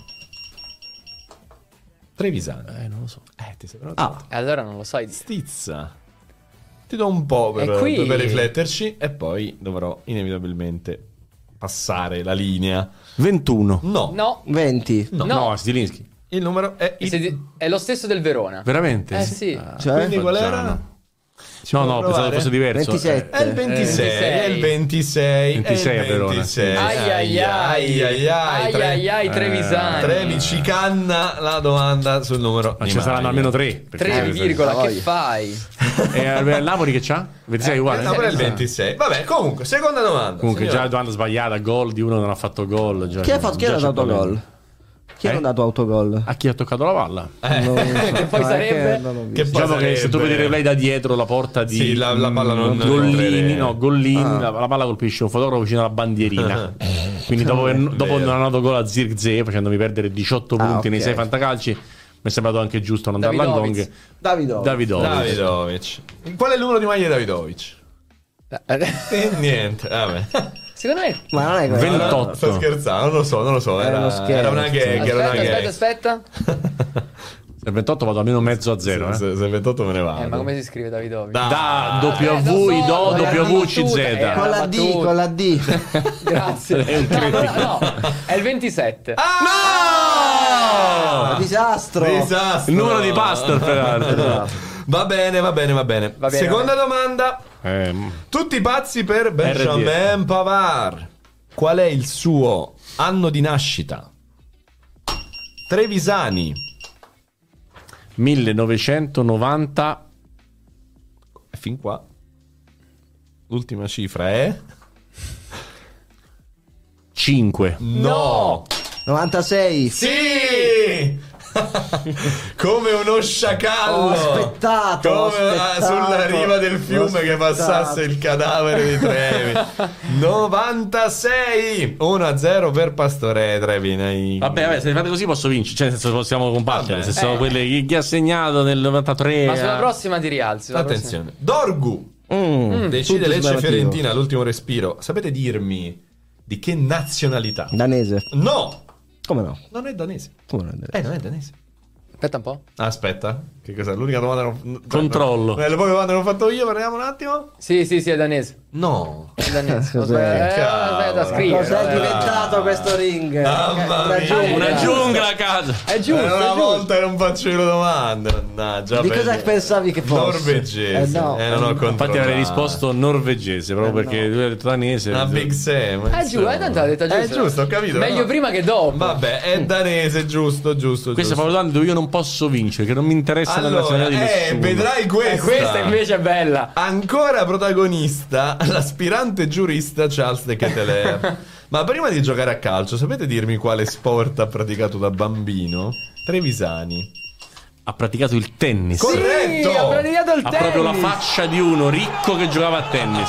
Trevisano. Eh, non lo so. Eh, ti sei però Ah, E allora non lo sai. Stizza. Ti do un po' per, E qui- per rifletterci e poi dovrò inevitabilmente passare la linea. ventuno. No, No. venti. no. No. No, Stilinski. Il numero è il... Se di- È lo stesso del Verona. Veramente? Eh sì. Ah, Cioè? Quindi qual Foggiano. era? Ci No, può no, pensavo provare? fosse diverso. ventisette. È il ventisei, è il ventisei, ventisei è a il Verona, ventisei. Ai ai ai. ai ai ai, Ai tre- ai ai, Trevisani. Trevi ci canna la domanda sul numero. Ma di ce ne saranno Mario. almeno tre. perché- tre virgola, Voglia. che fai? E il Napoli che c'ha? ventisei uguale. Eh, no, però è il ventisei. Vabbè, comunque, seconda domanda. Comunque signora. già la domanda sbagliata, gol di uno non ha fatto gol. Già, Chi ha fatto? Chi già ha c'è dato problema. autogol? Chi ha Eh? dato autogol? A chi ha toccato la palla? Non- Che poi no, è sarebbe? non ho visto. Che poi Diciamo che se tu sarebbe- vedi il replay da dietro la porta di Sì, la- la palla non- mm, non Gollini, entrerebbe. no, Gollini, Ah. la, la palla colpisce un fotografo vicino alla bandierina. Quindi dopo, che- dopo Vero. non hanno dato gol a Zirkzee, facendomi perdere diciotto Ah, punti nei ok. sei fantacalci, mi è sembrato anche giusto non darla a Davidovic. Gong. Davidovic. Davidovic. Davidovic. Qual è il numero di maglia di Davidovic? E niente, vabbè. Secondo me. Ma non è quello. ventotto. Sto scherzando, non lo so, non lo so. Era Era, uno scherzo. era una gag. Era una Aspetta, gag. aspetta, aspetta. Se ventotto vado almeno mezzo a zero. Se, Eh. se, se ventotto me ne vado. Eh, ma come si scrive Davidovic? Da- Da Eh, W, lo so, Do, era una W, C, battuta, Z. era Con la D, battuta. con la D. Grazie. È un no, no, critico. no, è il ventisette. Ah! Disastro. Disastro. Il numero di Pastor, peraltro. Va bene, va bene, va bene. Va bene, Seconda va domanda. Eh, Tutti pazzi per Benjamin Pavard. Qual è il suo anno di nascita? Trevisani. millenovecentonovanta. E fin qua. L'ultima cifra è... cinque. No! novantasei. Sì! Come uno sciacallo. Ho aspettato, ho Come ah, aspettato, sulla riva del ho fiume che aspettato. passasse il cadavere di Trevi. novantasei uno a zero per Pastore Trevi nei... Vabbè, vabbè, se fate così posso vincere. Cioè, nel senso, possiamo combattere. Vabbè. Se sono Eh. quelle chi, chi ha segnato nel novantatré. Ma sulla eh. prossima ti rialzi. sulla Attenzione. Dorgu Mm, decide tutto Lecce superlativo. Fiorentina all'ultimo respiro. Sapete dirmi di che nazionalità? Danese. No, Come no? non è danese. Come no? è danese? Eh, non è danese. Prossima. Aspetta un po'. Aspetta, che cos'è? L'unica domanda non... Controllo. Eh, le poche domande non ho fatto io, parliamo un attimo. Sì, sì, sì, è danese. No. È danese. Cos'è? Eh, Cavolo. aspetta, da scrivere. Cos'è eh. diventato questo ring? Mamma Una mia. giungla. Una giungla a casa. È giusto, Eh, è una giusto. volta non faccio io le domande. Mannaggia. Di peggio. cosa pensavi che fosse? Norvegese. Eh, no. Eh, non ho controllato. Infatti avrei risposto norvegese, proprio Eh, perché lui ha detto danese. Una Big Sam. È giusto, eh, tanto l'ha detto giusto. È giusto, ho capito. Meglio no? prima che dopo. Vabbè, è danese, giusto, giusto. Queste giusto. sono domande dove io non posso vincere, che non mi interessa la Allora, nazionalità di eh, nessuno. vedrai E questa. questa invece è bella. Ancora protagonista l'aspirante giurista Charles de Ketelaere. Ma prima di giocare a calcio, sapete dirmi quale sport ha praticato da bambino? Trevisani. Ha praticato il tennis. Corretto! Sì, ha praticato il Ha tennis. proprio la faccia di uno ricco che giocava a tennis.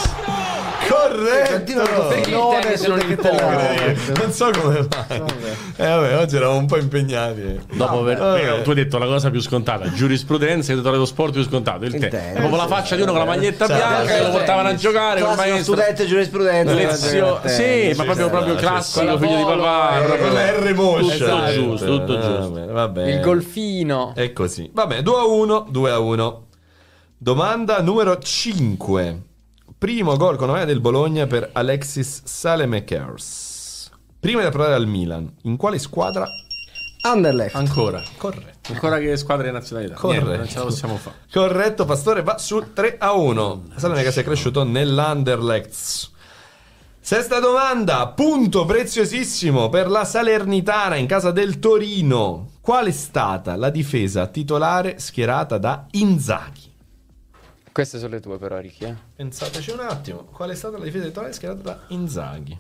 Corretto! Perché il tennis non il polo? Non so come mai. Eh vabbè, oggi eravamo un po' impegnati. Dopo aver, vabbè. perché tu hai detto la cosa più scontata, giurisprudenza, hai detto lo sport più scontato, il, Il tennis. tennis. È proprio la faccia di uno con la maglietta Cioè, bianca che lo il portavano a tennis. giocare col Classico maestro. studente giurisprudenza. Lezio- Eh, sì, eh, ma proprio, sì, proprio sì, classico, sì. figlio di papà. Eh, proprio- Con la R moscia. Tutto eh. giusto, tutto Va giusto. bene, va bene. Il golfino. È così. Vabbè, due a uno, due a uno. Domanda numero cinque. Primo gol con la maglia del Bologna per Alexis Saelemaekers. Prima di approdare al Milan, in quale squadra? Anderlecht. Ancora. Corretto. Ancora che squadre di nazionalità. Corretto. Niente, non ce la possiamo fare. Corretto, Pastore va sul tre a uno. Saelemaekers è cresciuto nell'Anderlecht. Sesta domanda, punto preziosissimo per la Salernitana in casa del Torino. Qual è stata la difesa titolare schierata da Inzaghi? Queste sono le tue però, Ricky, eh. Pensateci un attimo, qual è stata la difesa titolare schierata da Inzaghi?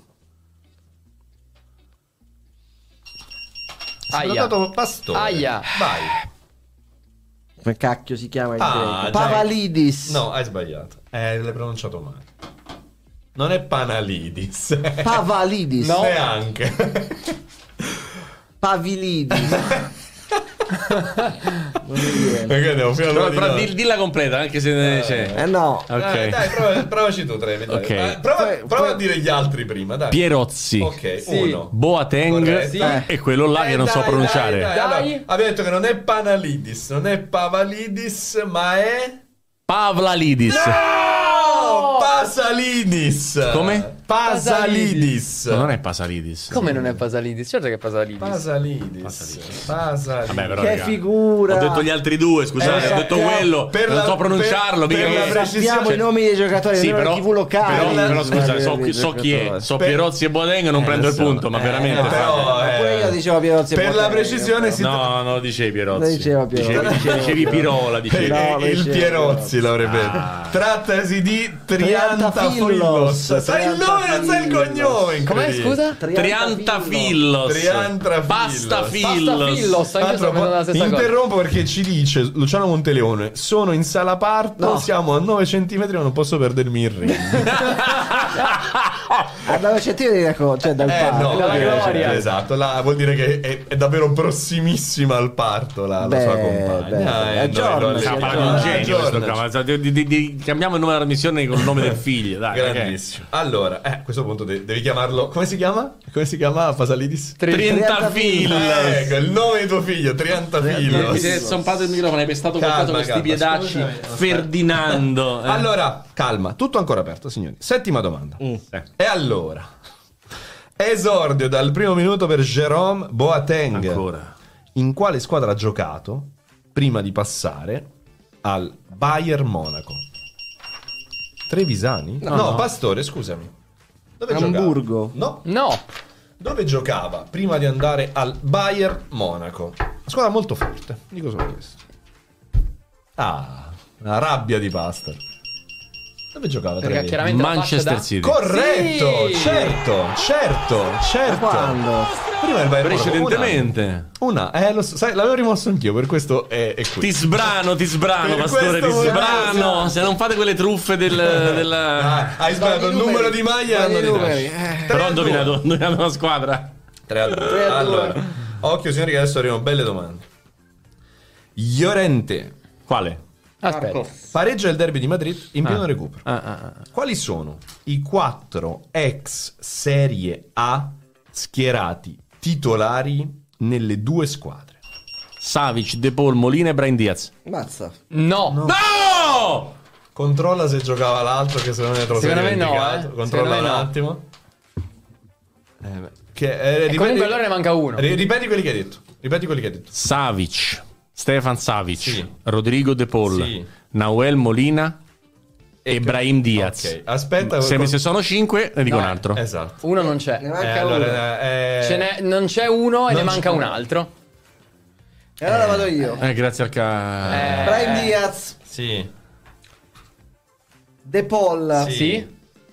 Aia. Sfruttato Pastore. Aia. Vai. Come cacchio si chiama il Ah, greco? già- Pavalidis. No, hai sbagliato. Eh, l'hai pronunciato male. Non è Panalidis. Pavalidis. No. Neanche. Pavilidis. Non mi viene. Perché andiamo fino Però, all'ora di però notte. di- dilla completa, anche se ne c'è. Eh no. Ok. Dai, dai, prova- provaci tu, Trevi. dai. Ok. Eh, prova Poi- prova poi- a dire gli altri prima, dai. Pierozzi, Ok, Sì. uno. Boateng Corretto. Sì. e quello là Eh, che non so dai, pronunciare. dai, dai. Allora, Dai. abbiamo detto che non è Panalidis, non è Pavalidis, ma è... Pavlalidis. No! Pasalidis. Come? Pasalidis. No, non è Pasalidis. Come non è Pasalidis? Certo che è Pasalidis. Pasalidis. Pasalidis. Pasalidis. Vabbè, però, Che raga, figura. ho detto gli altri due, scusate, Eh, ho detto sappiamo- quello, per non la- so pronunciarlo, per- mica per che- la precisione- Sappiamo i nomi dei giocatori, Sì, almeno però, le tivù locali. però, però scusate, so, Dei so chi è, giocatori. so Per- Pierozzi e Boateng, non prendo il so. punto, ma Eh, veramente. no, però, fate- eh, Pure io dicevo Pierozzi e per la Boateng, precisione però. si No, non lo dicevi Pierozzi. Lo diceva Pierozzi. Dicevi, Dicevo dicevi Pierozzi. Pirola, dicevi. No, lo il dicevo. Pierozzi l'avrebbe Ah. Trattasi di Triantafillos. Triantafillos. Sai il nome, non sai il cognome. Com'è, incredibile. scusa? Triantafillos. Triantafillos. Basta Fillos. Fillos, anche io sto pensando la stessa cosa. Interrompo perché ci dice Luciano Monteleone: sono in sala parto, No. siamo a nove centimetri, ma non posso perdermi il ring. A nove centimetri, ecco, cioè dal Eh parto. no, dalla eh, gloria. esatto, là vuol dire che è, è davvero prossimissima al parto la, la Beh, sua compagna. beh, Eh, aggiorna, no, sì, no, Stiamo no, parlando di un aggiorna. genio questo qua, ma di- di- di- cambiamo il nome della missione con il nome del figlio, dai. ok. Grandissimo. Allora, eh, a questo punto de- devi chiamarlo. Come si chiama? Come si chiama Pasalidis? Triantafillos. Ecco, il nome di tuo figlio, Mi Triantafillos. si è zompato il microfono, hai pestato Calma, qualcosa con questi calma, piedacci. scusami, aspetta. Ferdinando. eh. Allora, calma, tutto ancora aperto, signori. Settima domanda. Eh. E allora, esordio dal primo minuto per Jérôme Boateng. Ancora. In quale squadra ha giocato prima di passare al Bayern Monaco? Trevisani? No, no. Pastore, scusami. Dove Hamburgo. giocava? No. No. Dove giocava prima di andare al Bayern Monaco? Una squadra molto forte, dico solo questo. Ah, la rabbia di Pastor. Dove giocava Perché Trevi? chiaramente la Manchester faccia da- City. Corretto, Sì! certo, certo, certo. Quando? Prima il Bayern Monaco, Precedentemente. Una, una, eh, lo so, sai, l'avevo rimosso anch'io, per questo è, è qui. Ti sbrano, ti sbrano, Per Pastore, ti questo volevo- sbrano. Se non fate quelle truffe del, della... Ah, hai sbagliato il Sbagli i numero numeri, di maglia. sbagli hanno i di numeri. nascita. Eh. tre Però a ho due. indovinato, ho indovinato una squadra. tre a due. tre a due. Allora, occhio signori che adesso arrivano belle domande. Llorente Quale? Aspetta. pareggia il derby di Madrid in pieno recupero. Ah, ah, ah. Quali sono i quattro ex Serie A schierati titolari nelle due squadre? Savic, De Paul, Molina e Brian Diaz. Mazza. No. No! Controlla se giocava l'altro, che secondo me te lo sei Secondo me no, dimenticato. eh. Controlla Secondo un me no. attimo. Eh, beh, che, eh, E ripeti- comunque allora ne manca uno. ri- Ripeti quelli che hai detto. Ripeti quelli che hai detto. Savic, Stefan Savic, Sì. Rodrigo De Paul, Sì. Nahuel Molina e Brahim Diaz. Ok, aspetta. Se, con- se sono cinque, ne dico No, un altro. Esatto. Uno non c'è. Ne Eh, manca uno. allora, eh, Ce n'è- non c'è uno e non ne manca c'è- un altro. E allora vado io. Eh, grazie al ca... Eh. Brian Diaz, Sì. De Paul, Sì. Sì?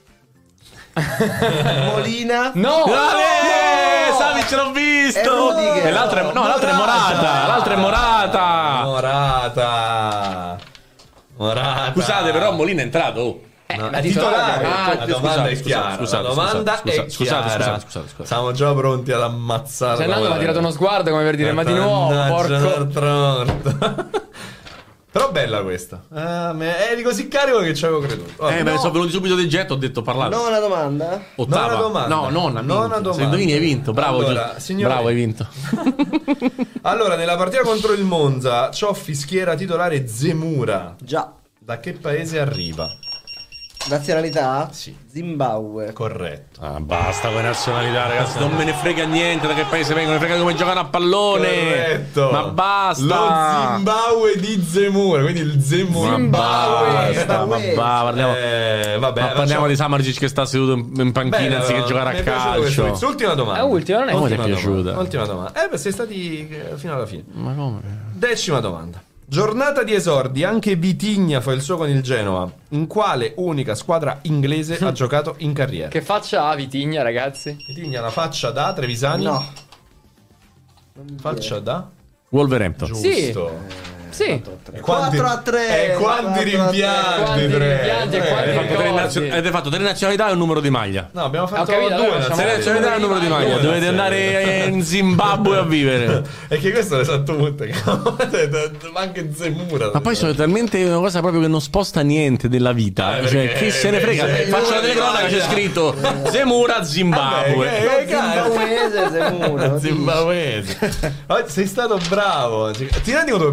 Molina. No! Eh, Savic l'ho E visto! Rudiger. E l'altro è, no, l'altro è Morata! L'altro è Morata! Morata. Morata. Scusate, però Molina è entrato. oh. Eh, No, ma è titolare. titolare. Ah, la scusate, domanda è scusate, chiara. scusate, la domanda scusate, è scusate, chiara. scusate, scusate, scusate. Siamo già pronti ad ammazzare. Cioè, Nando mi ha tirato uno sguardo come per dire, ma di nuovo, porco. Però bella questa. Ah, me- eri così carico che ci avevo creduto. Vabbè. Eh, me ne no. sono venuti subito di getto, ho detto parlare. Nona domanda. Ottava. Nona domanda. No, nonna, Nona minchia. domanda. Se indovini hai vinto, bravo. Allora, Gio- signori- Bravo, hai vinto. Allora, nella partita contro il Monza, Cioffi schiera titolare Zemura. Già. Da che paese arriva? Nazionalità? Sì. Zimbabwe. Corretto. Ah, basta con le nazionalità, ragazzi. Non me ne frega niente da che paese vengono, me ne frega come giocano a pallone. Corretto. Ma basta. Lo Zimbabwe di Zemura, quindi il Zemura. Ma basta, ma Zimbabwe. va, parliamo, Eh, vabbè, ma parliamo facciamo- di Samardzic che sta seduto in in panchina Bene, anziché allora, giocare mi a è piaciuto questo calcio. quiz. Ultima domanda. È ultima, non è Come ti è Ultima piaciuta? domanda. Ultima domanda. Eh, beh, sei stati eh, fino alla fine. Ma come? Decima domanda. Giornata di esordi, anche Vitigna fa il suo con il Genoa. In quale unica squadra inglese ha giocato in carriera? Che faccia ha Vitigna, ragazzi? Vitigna la faccia da Trevisani? No. Faccia da? Wolverhampton. Giusto. Sì. Sì. E quanti- quattro a tre. E quanti quattro a tre. rimpianti, Quanti tre. rimpianti e Tre. quanti Avete fatto, tre ricordi. nazio- avete fatto tre nazionalità e un numero di maglia. No, abbiamo fatto Ho capito, due allora nazionali. facciamo- Tre nazionalità e un numero di maglia. Due Dovete nazionali. andare in Zimbabwe a vivere. E che questo le sa tutte. Ma anche Zemura. Ma poi sono talmente una cosa proprio che non sposta niente della vita. Eh, Cioè, perché- chi se ne frega? perché- Faccio la telecronaca, c'è scritto Zemura Zimbabwe. Eh, caro. Zimbabwese, Zemura. Zimbabwese. Oh, sei stato bravo. Ti rendi conto che per Morata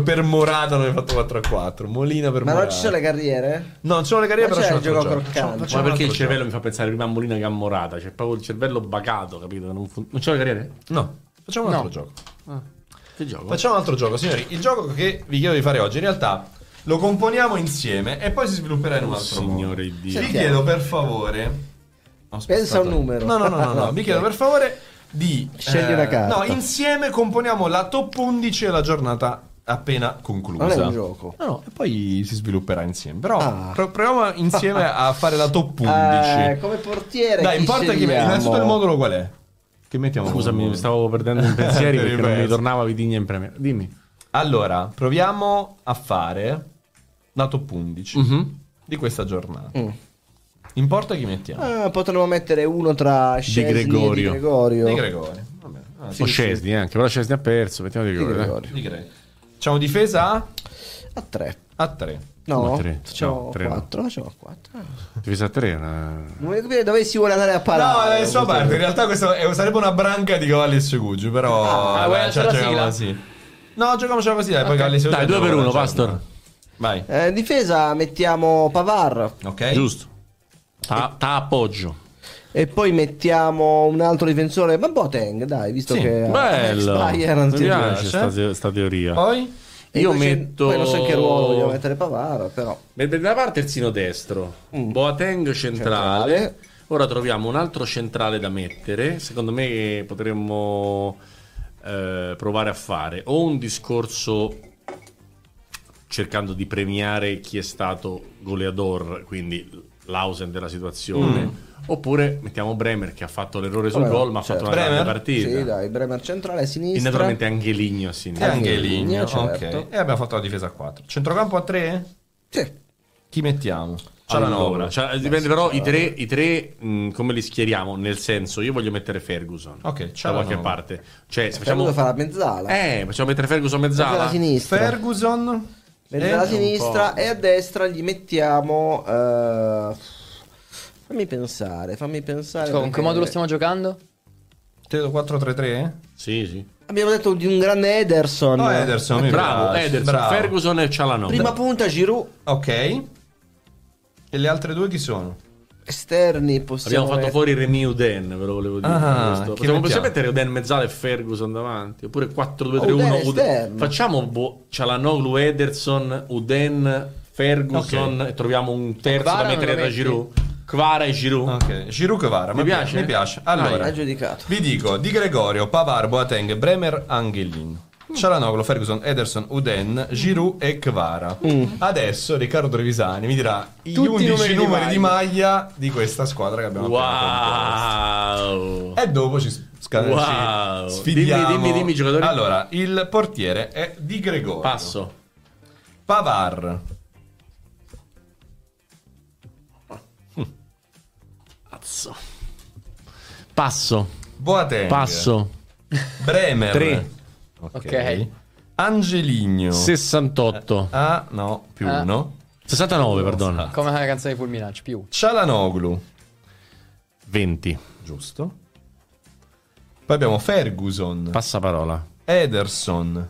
Morata non hai fatto quattro a quattro. Molina per Ma Morata. non ci sono le carriere? No, non ci sono le carriere, Ma però c'è c'è il un altro gioco gioco. croccante? Facciamo- facciamo Ma perché un il altro cervello mi fa pensare prima a Molina che a Morata? C'è proprio il cervello bacato, capito? Non, fun- non c'è le carriere? gioco. No, facciamo un No. altro gioco. Che gioco? Facciamo un altro gioco, signori. Il gioco che vi chiedo di fare oggi, in realtà, lo componiamo insieme e poi si svilupperà in un altro modo. Signore di Dio. Vi chiedo per favore. Ho Pensa a un spostato- numero. No, no, no, no, no. Vi Ok. chiedo per favore di Scegli una carta. No, insieme componiamo la top undici della giornata appena conclusa. Non è un gioco. No, no, e poi si svilupperà insieme. Però Ah. pro- proviamo insieme a fare la top undici. Eh, come portiere. Dai, chi importa che scegliamo? innanzitutto il modulo qual è? Che mettiamo? Scusami, mi stavo perdendo in pensieri Ti perché non mi ripeto. tornava Vitigna in Premier. Dimmi. Allora, proviamo a fare la top undici di questa giornata. Mm. Importa chi mettiamo? Ah, potremmo mettere uno tra Szczesny Gregorio. e Di Gregorio. Di Gregorio. Vabbè. Ah, sì, o sì. Szczesny, eh, anche però Szczesny ha perso. Mettiamo di Di Gregorio. Gregorio. Di Gregorio. Facciamo difesa a, A tre. a tre. No, Come tre? facciamo No, tre no. quattro. Facciamo quattro. Difesa a tre. eh. Non voglio capire dove si vuole andare a No, parare. è sua parte. In realtà questa è- sarebbe una branca di Cavalli e Segugi, però Ah, vuoi dai, lasciare la giochiamo sigla? così. No, giochiamocela così, dai, poi Cavalli e Segugi. Dai, due per andiamo uno, con la Pastor. giornata. Vai. Eh, difesa mettiamo Pavar. Ok. Giusto. Ta, ta appoggio. E poi mettiamo un altro difensore. Ma Boateng, dai, visto Sì, che Bello. Bayern non Mi ti piace piace? sta, sta teoria. Poi E Io invece- metto- Poi non so in che ruolo vogliamo mettere Pavar, però. Da una parte terzino destro, Mm. Boateng centrale. Centrale. Ora troviamo un altro centrale da mettere. Secondo me potremmo eh, provare a fare o un discorso cercando di premiare chi è stato goleador, quindi l'Ausen della situazione. Oppure mettiamo Bremer che ha fatto l'errore sul Vabbè, gol, ma ha certo. fatto una grande Bremer? partita. Sì, dai, Bremer centrale a sinistra. E naturalmente Angeligno a e sinistra. Angeligno, certo. ok. E abbiamo fatto la difesa a quattro. Centrocampo a tre? Sì. Chi mettiamo? Allora, Cialanoglu. cioè, dipende però i tre, i tre mh, come li schieriamo, nel senso io voglio mettere Ferguson Ok, da Cialanoglu. qualche parte, cioè se Facciamo facciamo fa la mezzala. eh facciamo mettere Ferguson Mezzala mezzala a sinistra. Ferguson. Mezzala a E- sinistra un po'. e a destra gli mettiamo. eh, fammi pensare, fammi pensare. Con che perché- modulo stiamo giocando? Credo quattro tre tre? sì sì Abbiamo detto di un grande Ederson. No, Ederson, mi bravo piace. Ederson, Bravo. Ferguson e Cialanoglu. Prima punta Giroud. Ok. E le altre due chi sono? Esterni possiamo abbiamo fatto mettere- fuori Remy Uden, ve lo volevo dire. Ah, questo. che Possiamo, mettiamo? possiamo mettere Uden mezzala e Ferguson davanti, oppure quattro due tre Uden uno esterno. Facciamo bo- Cialanoglu, Ederson, Uden, Ferguson Ok. e troviamo un terzo Kvara da non mettere lo tra metti? Giroud, Kvara e Giroud. Ok. Giroud Kvara. Mi mi piace? Mi piace. Allora, Ha giudicato. vi dico Di Gregorio, Pavar, Boateng, Bremer, Angelin. Cialanoglu, Ferguson, Ederson, Uden, Giroud e Kvara. Adesso Riccardo Trevisani mi dirà gli Tutti i undici numeri numeri, di di maglia di questa squadra che abbiamo appena Wow. composto. E dopo ci, sca- Wow. ci sfidiamo. Dimmi, dimmi, dimmi, giocatori. Allora, il portiere è Di Gregorio. Passo. Pavar. Passo. Passo. Boateng. Passo. Bremer. Tre. Ok. Ok. Angeligno. sessantotto. Ah, no, più Ah. uno. sessantanove, perdono. Come la canzone di Fulminacci, più. Cialanoglu. venti. Giusto. Poi abbiamo Ferguson. Passaparola. Ederson.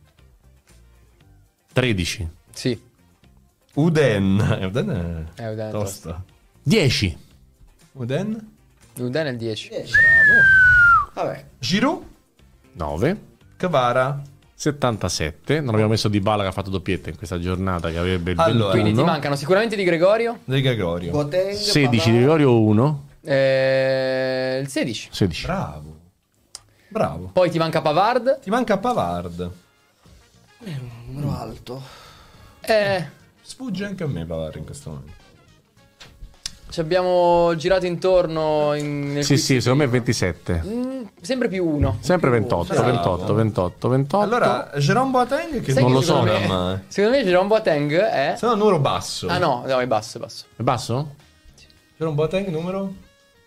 tredici. Sì. Uden. Eh, Uden è Eh, Uden è tosta. dieci. Uden. Uden è il dieci. Eh, bravo. Vabbè. Giroud. nove. Kvara. settantasette. Non abbiamo messo Dybala che ha fatto doppietta in questa giornata che avrebbe il Allora, Quindi ti ventuno. mancano sicuramente Di Gregorio. Di Gregorio. Boateng, sedici di Pavard. Gregorio uno. eh, il sedici. sedici. Bravo. Bravo. Poi ti manca Pavard. Ti manca Pavard. Numero alto. Eh, Sfugge anche a me Pavard in questo momento. ci abbiamo girato intorno. In, nel Sì, quiz sì, secondo me prima. ventisette. Mm, sempre più uno. Sempre ventotto, Bravo. ventotto, ventotto, ventotto. Allora, Jerome Boateng che Sai non che lo so, secondo me- ma- Secondo me Jerome Boateng è. Se no numero basso. Ah no, no, è basso, è basso. È basso? Jerome Boateng numero?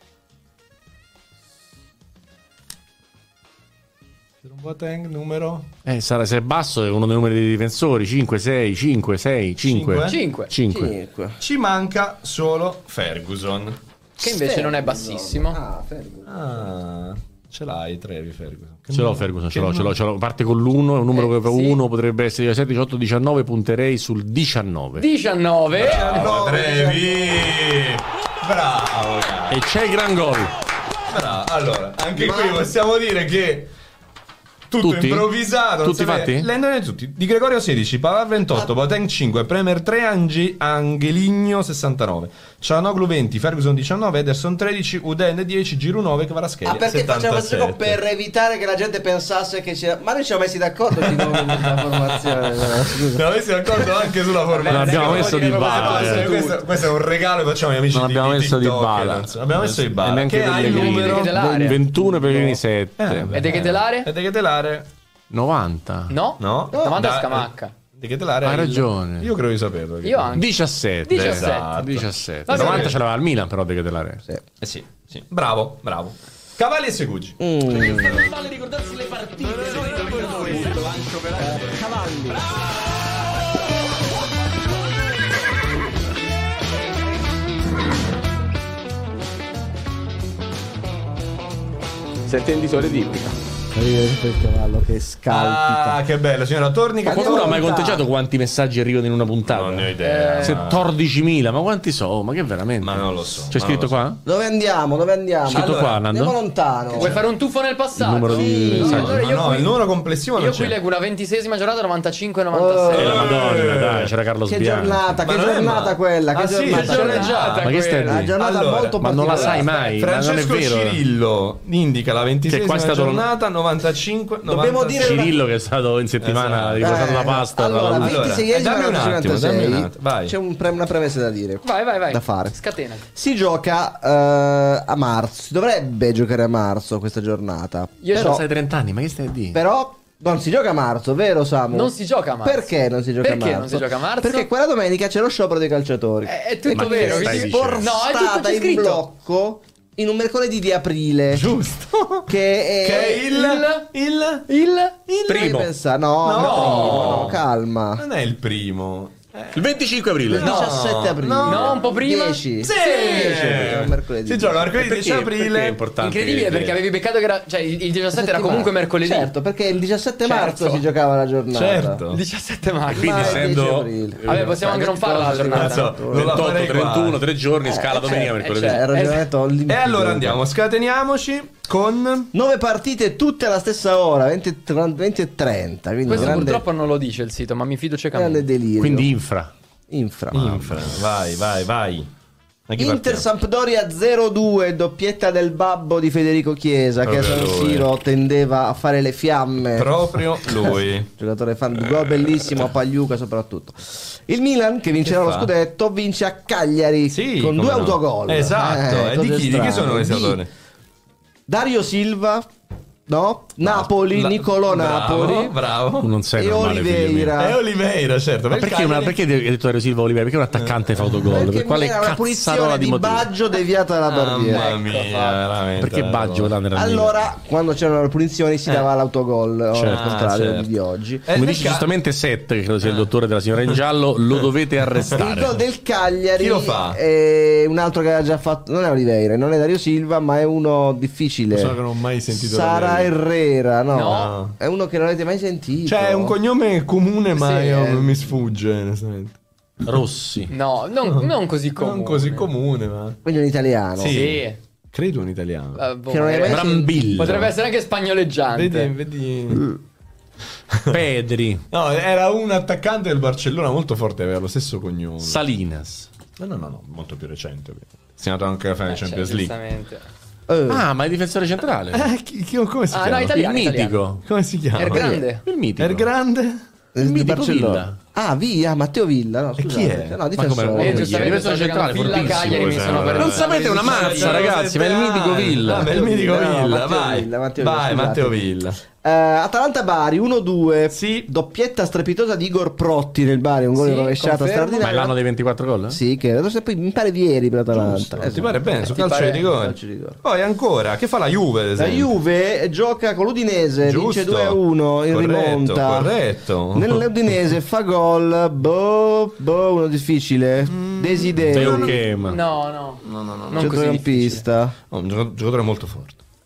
Jerome Boateng numero? Eh, sarà, se è basso è uno dei numeri dei difensori. cinque, sei, cinque, sei, cinque. Cinque? cinque. cinque. cinque. Ci manca solo Ferguson. Che invece non è bassissimo. Ah, Ferguson. Ah. Ce l'hai Trevi Ferguson? Che Ce l'ho numero- Ferguson, che ce l'ho, ce l'ho, numero- ce l'ho. Parte con l'uno, è un numero Eh, che sì. uno potrebbe essere diciassette, diciotto, diciannove, punterei sul diciannove. diciannove. Bravo, Trevi! Bravo, cazzo. E c'è il gran gol. Bravo. Allora, anche qui possiamo dire che tutto Tutti? improvvisato. non Tutti sapete- fatti? Le indovine tutti. Di Gregorio sedici, Pavar ventotto, Boateng cinque, Premier tre, Angi- Angeligno sessantanove, Cianoglu venti, Ferguson diciannove, Ederson tredici, Uden dieci, Giroud nove, Kvaratskhelia Ah, perché facciamo questo gioco settantasette. per evitare che la gente pensasse che c'era. Ma noi ci siamo messi d'accordo sui nomi della formazione. no, scusa. No, messi d'accordo anche sulla formazione. Non abbiamo non messo vuol dire Dybala, cose eh. positive. questo, questo è un regalo che facciamo agli amici Non di abbiamo di messo TikTok, Dybala. non so. Abbiamo messo E Dybala. neanche Che ha il Pellegrini. numero? Ketelare. ventuno per Pellegrini sette. Eh, vabbè. E De Ketelare? E De Ketelare? novanta. No? No? novanta Da- Scamacca. De Ketelare Hai è il- ragione. Io credo di saperlo. Io anche. diciassette. diciassette. Esatto. diciassette. Va bene. novanta ce l'aveva al Milan però De Ketelare. Sì. Eh sì, sì. Bravo, bravo. Cavalli e Segugi. Sette indisore di Ibrica. Il cavallo che scalpita. Ah, che bello, signora Torni. Che Qualcuno ha mai lontano. conteggiato quanti messaggi arrivano in una puntata? Non ne ho idea. quattordicimila, ma quanti so? Ma che veramente? Ma non lo so. C'è ma scritto non lo qua? Dove andiamo? Dove andiamo? Scritto Allora, qua, Nando? Andiamo lontano. Vuoi fare un tuffo nel passato? Il numero di Sì. messaggi. Allora so. io Ma no, qui, il numero complessivo non io c'è. qui leggo una ventiseiesima giornata novantacinque Eh, la novantasei. Madonna, dai, c'era Carlo Che Sbianchi. giornata, Ma che non è giornata male. quella, che Ah, sì, giornata. che giornata Ma che stai quella. Una lì? giornata Allora, molto Ma non la sai particolare. mai, ma non è Francesco vero. Cirillo indica la Che ventiseiesima qua è stato- giornata, novantacinque, Dobbiamo novantasei. dire una- Cirillo che è stato in settimana Esatto. riportato Eh, la pasta. allora, dalla- Allora, ventiseiesima dammi un attimo, novantacinquantasei. dammi un attimo, vai. C'è un pre- una premessa da dire. Vai, vai, vai. Da fare. Scatena. Si gioca eh, a marzo. Si dovrebbe giocare a marzo questa giornata. Io Però però, sai trenta anni, ma che stai a dire? però non si gioca a marzo, vero Samu? Non si gioca a marzo. Perché non si gioca Perché a marzo? non si gioca a marzo? Perché quella domenica c'è lo sciopero dei calciatori. È, è tutto Ma che vero. stai vi- dicendo? No, è tutto Stata c'è in scritto. blocco in un mercoledì di aprile. Giusto. Che è, Che è il... Il... Il il Primo. Pensa, no, No. no, no, calma. Non è il primo. Il venticinque aprile. Il diciassette aprile. no. No, un po' prima. dieci. Sì. dieci aprile, è un mercoledì. Si gioca mercoledì Perché- dieci perché è aprile. importante? Incredibile perché avevi beccato che era. Cioè, il il diciassette era comunque mercoledì. Certo, perché il diciassette Certo. marzo si giocava la giornata. Certo. Il diciassette marzo. Quindi Ma è essendo dieci aprile. Vabbè, possiamo anche non farla la giornata. Cazzo, non la ventotto, farei trentuno, qua. tre giorni, scala domenica, certo, mercoledì. eh, Cioè, il ragionamento E limpido. allora andiamo, scateniamoci con... Nove partite tutte alla stessa ora, venti e trenta. Quindi Questo grande, purtroppo non lo dice il sito, ma mi fido grande ciecamente. delirio. Quindi infra. infra. Infra. Vai, vai, vai. Da chi Inter partiamo? Sampdoria zero due, doppietta del babbo di Federico Chiesa che a Proprio San lui. Siro tendeva a fare le fiamme. Proprio lui. Giocatore fan di gol bellissimo a Pagliuca soprattutto. Il Milan che vincerà Che lo fa? scudetto vince a Cagliari Sì, con come due no. autogol. Esatto. Eh, e di cose chi? Di chi strane. sono le Di esatori? Dario Silva, no? Napoli, La- Nicolò bravo, Napoli Bravo. Non sei e normale, figlio mio. Oliveira. E Oliveira, certo. Ma per il perché, una, Cagliari- perché hai detto Dario Silva Oliveira? Perché un attaccante fa autogol? Perché Per quale era una cazzarola punizione di di motivo? Baggio deviata dalla barbiera. Mamma mia, veramente. Perché Baggio voleva andare al Milan? Allora, quando c'erano le punizioni si dava l'autogol, o Certo. al contrario Ah, certo. di oggi. Eh, Come nel dice ca- giustamente Seth, che credo sia il dottore della signora in giallo, lo dovete Il gol arrestare. del Cagliari Chi lo fa? è un altro che aveva già fatto, non è Oliveira, non è Dario Silva, ma è uno difficile. So che non ho mai sentito Sara davvero. Herrera, no. No. È uno che non avete mai sentito. Cioè, è un cognome comune, ma Sì, io- eh. mi sfugge, onestamente. Rossi. No, non, non così comune. Non così comune, ma. Quindi un italiano. Sì. Sì. Credo un italiano. Eh, boh, Che non hai mai magari- Brambillo. Potrebbe essere anche spagnoleggiante. Vedi, vedi. Pedri. No, era un attaccante del Barcellona molto forte, aveva lo stesso cognome. Salinas. No, no, no, no, molto più recente. ovviamente. Segnato anche la Final Eh, cioè, Champions League. giustamente. Eh, Ah, ma è difensore centrale. Eh, chi- chi- come si Ah, no, chiama? italiano. Il mitico. Come si chiama? Er grande. Il mitico. Er grande? il il di mitico Barcellona. Villa. Ah, via, Matteo Villa. No, E chi scusate. è? No, difensore. come- Eh, come- giustamente difensore sto giocando centrale, Villa fortissimo, Cagliari mi cioè, sono per Non sapete una mazza, ragazzi, ma è il mitico Villa. Vabbè, il mitico No, Villa, Matteo vai. Villa, Matteo Villa, vai, scusate. Matteo Villa. Eh, Atalanta-Bari uno due. Sì. Doppietta strepitosa di Igor Protti nel Bari, un gol Sì, in rovesciata confermo. Ma è straordinario. l'anno dei ventiquattro gol? Sì, che adesso poi mi pare di ieri per l'Atalanta. Giusto, Eh, ti pare bene su ti calcio pare- di rigore. calcio di rigore. Poi ancora, che fa la Juve ad La esempio? Juve gioca con l'Udinese, Giusto. vince due a uno in Corretto, rimonta. corretto. Nell'Udinese fa gol, boh, boh, uno difficile. Desideri, Teo Kema. No, no. No, no, no. Non così difficile. centrocampista. Oh, un gioca- giocatore molto forte.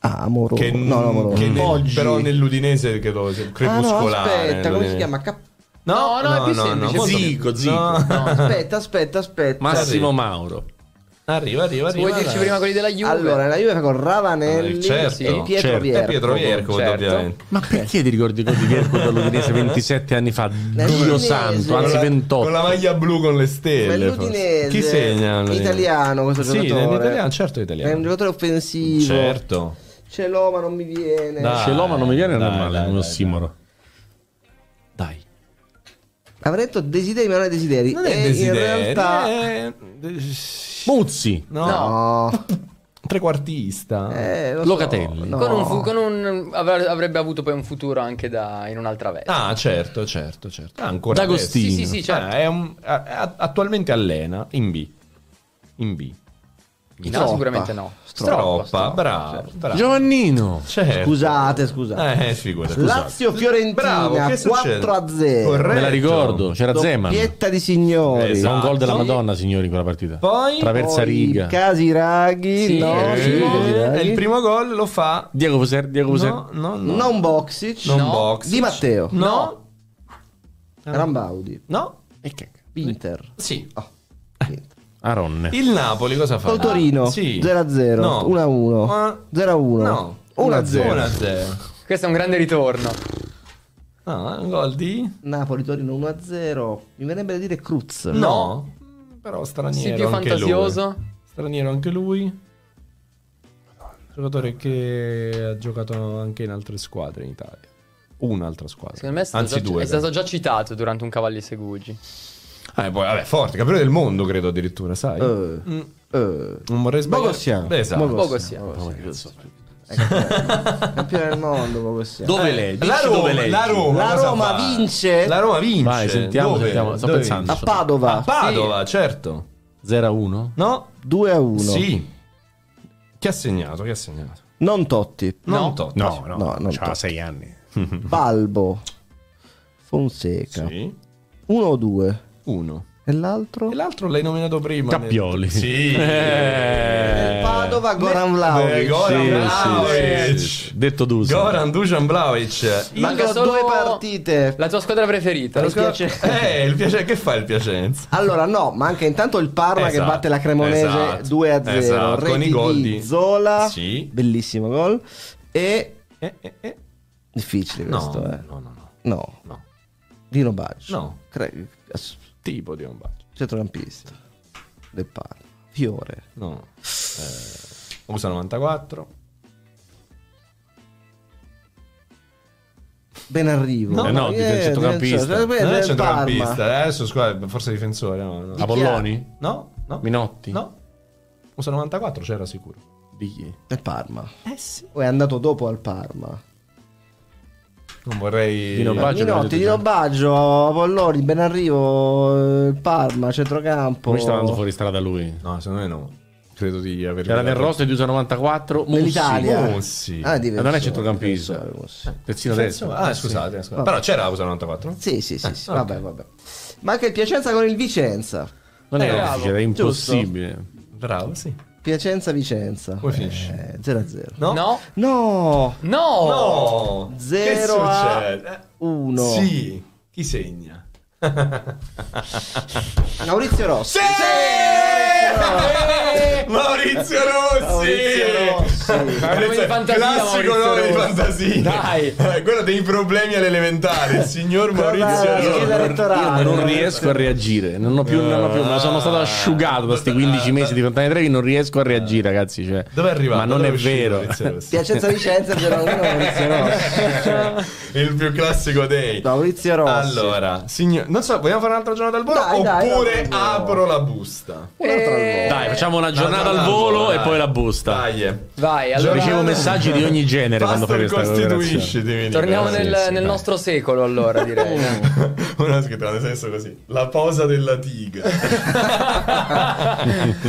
Ah, Amoro. Che, no, no, Amoro. che nel- Poggi. però nell'udinese credo sia Ah, no, crepuscolare. aspetta, come si nell'udinese. chiama? Cap- No, no, è più semplice. molto- Zico, Zico. No. No, aspetta, aspetta, aspetta. Massimo Mauro. Arriva, arriva, arriva. Vuoi dirci dai. prima quelli della Juve? Allora, la Juve con Ravanelli Ah, certo. e Pietro Certo. Vierco. È Pietro Vierco, Certo. ovviamente. Ma perché ti ricordi di Vierco dall'Udinese ventisette anni fa? Dio L'Udinese. santo, anzi Con la- ventotto. Con la maglia blu con le Ma stelle. forse. l'Udinese, Chi segna? l'Udinese? italiano questo Sì, giocatore. italiano, certo È italiano. un giocatore offensivo. Certo. Ce l'ho, ma non mi viene. Dai. Ce l'ho ma non mi viene Dai, normale, dai, è un dai, ossimoro. Dai. Avrei detto desideri, ma non è desideri. Non è E desiderio. in realtà è- Muzzi. No. no. Trequartista. Eh, lo so, Locatelli. no. Con un, fu- con un avre- avrebbe avuto poi un futuro anche da, in un'altra veste. Ah, certo, certo, certo. Ah, ancora D'Agostino. adesso. Sì, sì, sì, certo. Ah, è un- a- a- attualmente allena in B. In B. No, Stroppa. sicuramente no. Stroppa, bravo, bravo. Giovannino. Certo. Scusate, scusate. Eh, figurati. Lazio-Fiorentina Bravo, che succede? quattro a zero. Corretto. Me la ricordo, c'era Zeman. Doppietta di signori. Esatto. Fa un gol della Madonna, signori, in quella partita. Poi- Traversa Poi riga. Casiraghi, Sì, no, eh, sì, Eh, Casiraghi. e il primo gol lo fa. Diego Fuser, Diego Fuser. No, no, no. Non Boxic, Non No. Boxic. Di Matteo. No. Rambaudi, No. E che? Inter. Sì. Oh, Inter. Aronne. Il Napoli cosa fa? Col Torino, Sì. zero a zero, No. uno a uno, Ma- zero a uno, No. uno a zero. uno a zero. Questo è un grande ritorno. Ah, un gol di? Napoli-Torino uno a zero. Mi verrebbe da dire Cruz. No. Però straniero Sì, più anche fantasioso. lui. Straniero anche lui. Giocatore che ha giocato anche in altre squadre in Italia. Un'altra squadra. Secondo me è stato, Anzi già, due. è stato già citato durante un Cavalli Segugi. Ah, e poi, vabbè, forte, campione del mondo, credo addirittura, sai. Eh, Mm. eh. Non vorrei sbagliare. Bogossian. Esatto. Bogossian. Campione del mondo, Bogossian. Dove lei? La Dici Roma, dove lei? la Roma, La cosa Roma fa? vince. La Roma vince. Vai, sentiamo, Dove? sentiamo, sto Dove pensando. A vince? Padova, A Padova, certo. zero a uno. No? due a uno. Sì. Chi ha segnato? Chi ha segnato? Non Totti. Non No. Totti. No, no, No, non c'ha to- sei anni. Balbo. Fonseca. Sì. Uno o due. Uno. E l'altro? E l'altro l'hai nominato prima. Cappioli. Sì. Eh. Padova, Goran Eh, Vlahovic. Goran Sì, Vlahovic. sì, sì. Detto Dusan. Goran Dusan Vlahovic. Io Manca ho solo due partite. La tua squadra preferita? Il Piacenza. Eh, il Piacenza. Che fa il Piacenza? Allora no, manca intanto il Parma che Esatto, batte la Cremonese esatto, due a zero. esatto, Reti con i gol di di- Zola. Sì. Bellissimo gol. E Eh, eh, eh. difficile No, questo, eh. no, no, no. No. No. Dino Baggio. No. Cre- ass- Tipo di un bacio. centrocampista del Parma. Fiore. No. Eh, usa novantaquattro. Ben arrivo. No, Eh no, di- centrocampista. Non è del centrocampista, Parma. eh, adesso squadra, forse difensore. No, no. Apolloni? No, no. Minotti? No. Usa novantaquattro, c'era sicuro. Di chi? Del Parma. Eh sì. O è andato dopo al Parma. Non vorrei. Dino Baggio. Minotti, l'avete Dino già. Baggio, Apolloni, Ben arrivo, il Parma, centrocampo. Come sta andando fuori strada lui? No, secondo me no. Credo di aver. C'era nel roster di U S A novantaquattro. Mussi. Dell'Italia. Mussi. Ah, Eh, difensore, non è centrocampista. difensore, Mussi. Terzino destro. Ah, scusate, scusate. Però c'era usa novantaquattro? Sì, sì, sì, sì. ok. Vabbè, vabbè. Ma anche il Piacenza con il Vicenza. Non è Eh, difficile, è impossibile. Bravo, sì. Piacenza-Vicenza. Come finisce? Eh, zero a zero. No? No. No! No. No! zero Che a succede? uno. Sì. Chi segna? Maurizio Rossi. Maurizio Rossi! Maurizio Rossi. Ma nome di fantasia, classico Maurizio nome di Rossi. fantasia. Dai. Eh, quello dei problemi all'elementare. Il signor Maurizio Guarda, Rossi. scheda elettorale. Io non riesco a reagire, non ho più, non ho più, ma sono stato asciugato da questi quindici mesi di Fontana di Trevi, non riesco a reagire, ragazzi. Cioè. Dove è arrivato? Ma non Dove è uscito vero. Maurizio Rossi? Piacenza-Vicenza zero a uno Maurizio Rossi. Il più classico dei. Maurizio Rossi. Allora, signor, non so, vogliamo fare un'altra giornata al volo? Dai, dai, oppure dai, apro la busta? Un'altra al volo. Dai, facciamo una giornata giornata al al volo volo, e dai. poi la busta. Dai. eh. Vai, allora Ricevo messaggi di ogni genere quando fai Pastor questa operazione. costituisci, devi dire. torniamo Sì, nel, sì, nel dai. nostro secolo, allora, direi. Una scritta nel senso così. La posa della tigre.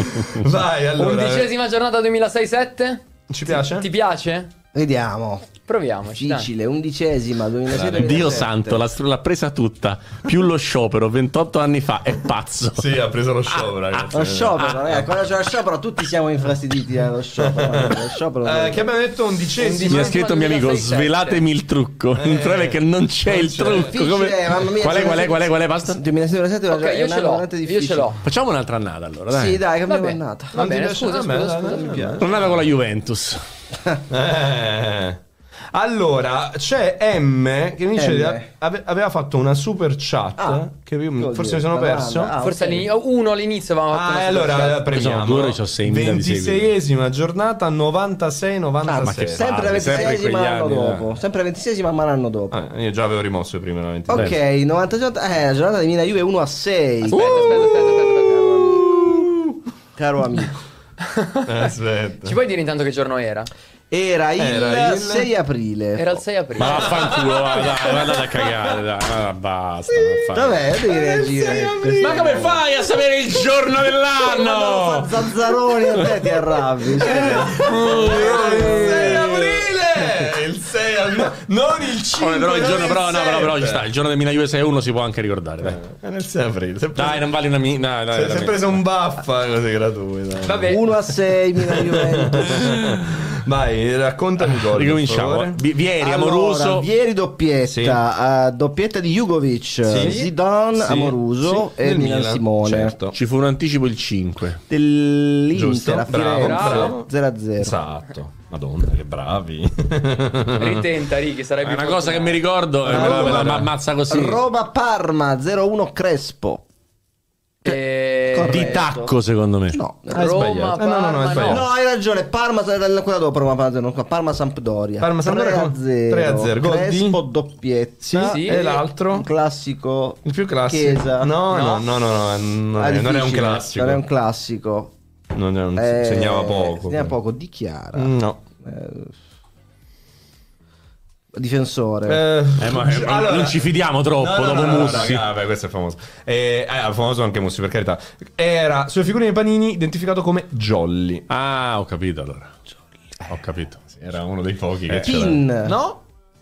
Vai, allora. Undicesima giornata duemilasei sette? Ci piace? Ti piace? Vediamo. Proviamo. Proviamoci. dai. Difficile, undicesima, duemilasei Dio duemilasette. santo, l'ha, l'ha presa tutta. Più lo sciopero ventotto anni fa. È pazzo. Sì, ha preso lo sciopero, ragazzi. Lo sciopero, ragazzi, quando c'è lo sciopero tutti siamo infastiditi dallo sciopero. Lo sciopero Eh, che abbiamo detto undicesimo. Mi ha scritto un mio amico: svelatemi il trucco. Non trovo che non c'è il c'è. trucco. difficile, Come- mamma mia, Qual è, qual è, qual è, qual è? Basta. duemilasei duemilasette Ok, io ce l'ho. Io ce l'ho. Facciamo un'altra annata allora. Dai. Sì, dai, cambiamo Vabbè. annata. Va bene, piace? scusa, A me, scusa, a me scusa, mi scusa. piace. Tornata con la Juventus. Eh. Allora, c'è M che mi dice M. che ave- aveva fatto una super chat Ah, che io- oddio, forse mi sono domanda. perso. Ah, Forse ok. all'inizio, uno all'inizio avevamo fatto Ah, una e allora super premiamo. Sono due ore, c'ho seimila di seguiti. ventiseiesima giornata novantasei Ah, ma novantasei. che sempre la Palle, sempre ventiseiesima quegli l'anno anni, dopo. Sempre la ventiseiesima ma l'anno dopo. Ah, io già avevo rimosso prima la ventisei. Ok, novantasei eh, la giornata di Mina Juve uno a sei. Aspetta, aspetta, aspetta, aspetta, Caro amico. Eh, aspetta. Ci puoi dire intanto che giorno era? Era il, Era il- sei aprile. Era il sei aprile. Ma vaffanculo, va, dai, andate a cagare, dai, ma basta. vaffanculo. Vabbè, devi reagire. Ma come fai a sapere il giorno dell'anno? Zazzaroni a te ti arrabbi. Il sei aprile! Il sei aprile, non il cinque. Oh, però il giorno, non però, no, però, però ci sette. sta. Il giorno del Mina Juve sei a uno si può anche ricordare. Dai, È nel sei aprile. Si è preso- dai non vale una mi. Dai, dai, si è- si è dai. preso un baffa così gratuito. Vabbè. uno a sei Mina Juventus. Vai, raccontami gol. per Ricominciamo. favore. Vi- Vieri, Allora, Amoruso. Vieri doppietta, eh, doppietta di Jugovic, Sì. Zidane, Sì. Amoruso Sì, e nel Milan Milan, Simone. certo. Ci fu un anticipo il cinque. Dell'Inter Giusto, a bravo, Firenze bravo. zero a zero. Esatto. Madonna, che bravi. Ritenta, Righi, sarai È più una cosa che mi fortunato. ricordo e me la, me la ma- ammazza così. Roma-Parma zero a uno Crespo. Eh, Corretto. Di tacco, secondo me. No, Hai Roma, sbagliato. Eh, no, no, no, hai Parma, sbagliato. no, hai ragione. Parma quella dopo Roma Parma, Parma Sampdoria. Parma Sampdoria tre a con- zero. tre a zero. Gol di- Crespo doppietta. Sì, Sì. e l'altro? Un classico. Il più classico. Chiesa. No, no, No. no, no, no, non, Ah, è, non è un difficile, classico. Non è un classico. Non è un- Eh, segnava poco. Segnava poco, dichiara. No. Eh, difensore. Eh, Eh, ma, eh, ma non ci fidiamo troppo no, no, dopo no, no, Mussi. raga, vabbè, questo è famoso. Eh, eh, famoso anche Mussi, per carità. Era sulle figurine dei panini identificato come Jolly. Ah, ho capito allora. Ho capito. Era uno dei pochi che c'era. Pin. No?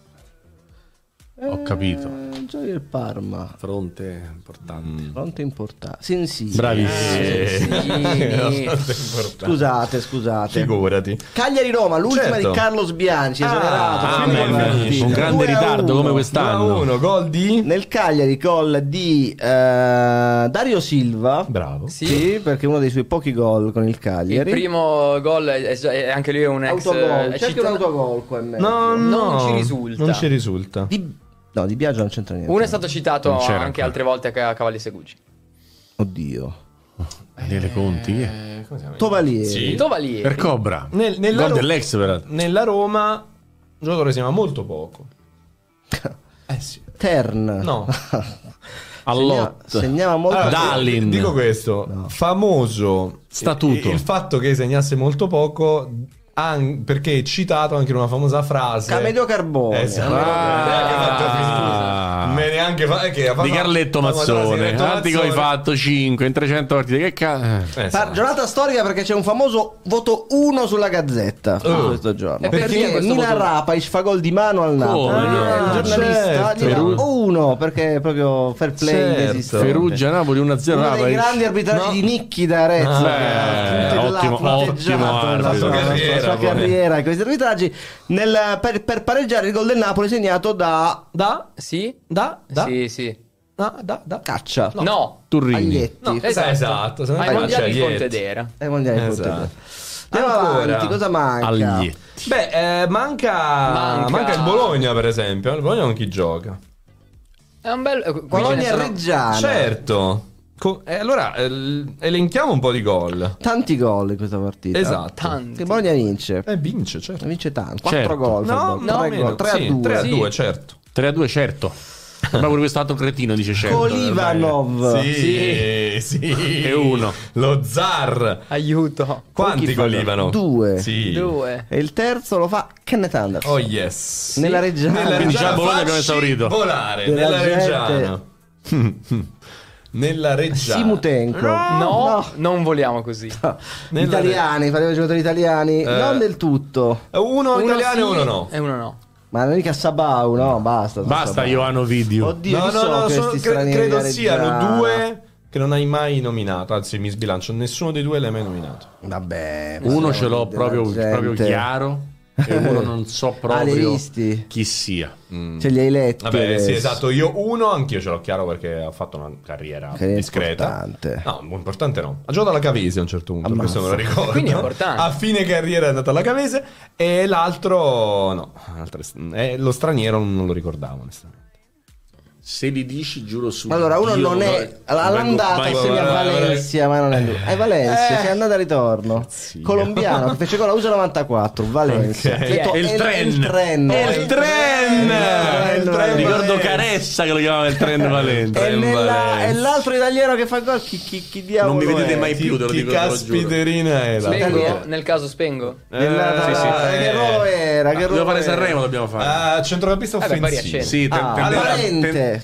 Ho capito. Eh, Gioia del Parma. Fronte importante. Fronte importante. Sensini. Bravissimo. Eh, Sì. abbastanza importante. Scusate, scusate. Figurati. Cagliari-Roma, l'ultima Certo. di Carlos Bianchi, Ah, esonerato. ah, Prima man, partita. un grande due a ritardo uno. come quest'anno. uno a uno, gol di... Nel Cagliari gol di eh, Dario Silva. Bravo. Sì. Sì, perché uno dei suoi pochi gol con il Il Cagliari. primo gol è, è- è anche lui un ex autogol. è Cerca cittadino- un autogol qua in mezzo. No, Non no, ci risulta. Non ci risulta. Di... No, di Biagio non c'entra niente. Uno è stato citato Non c'era anche ancora. altre volte a Cavalli Segugi. Oddio. Daniele Conti. chi è? Eh, come si chiama? Tovalieri. Sì. Tovalieri. Per Cobra. Nel- nella, Gol Ro- dell'ex, peraltro. nella Roma, un giocatore si chiama molto poco. Eh sì. Tern. No. All'Ott. Segnava molto. Allora, Dalin. Dico questo, famoso Statuto. Il, il fatto che segnasse molto poco an- perché è citato anche in una famosa frase. Camedio Carbone. Esatto. Ah. Me neanche fa- eh, che ha fatto- Di Carletto famosa frase di Mazzone. Carletto Quanti gol hai Mazzone. fatto? cinque in trecento partite. Che cazzo? Eh, Pa- esatto. giornata storica perché c'è un famoso voto uno sulla Gazzetta su Oh. questo giorno. E perché Perché questo Milan voto? Rapaic fa gol di mano al Napoli. Come no? il giornalista certo. gli dà Peru- uno perché è proprio fair play Certo. inesistente. Ferrugia Napoli uno a zero. Uno dei grandi arbitraggi No. di Nicchi da Arezzo. Ah, che beh, ha punteggiato, ottimo- punteggiato ottimo la arbitro. sua, la sua- Carriera, la sua poi. carriera in questi arbitraggi. Nel- per, per pareggiare il gol del Napoli segnato da Da? Sì? Da? Da? Sì, sì. Da? Da? Da? Caccia. No. Turrini. Aglietti. No, Esatto. esatto. se non Ai sbaglio, mondiali di Aglietti. Pontedera. Eh, mondiali di Esatto. Pontedera. Andiamo Ancora. avanti, cosa manca? Aglietti. Beh, eh, manca, Manca- manca il Bologna, per esempio. Il Bologna con chi gioca? È un bel... qui ce Bologna ne e sono- Reggiana. Certo. Co- eh, allora, eh, elenchiamo un po' di gol. Tanti gol in questa partita. Esatto. Tanti. Che Bologna vince. E vince, certo. Vince tanto. quattro Certo. gol. fa No, il no, Bologna. tre meno. gol. tre a Sì, due. tre a Sì. due, certo. tre a due, certo. Ma pure questo altro cretino dice certo. Colivanov. Sì, sì. E uno. Lo zar. Aiuto. Quanti Chi fa? colivano? Due. Sì. Due. E il terzo lo fa Kenneth Anderson. Oh yes. Nella Reggiana. Nella Quindi già Reggiana a Bologna fa abbiamo esaurito. Volare. Della Nella gente. Reggiana. Nella Reggiana. Simutenko. No, non vogliamo così. Nella Italiani, faremo giocatori italiani. Eh. Non del tutto. Uno, italiano e sì uno no. E uno no. Ma non è mica Sabau, no? Basta. Basta Sabau. Ioano Video. Oddio, No, chi no, sono no, questi sono- cre- stranieri credo gareggiati? siano due che non hai mai nominato. Anzi, mi sbilancio, nessuno dei due l'hai mai nominato. Vabbè. Uno ce l'ho della proprio, gente. proprio chiaro e uno non so Ah, li hai proprio visti? chi sia. Ce li hai letti? Vabbè, sì, adesso. esatto. Io uno, anch'io ce l'ho chiaro perché ha fatto una carriera Che è discreta. importante. No, importante no. Ha giocato alla Cavese a un certo punto, Ammazza. questo me lo ricordo. Quindi è importante. A fine carriera è andato alla Cavese e l'altro no, l'altro è- lo straniero non lo ricordavo onestamente. Se li dici, giuro su. Allora, uno Dio, non è non vengo all'andata mai insieme a fuori. Valencia, ma non è lui. È Valencia, Eh. si è andata e ritorno. Sì. Colombiano che fece gol a U S novantaquattro, Valencia. Ok. Ha detto, È il tren. Il tren. È il tren! È il tren Ricordo Valencia. Caressa che lo chiamava il tren Valente. E, nella- Valencia. e l'altro italiano che fa gol, chi, chi, chi diavolo Non mi vedete è? mai più, te lo Chi dico, te lo giuro. caspiterina è la Spengo? Italiano. Nel caso spengo? Nella- Eh, sì, sì. eh, Che ruolo era? Che Dobbiamo ruolo fare era? Sanremo, dobbiamo fare. Ah, centrocampista Vabbè, poi offensivo. riaccende. Sì, ten- Ah, ten- Valente. ten-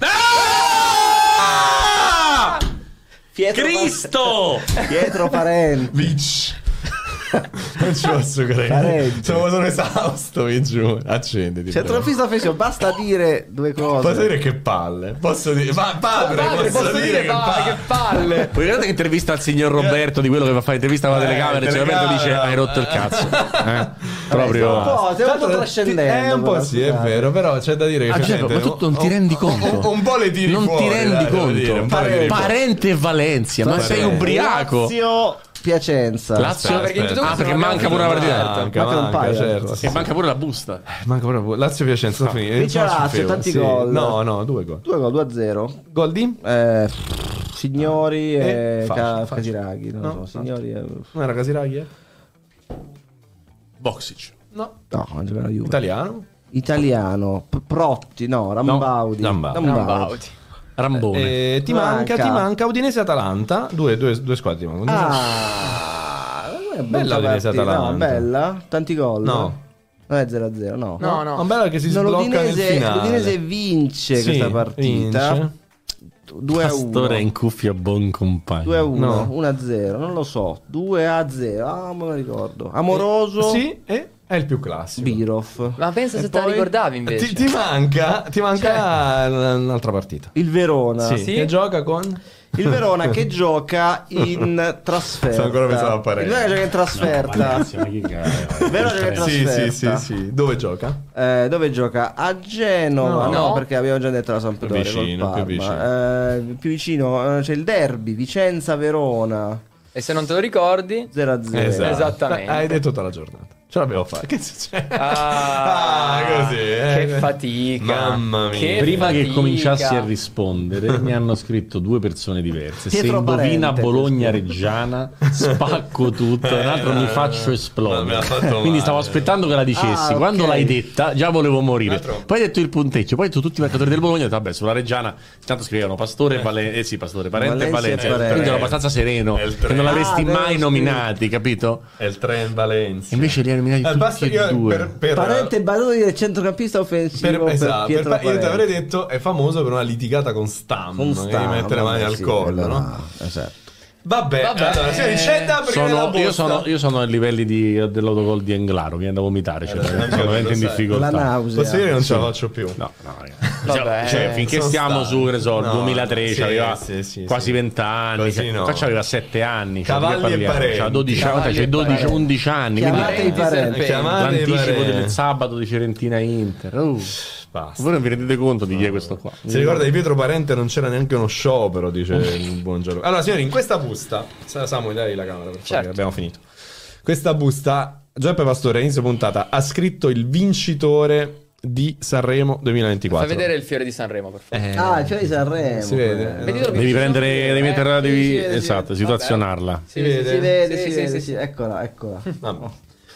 Ah! Pietro Cristo! Pa- Pietro Parenti. Vic. Non ci posso credere. Parenti. Sono, sono esausto, mi giuro. Accenditi. Centrocampista offensivo, basta dire due cose. Posso dire che palle? Posso dire. Ma padre, Padre, posso, posso dire, dire che va, palle? che palle. Poi guardate che intervista al signor Roberto di quello che va a fare intervista alla Eh, telecamera. Il signor Roberto dice: telecamera. hai rotto il cazzo. Eh? Un Proprio. po', stiamo un po' trascendendo. È un po' però, sì, è scusate. vero, però c'è da dire che Ah, Giacomo, effettivamente ma tu non ti rendi conto? Un, un po' le tiri Non fuori, ti rendi dai, devo conto? dire, un po' le tiri fuori. Parente e Valencia, ma Parente. sei ubriaco. Lazio Piacenza. Lazio? Aspetta, Perché in tutto Ah, questo perché non manca abbiamo pure una finito. partita. Manca, Manca un manca, paio, certo. E sì, manca pure la busta. sì. Manca pure Lazio Piacenza, no. finito. Vince Non ci Lazio, feo, tanti sì. gol. No, no, due gol. due gol, due a zero. Gol di? Eh, signori Eh, e facile, Ca- facile. Casiraghi, non No, so, no. signori e... Non era Casiraghi, eh? Boxic. No. No, non giocava la Juve. Italiano? Italiano, P- Protti, no, Rambaudi. Rambaudi. Rambaudi. Rambone. Eh, ti manca, Manca. ti manca Udinese Atalanta. Due, due, due squadre ti mancano. Ah, non è Bella brutta Udinese partita, no, Atalanta. bella, tanti gol. No. Non è zero a zero, no. No, no. Non bello che si No, sblocca nel l'Udinese, finale. l'Udinese vince Sì, questa partita. vince. due a Pastore uno. in cuffia, buon compagno. due a uno, No. uno a zero, non lo so. due a zero, ah, me lo ricordo. Amoroso, Sì, e è il più classico. Birov. Ma pensa E se te la poi ricordavi invece. Ti, ti manca, ti manca un'altra partita. Il Verona. Sì, Sì? che gioca con Il Verona che gioca in trasferta. Stavo ancora pensando a Paredes. Il Verona gioca in trasferta. Ragazzi, ma che cazzo. Il Verona gioca in Sì, sì, trasferta. sì, sì. Dove gioca? Eh, dove gioca? A Genova, No. no, No. perché abbiamo già detto la Sampdoria Più vicino, col Parma. più vicino. Eh, più vicino eh, c'è il derby Vicenza-Verona E se non te lo ricordi? zero a zero. Esatto. Esattamente. Hai detto tutta la giornata. Ce l'abbiamo fatta. Che succede? Ah, Ah, così, eh. Che fatica. Mamma mia. Che Prima che fatica. cominciassi a rispondere, mi hanno scritto due persone diverse. Se Pietro indovina Parente, Bologna-Reggiana, spacco tutto, e un altro mi faccio Ma mi esplodere. ha fatto Quindi male. stavo aspettando che la dicessi. Ah, Quando ok. l'hai detta, già volevo morire. Altro. Poi hai detto il punteggio, poi hai detto tutti i marcatori del Bologna. Ho detto, vabbè, sulla Reggiana, intanto scrivevano Pastore e Valencia. Eh sì, Pastore, Parente e Valencia e Valencia. Parente. Quindi ero abbastanza sereno, È il tre. che non l'avresti Ah, mai avevo nominati, capito? È il tren Valencia. Invece li hai nominati Eh, tutti basta e io due. per, per, Parente battuto di centrocampista offensivo per, per, esatto, Pietro per- io ti Parente. avrei detto è famoso per una litigata con Stam, Con che gli Stam, mette le mani vabbè, al sì, collo, quello no? là, esatto. Vabbè, Vabbè, allora, signori, eh, c'è da aprire la Sono, busta. io, sono, io sono ai livelli di, dell'autogol di Englaro, viene da vomitare, cioè, Eh, sono anche veramente in lo sai. difficoltà. La nausea. Posso dire che non ce la faccio più. No, no, ragazzi. Vabbè, Cioè, eh, finché sono stiamo stanco. su, che ne so, il No, duemilatré, sì, aveva sì, sì, quasi sì. vent'anni, Così cioè, no. qua aveva sette anni, cioè, Cavalli di che e parliamo? parenti. C'ha dodici Cavalli anni, e cioè dodici parenti. undici anni, Chiamate quindi i parenti. Chiamate i l'anticipo parenti. del sabato di Fiorentina Inter. Uh, Basta. voi non vi rendete conto di chi è questo qua? Si ricorda di Pietro Parente non c'era neanche uno sciopero, dice il buon Gianluca. Allora, signori, in questa busta, Samu, dai la camera per favore, Certo. abbiamo finito. Questa busta, Giuseppe Pastore, a inizio puntata, ha scritto il vincitore di Sanremo duemilaventiquattro. Fai vedere il fiore di Sanremo, per favore. Eh, Ah, il fiore di Sanremo. si vede. eh. Veditelo Devi più prendere, vicino. devi metterla, Eh, devi, sì, sì, sì. esatto, situazionarla. Si Si vede? vede, Sì, si sì, vede, sì, sì. sì. Eccola, eccola. Vabbè.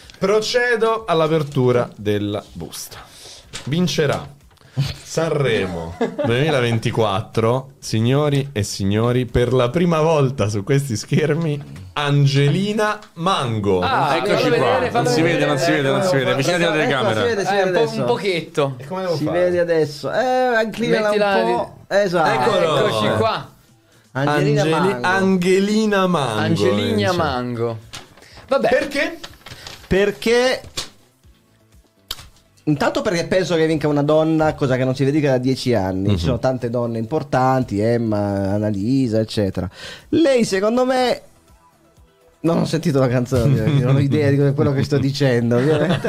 Procedo all'apertura della busta. Vincerà Sanremo duemilaventiquattro, signori e signori, per la prima volta su questi schermi, Angelina Mango. Ah, Eccoci fallo qua. vedere, fallo Non si vede, vedere. non si vede, non si vede. Avvicinati alla Eccola, telecamera. si vede, si Eh, vede un, po', adesso. un pochetto. E come devo Si fare? vede adesso. Eh, inclinala Mettila un po'. Esatto. Eccolo. Eccoci qua. Angelina Angeli- Mango. Angelina Mango. Angelina vince. Mango. Vabbè. Perché? Perché Intanto perché penso che vinca una donna, cosa che non si vede da dieci anni. Mhm. Ci sono tante donne importanti, Emma, Annalisa, eccetera. Lei, secondo me, non ho sentito la canzone, quindi non ho idea di quello che sto dicendo. Ovviamente.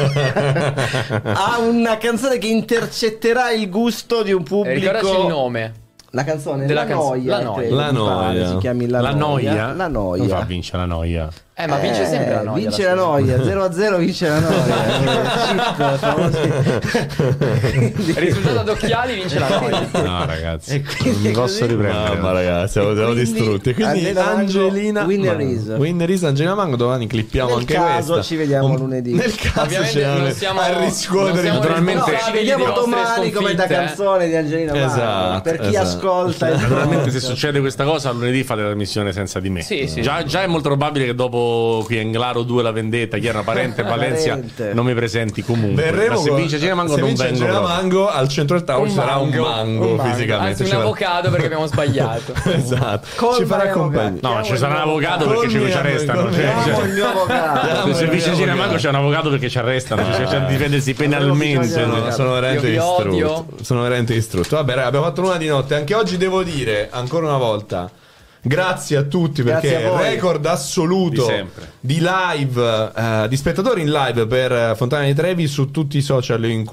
Ha una canzone che intercetterà il gusto di un pubblico. Ricordaci il nome. La canzone Della La canzo- Noia, La Noia. credo, La mi pare, Noia. si chiami La, La noia? La Noia. Non fa vincere la noia. Eh, ma vince Eh, sempre la noia. Vince alla la fine. noia, zero a zero vince la noia. Il risultato ad occhiali vince la noia. No, ragazzi, E quindi non mi posso così- riprendere. Mamma ragazzi, siamo, siamo quindi distrutti. Quindi Angelina Mango, Angelina winner Mango. is. Winner is Angelina Mango. Domani clippiamo Nel anche caso questa. ci vediamo Un- lunedì. Nel caso Ovviamente ci non vediamo siamo- a non riscuotere siamo Naturalmente- No, ci responsabili vediamo di vostre domani come da sconfitte, eh. canzone di Angelina Mango. Esatto, Per chi esatto. ascolta il Naturalmente, se podcast. succede questa cosa, lunedì fate la trasmissione senza di me. Sì, sì. Già, già è molto probabile che dopo qui Englaro due La Vendetta, chi era parente Valencia, Parente. non mi presenti comunque. Verremo Ma se con- vince Angelina Mango se non vince vengo Angelina proprio. Mango al centro del tavolo Un ci sarà un mango, mango, un mango. fisicamente. Anzi, un Ci farà- avocado perché abbiamo sbagliato. Esatto. Colma ci farà e compagnia. No, ci sarà un avvocato perché ci, Colmi ci a- arrestano. colmi Cioè, a- cioè, Chiamiamo il mio avvocato. se se vince Angelina avvocato. Mango c'è un avvocato perché ci arrestano, cioè, c'è da difendersi penalmente. bisogno di Sono, sono veramente Io vi distrutto. odio. Sono veramente distrutto. Vabbè, raga, abbiamo fatto l'una di notte. Anche oggi devo dire, ancora una volta, grazie a tutti Grazie perché a voi. record assoluto Di sempre. di live, eh, di spettatori in live per eh, Fontana di Trevi su tutti i social in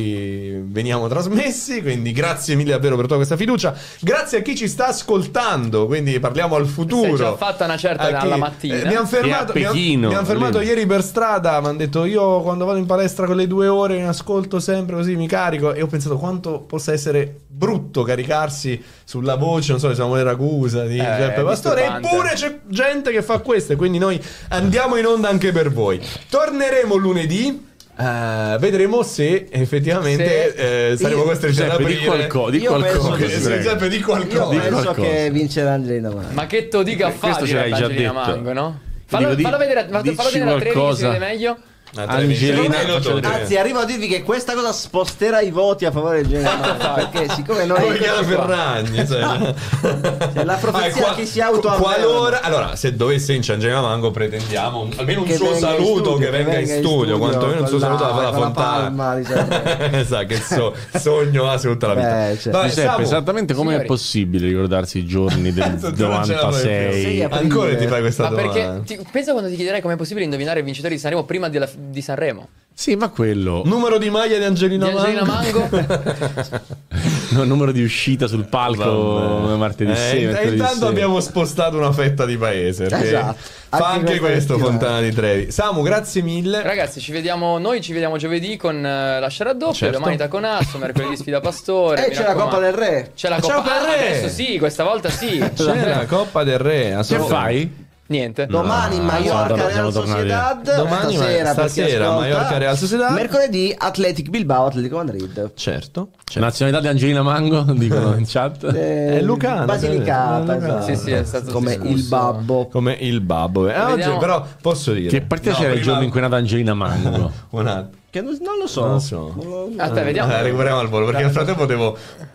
cui veniamo trasmessi. Quindi grazie mille davvero per tutta questa fiducia. Grazie a chi ci sta ascoltando. Quindi parliamo al futuro. Si è già fatta una certa A chi- alla mattina. Eh, mi hanno fermato, E a mi han- Pechino, mi han fermato lì. ieri per strada. Mi hanno detto: io quando vado in palestra quelle due ore mi ascolto sempre così, mi carico. E ho pensato quanto possa essere brutto caricarsi sulla voce, non so, siamo le Ragusa di Eh, Giuseppe Pastore. disturbante. Eppure c'è gente che fa questo. E quindi noi andiamo in onda anche per voi. Torneremo lunedì. eh, vedremo se effettivamente Se- eh, saremo Io- costretti ad Giuseppe, di aprire. qualcosa, di Io penso qualcosa. che ti Sì, prego. Giuseppe, di Io qualcosa. Di penso qualcosa. che vincerà Angelina Mango. Ma che to dica Questo fa ce direbbe l'hai già Angelina detto. Mango, no? Ti Fallo, dico, di- fallo vedere, fallo dici vedere a Trevi che si qualcosa. vede meglio. Angelina- Anzi, arrivo a dirvi che questa cosa sposterà i voti a favore di Angelina Mango. Perché siccome noi Come Chiara Ferragni, cioè. Cioè, la profezia qua- che si autoavvera. qualora, allora, se dovesse vincere Angelina Mango, pretendiamo un- almeno un Che suo venga in saluto, studio, che venga in studio, quantomeno un suo con saluto la- alla con la Fontana. palma di Sanremo. Esatto, che so- sogno ha su tutta la vita. Beh, cioè. Vai, Giuseppe, Samu, esattamente come è Signori. possibile ricordarsi i giorni del tu non ce la fai più. novantasei? Sì, aprile. ancora ti fai questa Ma domanda? perché ti- pensa quando ti chiederei com'è possibile indovinare il vincitore di Sanremo prima della- di Sanremo? Sì, ma quello. Numero di maglia di Angelina Di Angelina Mango. Mango? No, numero di uscita sul palco Vabbè. martedì Eh, sera. mercoledì intanto sera. abbiamo spostato una fetta di paese perché Esatto. fa Anche anche questo questo è Fontana di Trevi. Samu, grazie mille. Ragazzi, ci vediamo noi, ci vediamo giovedì con eh, la Scia Raddoppia, Certo. domani Taconasso, mercoledì sfida Pastore. E mi c'è la raccomando. Coppa del Re. C'è la C'è Coppa la Coppa del ah, Re. adesso sì, questa volta sì. C'è la Coppa del Re. Che assolutamente. fai? Niente. Domani No, Mallorca siamo Real tornati. Sociedad. Domani, stasera, per chi stasera, ascolta. Mallorca Real Sociedad. Mercoledì Athletic Bilbao Atletico Madrid. Certo. certo. Nazionalità di Angelina Mango, dicono in chat. Eh, È Lucano, Basilicata, è Lucano. esatto. Sì, sì, è stato come discusso. il babbo. Come il babbo. Eh, oggi, Vediamo. però posso dire. Che partita No, c'era il prima- giorno in cui è nata Angelina Mango? Un attimo. Che non, non lo so. Non lo so. Non lo- Aspetta, vediamo. Eh, recuperiamo al volo perché nel frattempo devo.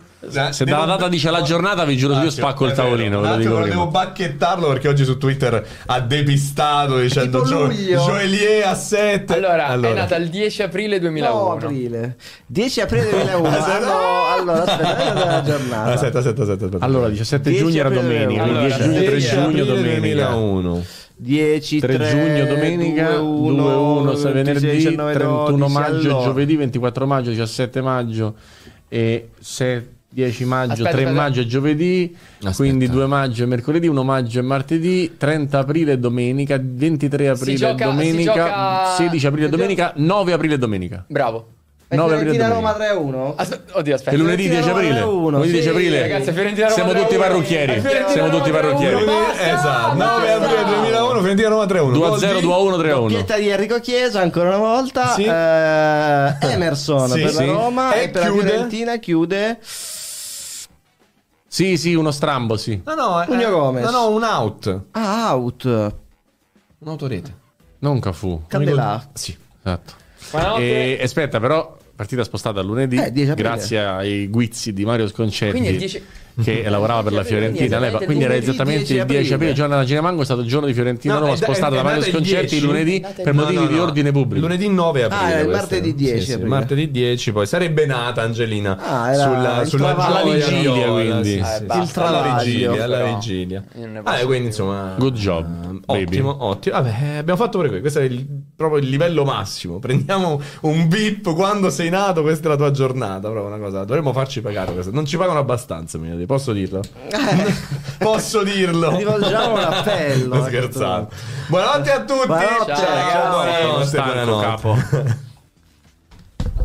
Se dalla data dice la giornata, vi giuro, io spacco il tavolino. Ve lo dico Devo prima. bacchettarlo perché oggi su Twitter ha depistato dicendo Tipo Gio- luglio. Joelie a sette. Allora, è nata il dieci aprile duemilauno. No, aprile. dieci aprile duemilauno. Aspetta. Allora, allora aspetta, aspetta la giornata. Aspetta, aspetta, aspetta, aspetta. Allora, diciassette dieci giugno era aprile domenica. allora, quindi dieci giugno, tre dieci giugno, aprile domenica. duemilauno. dieci, tre giugno, domenica, due uno, sei venerdì, diciannove, trentuno dodici, maggio, allora. giovedì, ventiquattro maggio, diciassette maggio e sei, dieci maggio, Aspetta, tre aspetta. maggio è giovedì, Aspetta. quindi due maggio è mercoledì, uno maggio è martedì, trenta aprile è domenica, ventitré aprile gioca- è si domenica, gioca- sedici aprile è domenica, nove aprile è domenica. Bravo. E nove aprile è Fiorentina Roma domenica. tre a uno. Aspetta, oddio, aspetta. E lunedì dieci aprile. uno, Lunedì dieci sì, aprile. ragazzi, Fiorentina Roma Siamo tre a tutti uno. parrucchieri. Fiorentina Siamo Roma tutti tre a uno. parrucchieri. Basta, Esatto, basta. nove aprile duemilauno, Fiorentina Roma tre a uno. due a Gol zero, di- due a uno, tre a uno. Doppietta di Enrico Chiesa ancora una volta. Sì. Eh, Emerson Sì, per sì. la Roma E e, per chiude? la Fiorentina chiude Sì, sì, uno strambo, sì. No, no, eh, Cugno Gomez. no, no, un out. ah, out. Un'autorete. Non Cafu. Candelà. Sì. Esatto. Buonanotte. E aspetta, però, partita spostata a lunedì, Eh, dieci aprile. grazie ai guizzi di Mario Sconcetti. Quindi è dieci che lavorava per la Fiorentina all'epoca, quindi era esattamente il dieci aprile, il giorno della Cinemango è stato il giorno di Fiorentina No, Roma, è da- spostato è- da è Mario nata il Sconcerti dieci. lunedì Nata il per dieci. motivi di ordine pubblico. Lunedì nove aprile. Ah, è il questo. martedì dieci Sì, sì, aprile. martedì dieci, poi sarebbe nata Angelina Ah, era sulla, il sulla travaglio. gioia Alla vigilia, viola, quindi. sì, Eh, sì, basta. sì. alla travaglio, vigilia, alla però. vigilia. Io non ne Ah, posso quindi più. insomma, Good job, eh, baby. ottimo, ottimo. Vabbè, abbiamo fatto pure questo. Questo è il- proprio il livello massimo. Prendiamo un V I P quando sei nato, questa è la tua giornata. Proprio una cosa. Dovremmo farci pagare questo. Non ci pagano abbastanza, mi dire. Posso dirlo? Posso dirlo? Rivolgiamo un appello. Non scherzate. Buonanotte a tutti. Buonanotte, Ciao, ragazzi. Buonanotte, Stanco, buonanotte. capo.